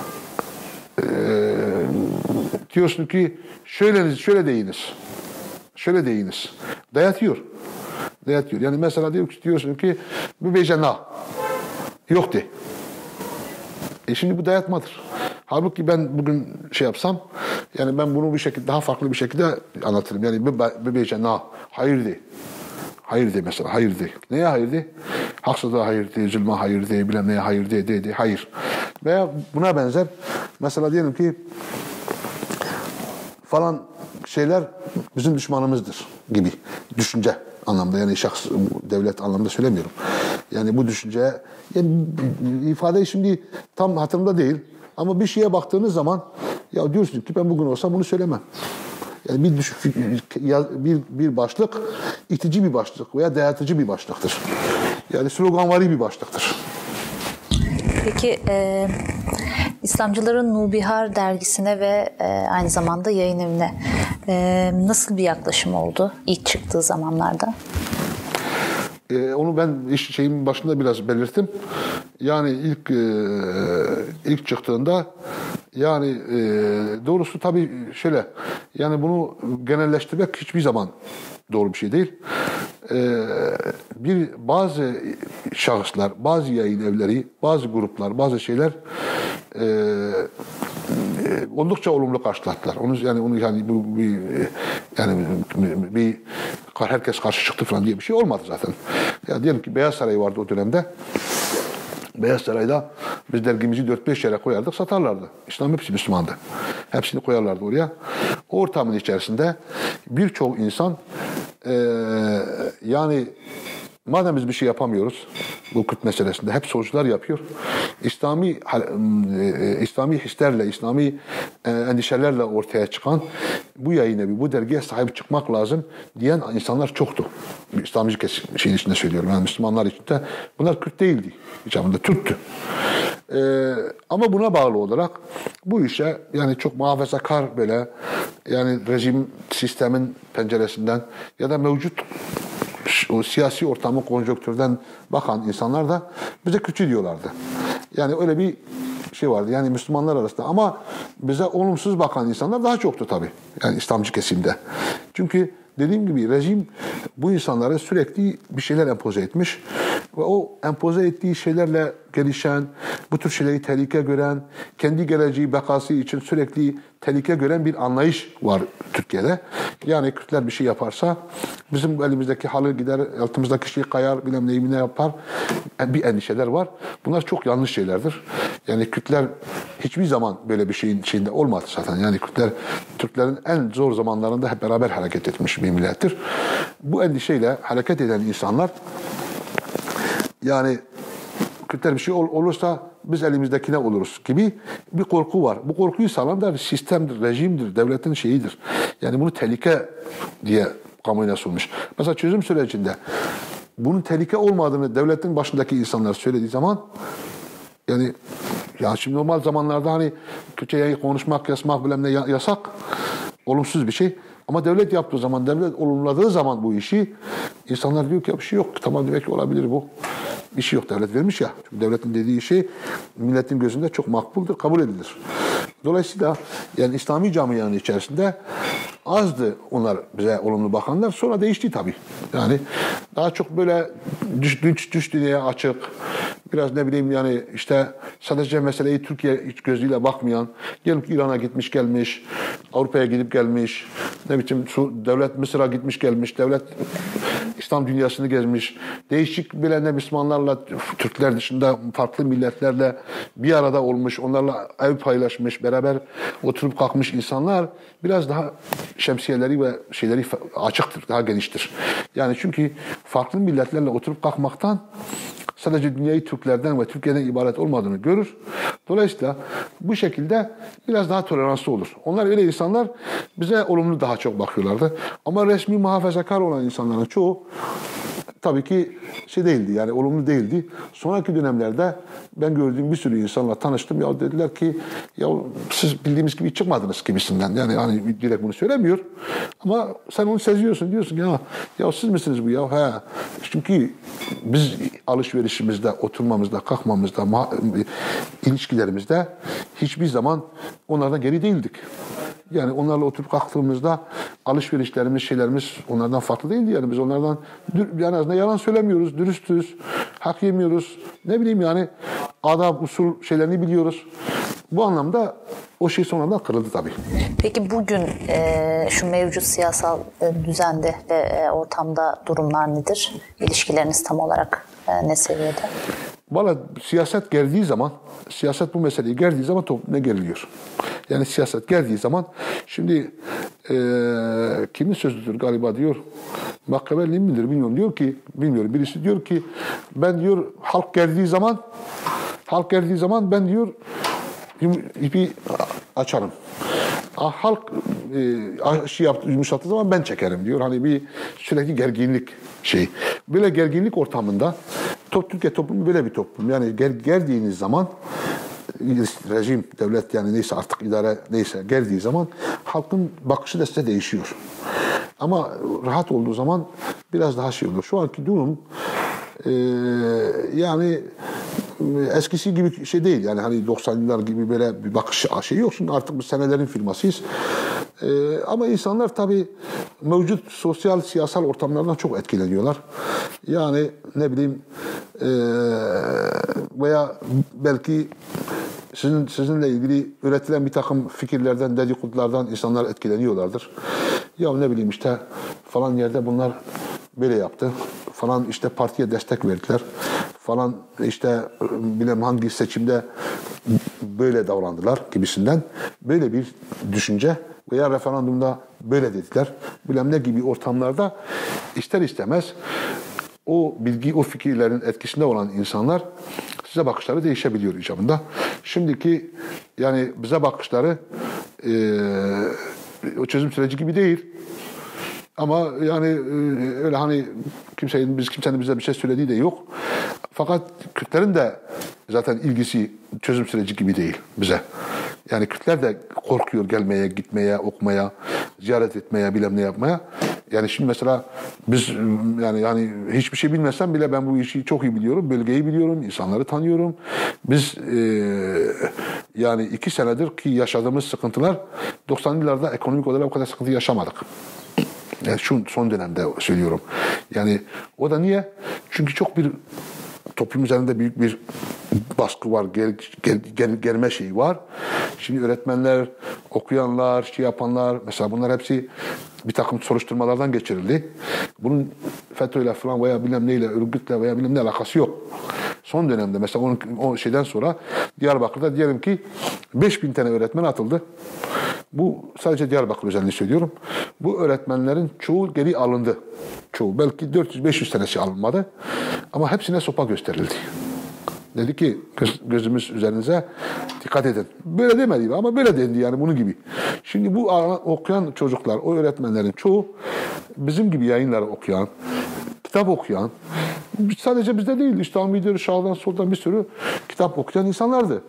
diyorsun ki şöyle deyiniz. Dayatıyor. Yani mesela diyorsun ki bu bejana yok de. Şimdi bu dayatmadır. Halbuki ben bugün şey yapsam yani ben bunu bir şekilde daha farklı bir şekilde anlatırım. Yani bu bejana hayır de. Hayır de mesela, hayır de. Neye hayır de? Haksızlığa hayır de, zulme hayır de, bilmem neye hayır de, hayır. Veya buna benzer, mesela diyelim ki falan şeyler bizim düşmanımızdır gibi düşünce anlamda yani şahs, devlet anlamda söylemiyorum. Yani bu düşünce, yani ifadeyi şimdi tam hatırımda değil ama bir şeye baktığınız zaman ya diyorsun ki ben bugün olsam bunu söylemem. Yani bir başlık itici bir başlık veya dayatıcı bir başlıktır. Yani sloganvari bir başlıktır. Peki İslamcıların Nubihar dergisine ve aynı zamanda yayın evine nasıl bir yaklaşım oldu ilk çıktığı zamanlarda? Onu ben şeyin başında biraz belirttim. Yani ilk çıktığında yani doğrusu tabii şöyle yani bunu genelleştirmek hiçbir zaman doğru bir şey değil. Bazı şahıslar, bazı yayın evleri, bazı gruplar, bazı şeyler oldukça olumlu karşılattılar. Herkes karşı çıktı falan diye bir şey olmadı zaten. Ya diyelim ki Beyaz Saray vardı o dönemde. Beyaz Saray'da biz dergimizi 4-5 yere koyardık, satarlardı. İslam hepsi Müslümandı. Hepsini koyarlardı oraya. O ortamın içerisinde birçok insan yani madem biz bir şey yapamıyoruz bu Kürt meselesinde hep solcular yapıyor. İslami hislerle, İslami endişelerle ortaya çıkan bu yayın evi, bu dergiye sahip çıkmak lazım diyen insanlar çoktu. İslamcı şeyin içinde söylüyorum. Yani Müslümanlar içinde. Bunlar Kürt değildi. İçinde Türktü. Ama buna bağlı olarak bu işe yani çok muhafazakar böyle yani rejim sistemin penceresinden ya da mevcut o siyasi ortamı konjonktürden bakan insanlar da bize Kürtçü diyorlardı. Yani öyle bir şey vardı yani Müslümanlar arasında ama bize olumsuz bakan insanlar daha çoktu tabii. Yani İslamcı kesimde. Çünkü dediğim gibi rejim bu insanlara sürekli bir şeyler empoze etmiş ve o empoze ettiği şeylerle gelişen, bu tür şeyleri tehlike gören, kendi geleceği, bekası için sürekli tehlike gören bir anlayış var Türkiye'de. Yani Kürtler bir şey yaparsa bizim elimizdeki halı gider, altımızdaki şey kayar, bilmem neyimine yapar. Bir endişeler var. Bunlar çok yanlış şeylerdir. Yani Kürtler hiçbir zaman böyle bir şeyin içinde olmadı zaten. Yani Kürtler Türklerin en zor zamanlarında hep beraber hareket etmiş bir millettir. Bu endişeyle hareket eden insanlar yani Kürtler bir şey olursa biz elimizdekine oluruz gibi bir korku var. Bu korkuyu sağlayan da bir sistemdir, rejimdir, devletin şeyidir. Yani bunu tehlike diye kamuoyuna sunmuş. Mesela çözüm sürecinde bunun tehlike olmadığını devletin başındaki insanlar söylediği zaman yani ya şimdi normal zamanlarda hani Kürtçe konuşmak, yazmak bilmem ne yasak, olumsuz bir şey. Ama devlet yaptığı zaman, devlet olumladığı zaman bu işi insanlar diyor ki ya bir şey yok. Tamam demek ki olabilir bu. Bir şey yok. Devlet vermiş ya. Çünkü devletin dediği şey milletin gözünde çok makbuldür, kabul edilir. Dolayısıyla yani İslami camianın içerisinde azdı onlar bize olumlu bakanlar. Sonra değişti tabii. Yani daha çok böyle düş dünyaya açık, biraz ne bileyim yani işte sadece meseleyi Türkiye iç gözüyle bakmayan, gelip İran'a gitmiş gelmiş, Avrupa'ya gidip gelmiş, ne biçim devlet Mısır'a gitmiş gelmiş, devlet İslam dünyasını gezmiş, değişik bile Müslümanlarla, Türkler dışında farklı milletlerle bir arada olmuş, onlarla ev paylaşmış, beraber oturup kalkmış insanlar biraz daha şemsiyeleri ve şeyleri açıktır, daha geniştir. Yani çünkü farklı milletlerle oturup kalkmaktan sadece dünyayı Türklerden ve Türkiye'den ibaret olmadığını görür. Dolayısıyla bu şekilde biraz daha toleranslı olur. Onlar öyle insanlar bize olumlu daha çok bakıyorlardı. Ama resmi muhafazakar olan insanların çoğu tabii ki şey değildi yani olumlu değildi. Sonraki dönemlerde ben gördüğüm bir sürü insanla tanıştım. Ya dediler ki ya siz bildiğimiz gibi çıkmadınız gibisinden. Yani hani direkt bunu söylemiyor. Ama sen onu seziyorsun. Diyorsun ki ya siz misiniz bu ya? He. Çünkü biz alışverişimizde, oturmamızda, kalkmamızda, ilişkilerimizde hiçbir zaman onlardan geri değildik. Yani onlarla oturup kalktığımızda alışverişlerimiz, şeylerimiz onlardan farklı değildi. Yani biz onlardan en azından yalan söylemiyoruz, dürüstüz, hak yemiyoruz. Ne bileyim yani adab, usul şeylerini biliyoruz. Bu anlamda o şey sonradan kırıldı tabii. Peki bugün şu mevcut siyasal düzende ve ortamda durumlar nedir? İlişkileriniz tam olarak ne seviyede? Valla siyaset geldiği zaman, siyaset bu meseleyi geldiği zaman toplumda geriliyor. Yani siyaset geldiği zaman, şimdi kimin sözüdür galiba diyor, Machiavelli midir bilmiyorum, diyor ki, bilmiyorum, birisi diyor ki, ben diyor halk geldiği zaman ben diyor ipi açarım. Halk şey yaptı, yumuşattığı zaman ben çekerim diyor. Hani bir sürekli gerginlik şey. Böyle gerginlik ortamında Türkiye toplumu böyle bir toplum. Yani geldiğiniz zaman rejim, devlet yani neyse artık idare neyse geldiği zaman halkın bakışı da size değişiyor. Ama rahat olduğu zaman biraz daha şey olur. Şu anki durum yani eskisi gibi şey değil. Yani hani 90'lılar gibi böyle bir bakış şey yok. Şimdi artık bu senelerin firmasıyız. Ama insanlar tabii mevcut sosyal, siyasal ortamlardan çok etkileniyorlar. Yani ne bileyim veya belki sizinle ilgili üretilen bir takım fikirlerden, dedikodulardan insanlar etkileniyorlardır. Ya ne bileyim işte falan yerde bunlar böyle yaptı. Falan işte partiye destek verdiler. Falan işte bilmem hangi seçimde böyle davrandılar gibisinden. Böyle bir düşünce veya referandumda böyle dediler. Bilmem ne gibi ortamlarda ister istemez o bilgi, o fikirlerin etkisinde olan insanlar size bakışları değişebiliyor icabında. Şimdiki yani bize bakışları o çözüm süreci gibi değil. Ama yani öyle hani kimsenin bize bir şey söylediği de yok. Fakat Kürtlerin de zaten ilgisi çözüm süreci gibi değil bize. Yani Kürtler de korkuyor gelmeye, gitmeye, okumaya, ziyaret etmeye, bilmem ne yapmaya. Yani şimdi mesela biz yani hiçbir şey bilmesem bile ben bu işi çok iyi biliyorum. Bölgeyi biliyorum, insanları tanıyorum. Biz yani 2 senedir ki yaşadığımız sıkıntılar 90'lı yıllarda ekonomik olarak o kadar sıkıntı yaşamadık. Yani şu son dönemde söylüyorum. Yani o da niye? Çünkü çok bir toplum üzerinde büyük bir baskı var, gelme şeyi var. Şimdi öğretmenler, okuyanlar, şey yapanlar, mesela bunlar hepsi bir takım soruşturmalardan geçirildi. Bunun FETÖ'yle falan veya bilmem neyle, örgütle veya bilmem ne alakası yok. Son dönemde mesela o şeyden sonra Diyarbakır'da diyelim ki 5000 tane öğretmen atıldı. Bu sadece Diyarbakır özelliği söylüyorum. Bu öğretmenlerin çoğu geri alındı. Çoğu. Belki 400-500 tanesi alınmadı. Ama hepsine sopa gösterildi. Dedi ki gözümüz üzerinize dikkat edin. Böyle demedi ama böyle dendi yani bunun gibi. Şimdi bu okuyan çocuklar, o öğretmenlerin çoğu bizim gibi yayınları okuyan, kitap okuyan, sadece bizde değil, İslami'dir, sağdan soldan bir sürü kitap okuyan insanlardı.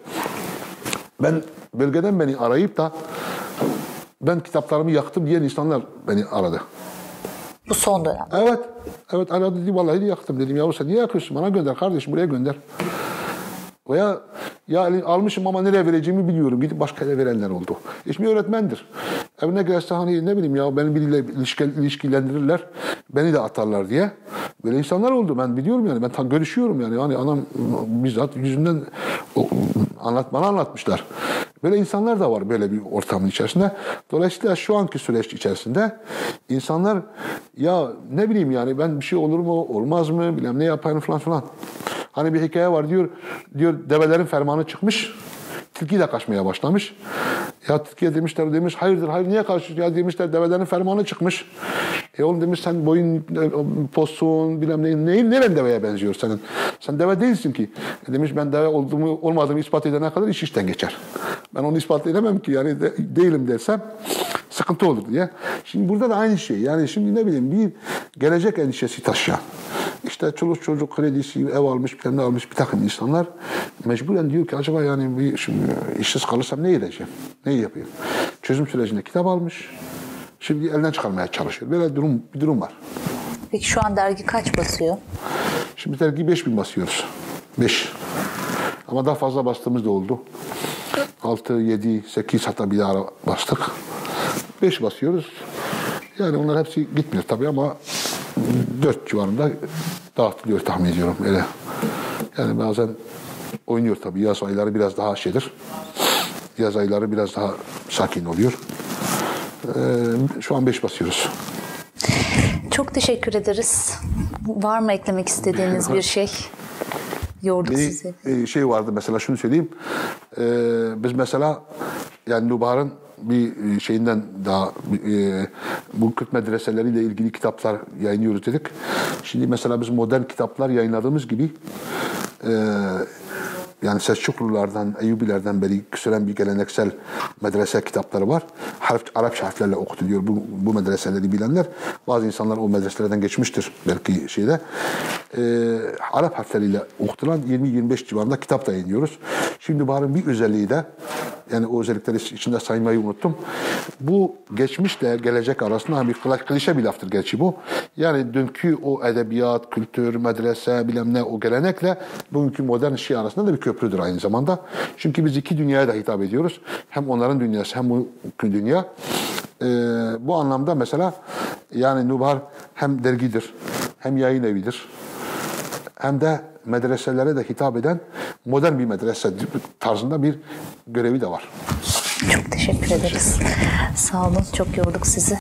Bölgeden beni arayıp da ben kitaplarımı yaktım diyen insanlar beni aradı. Bu son dönem. Evet. Evet aradı dedi vallahi yaktım dedim. Yahu sen niye yakıyorsun? Bana gönder kardeşim buraya gönder. Veya ya almışım ama nereye vereceğimi biliyorum. Gidip başka yere verenler oldu. Şimdi öğretmendir. Evine gelse hani ne bileyim ya beni biriyle ilişkilendirirler. Beni de atarlar diye. Böyle insanlar oldu. Ben biliyorum yani. Ben görüşüyorum yani. Hani anam bizzat yüzünden bana anlatmışlar. Böyle insanlar da var böyle bir ortamın içerisinde. Dolayısıyla şu anki süreç içerisinde insanlar ya ne bileyim yani ben bir şey olur mu olmaz mı bilmem ne yaparım falan filan. Hani bir hikaye var diyor develerin fermanı çıkmış. Tilki de kaçmaya başlamış. Ya tilkiye demiş hayır niye kaçıyorsun ya demişler develerin fermanı çıkmış. Oğlum demiş sen boyun posun bilmem neren deveye benziyor senin. Sen deve değilsin ki. Demiş ben deve olduğumu olmadığımı ispat edene kadar iş işten geçer. Ben onu ispat edemem ki yani değilim dersem sıkıntı olur diye. Şimdi burada da aynı şey. Yani şimdi ne bileyim bir gelecek endişesi taşıyan. İşte çoluk çocuk kredisi, ev almış, bilmem ne almış bir takım insanlar mecburen diyor ki acaba yani şimdi işsiz kalırsam ne edeceğim? Ne yapayım? Çözüm sürecinde kitap almış. Şimdi elden çıkarmaya çalışıyor. Böyle bir durum var. Peki şu an dergi kaç basıyor? Şimdi dergi 5000 basıyoruz. 5. Ama daha fazla bastığımız da oldu. 6, 7, 8 hatta bir daha bastık. 5 basıyoruz. Yani onlar hepsi gitmiyor tabii ama 4 civarında dağıtılıyor tahmin ediyorum. Öyle. Yani bazen oynuyor tabii. Yaz ayları biraz daha şeydir. Yaz ayları biraz daha sakin oluyor. Şu an 5 basıyoruz. Çok teşekkür ederiz. Var mı eklemek istediğiniz bir şey? Yorduk sizi. Şey vardı mesela şunu söyleyeyim. Biz mesela yani Nubahar'ın bir şeyinden daha bu Kürt medreseleriyle ilgili kitaplar yayınlıyoruz dedik. Şimdi mesela biz modern kitaplar yayınladığımız gibi yani Selçuklulardan, Eyyubilerden beri süren bir geleneksel medrese kitapları var. Arapça harflerle okutuluyor bu medreseleri bilenler. Bazı insanlar o medreselerden geçmiştir belki şeyde. Arap harfleriyle okutulan 20-25 civarında kitap da yayınlıyoruz. Şimdi Bahar'ın bir özelliği de yani o özellikleri içinde saymayı unuttum. Bu geçmişle gelecek arasında bir klişe bir laftır gerçi bu. Yani dünkü o edebiyat, kültür, medrese bilmem ne o gelenekle bugünkü modern şey arasında da bir köprüdür aynı zamanda. Çünkü biz iki dünyaya da hitap ediyoruz. Hem onların dünyası hem bu dünya. Bu anlamda mesela yani Nubahar hem dergidir, hem yayın evidir, hem de medreselere de hitap eden modern bir medrese tarzında bir görevi de var. Çok teşekkür ederiz. Sağ olun. Çok yorduk sizi.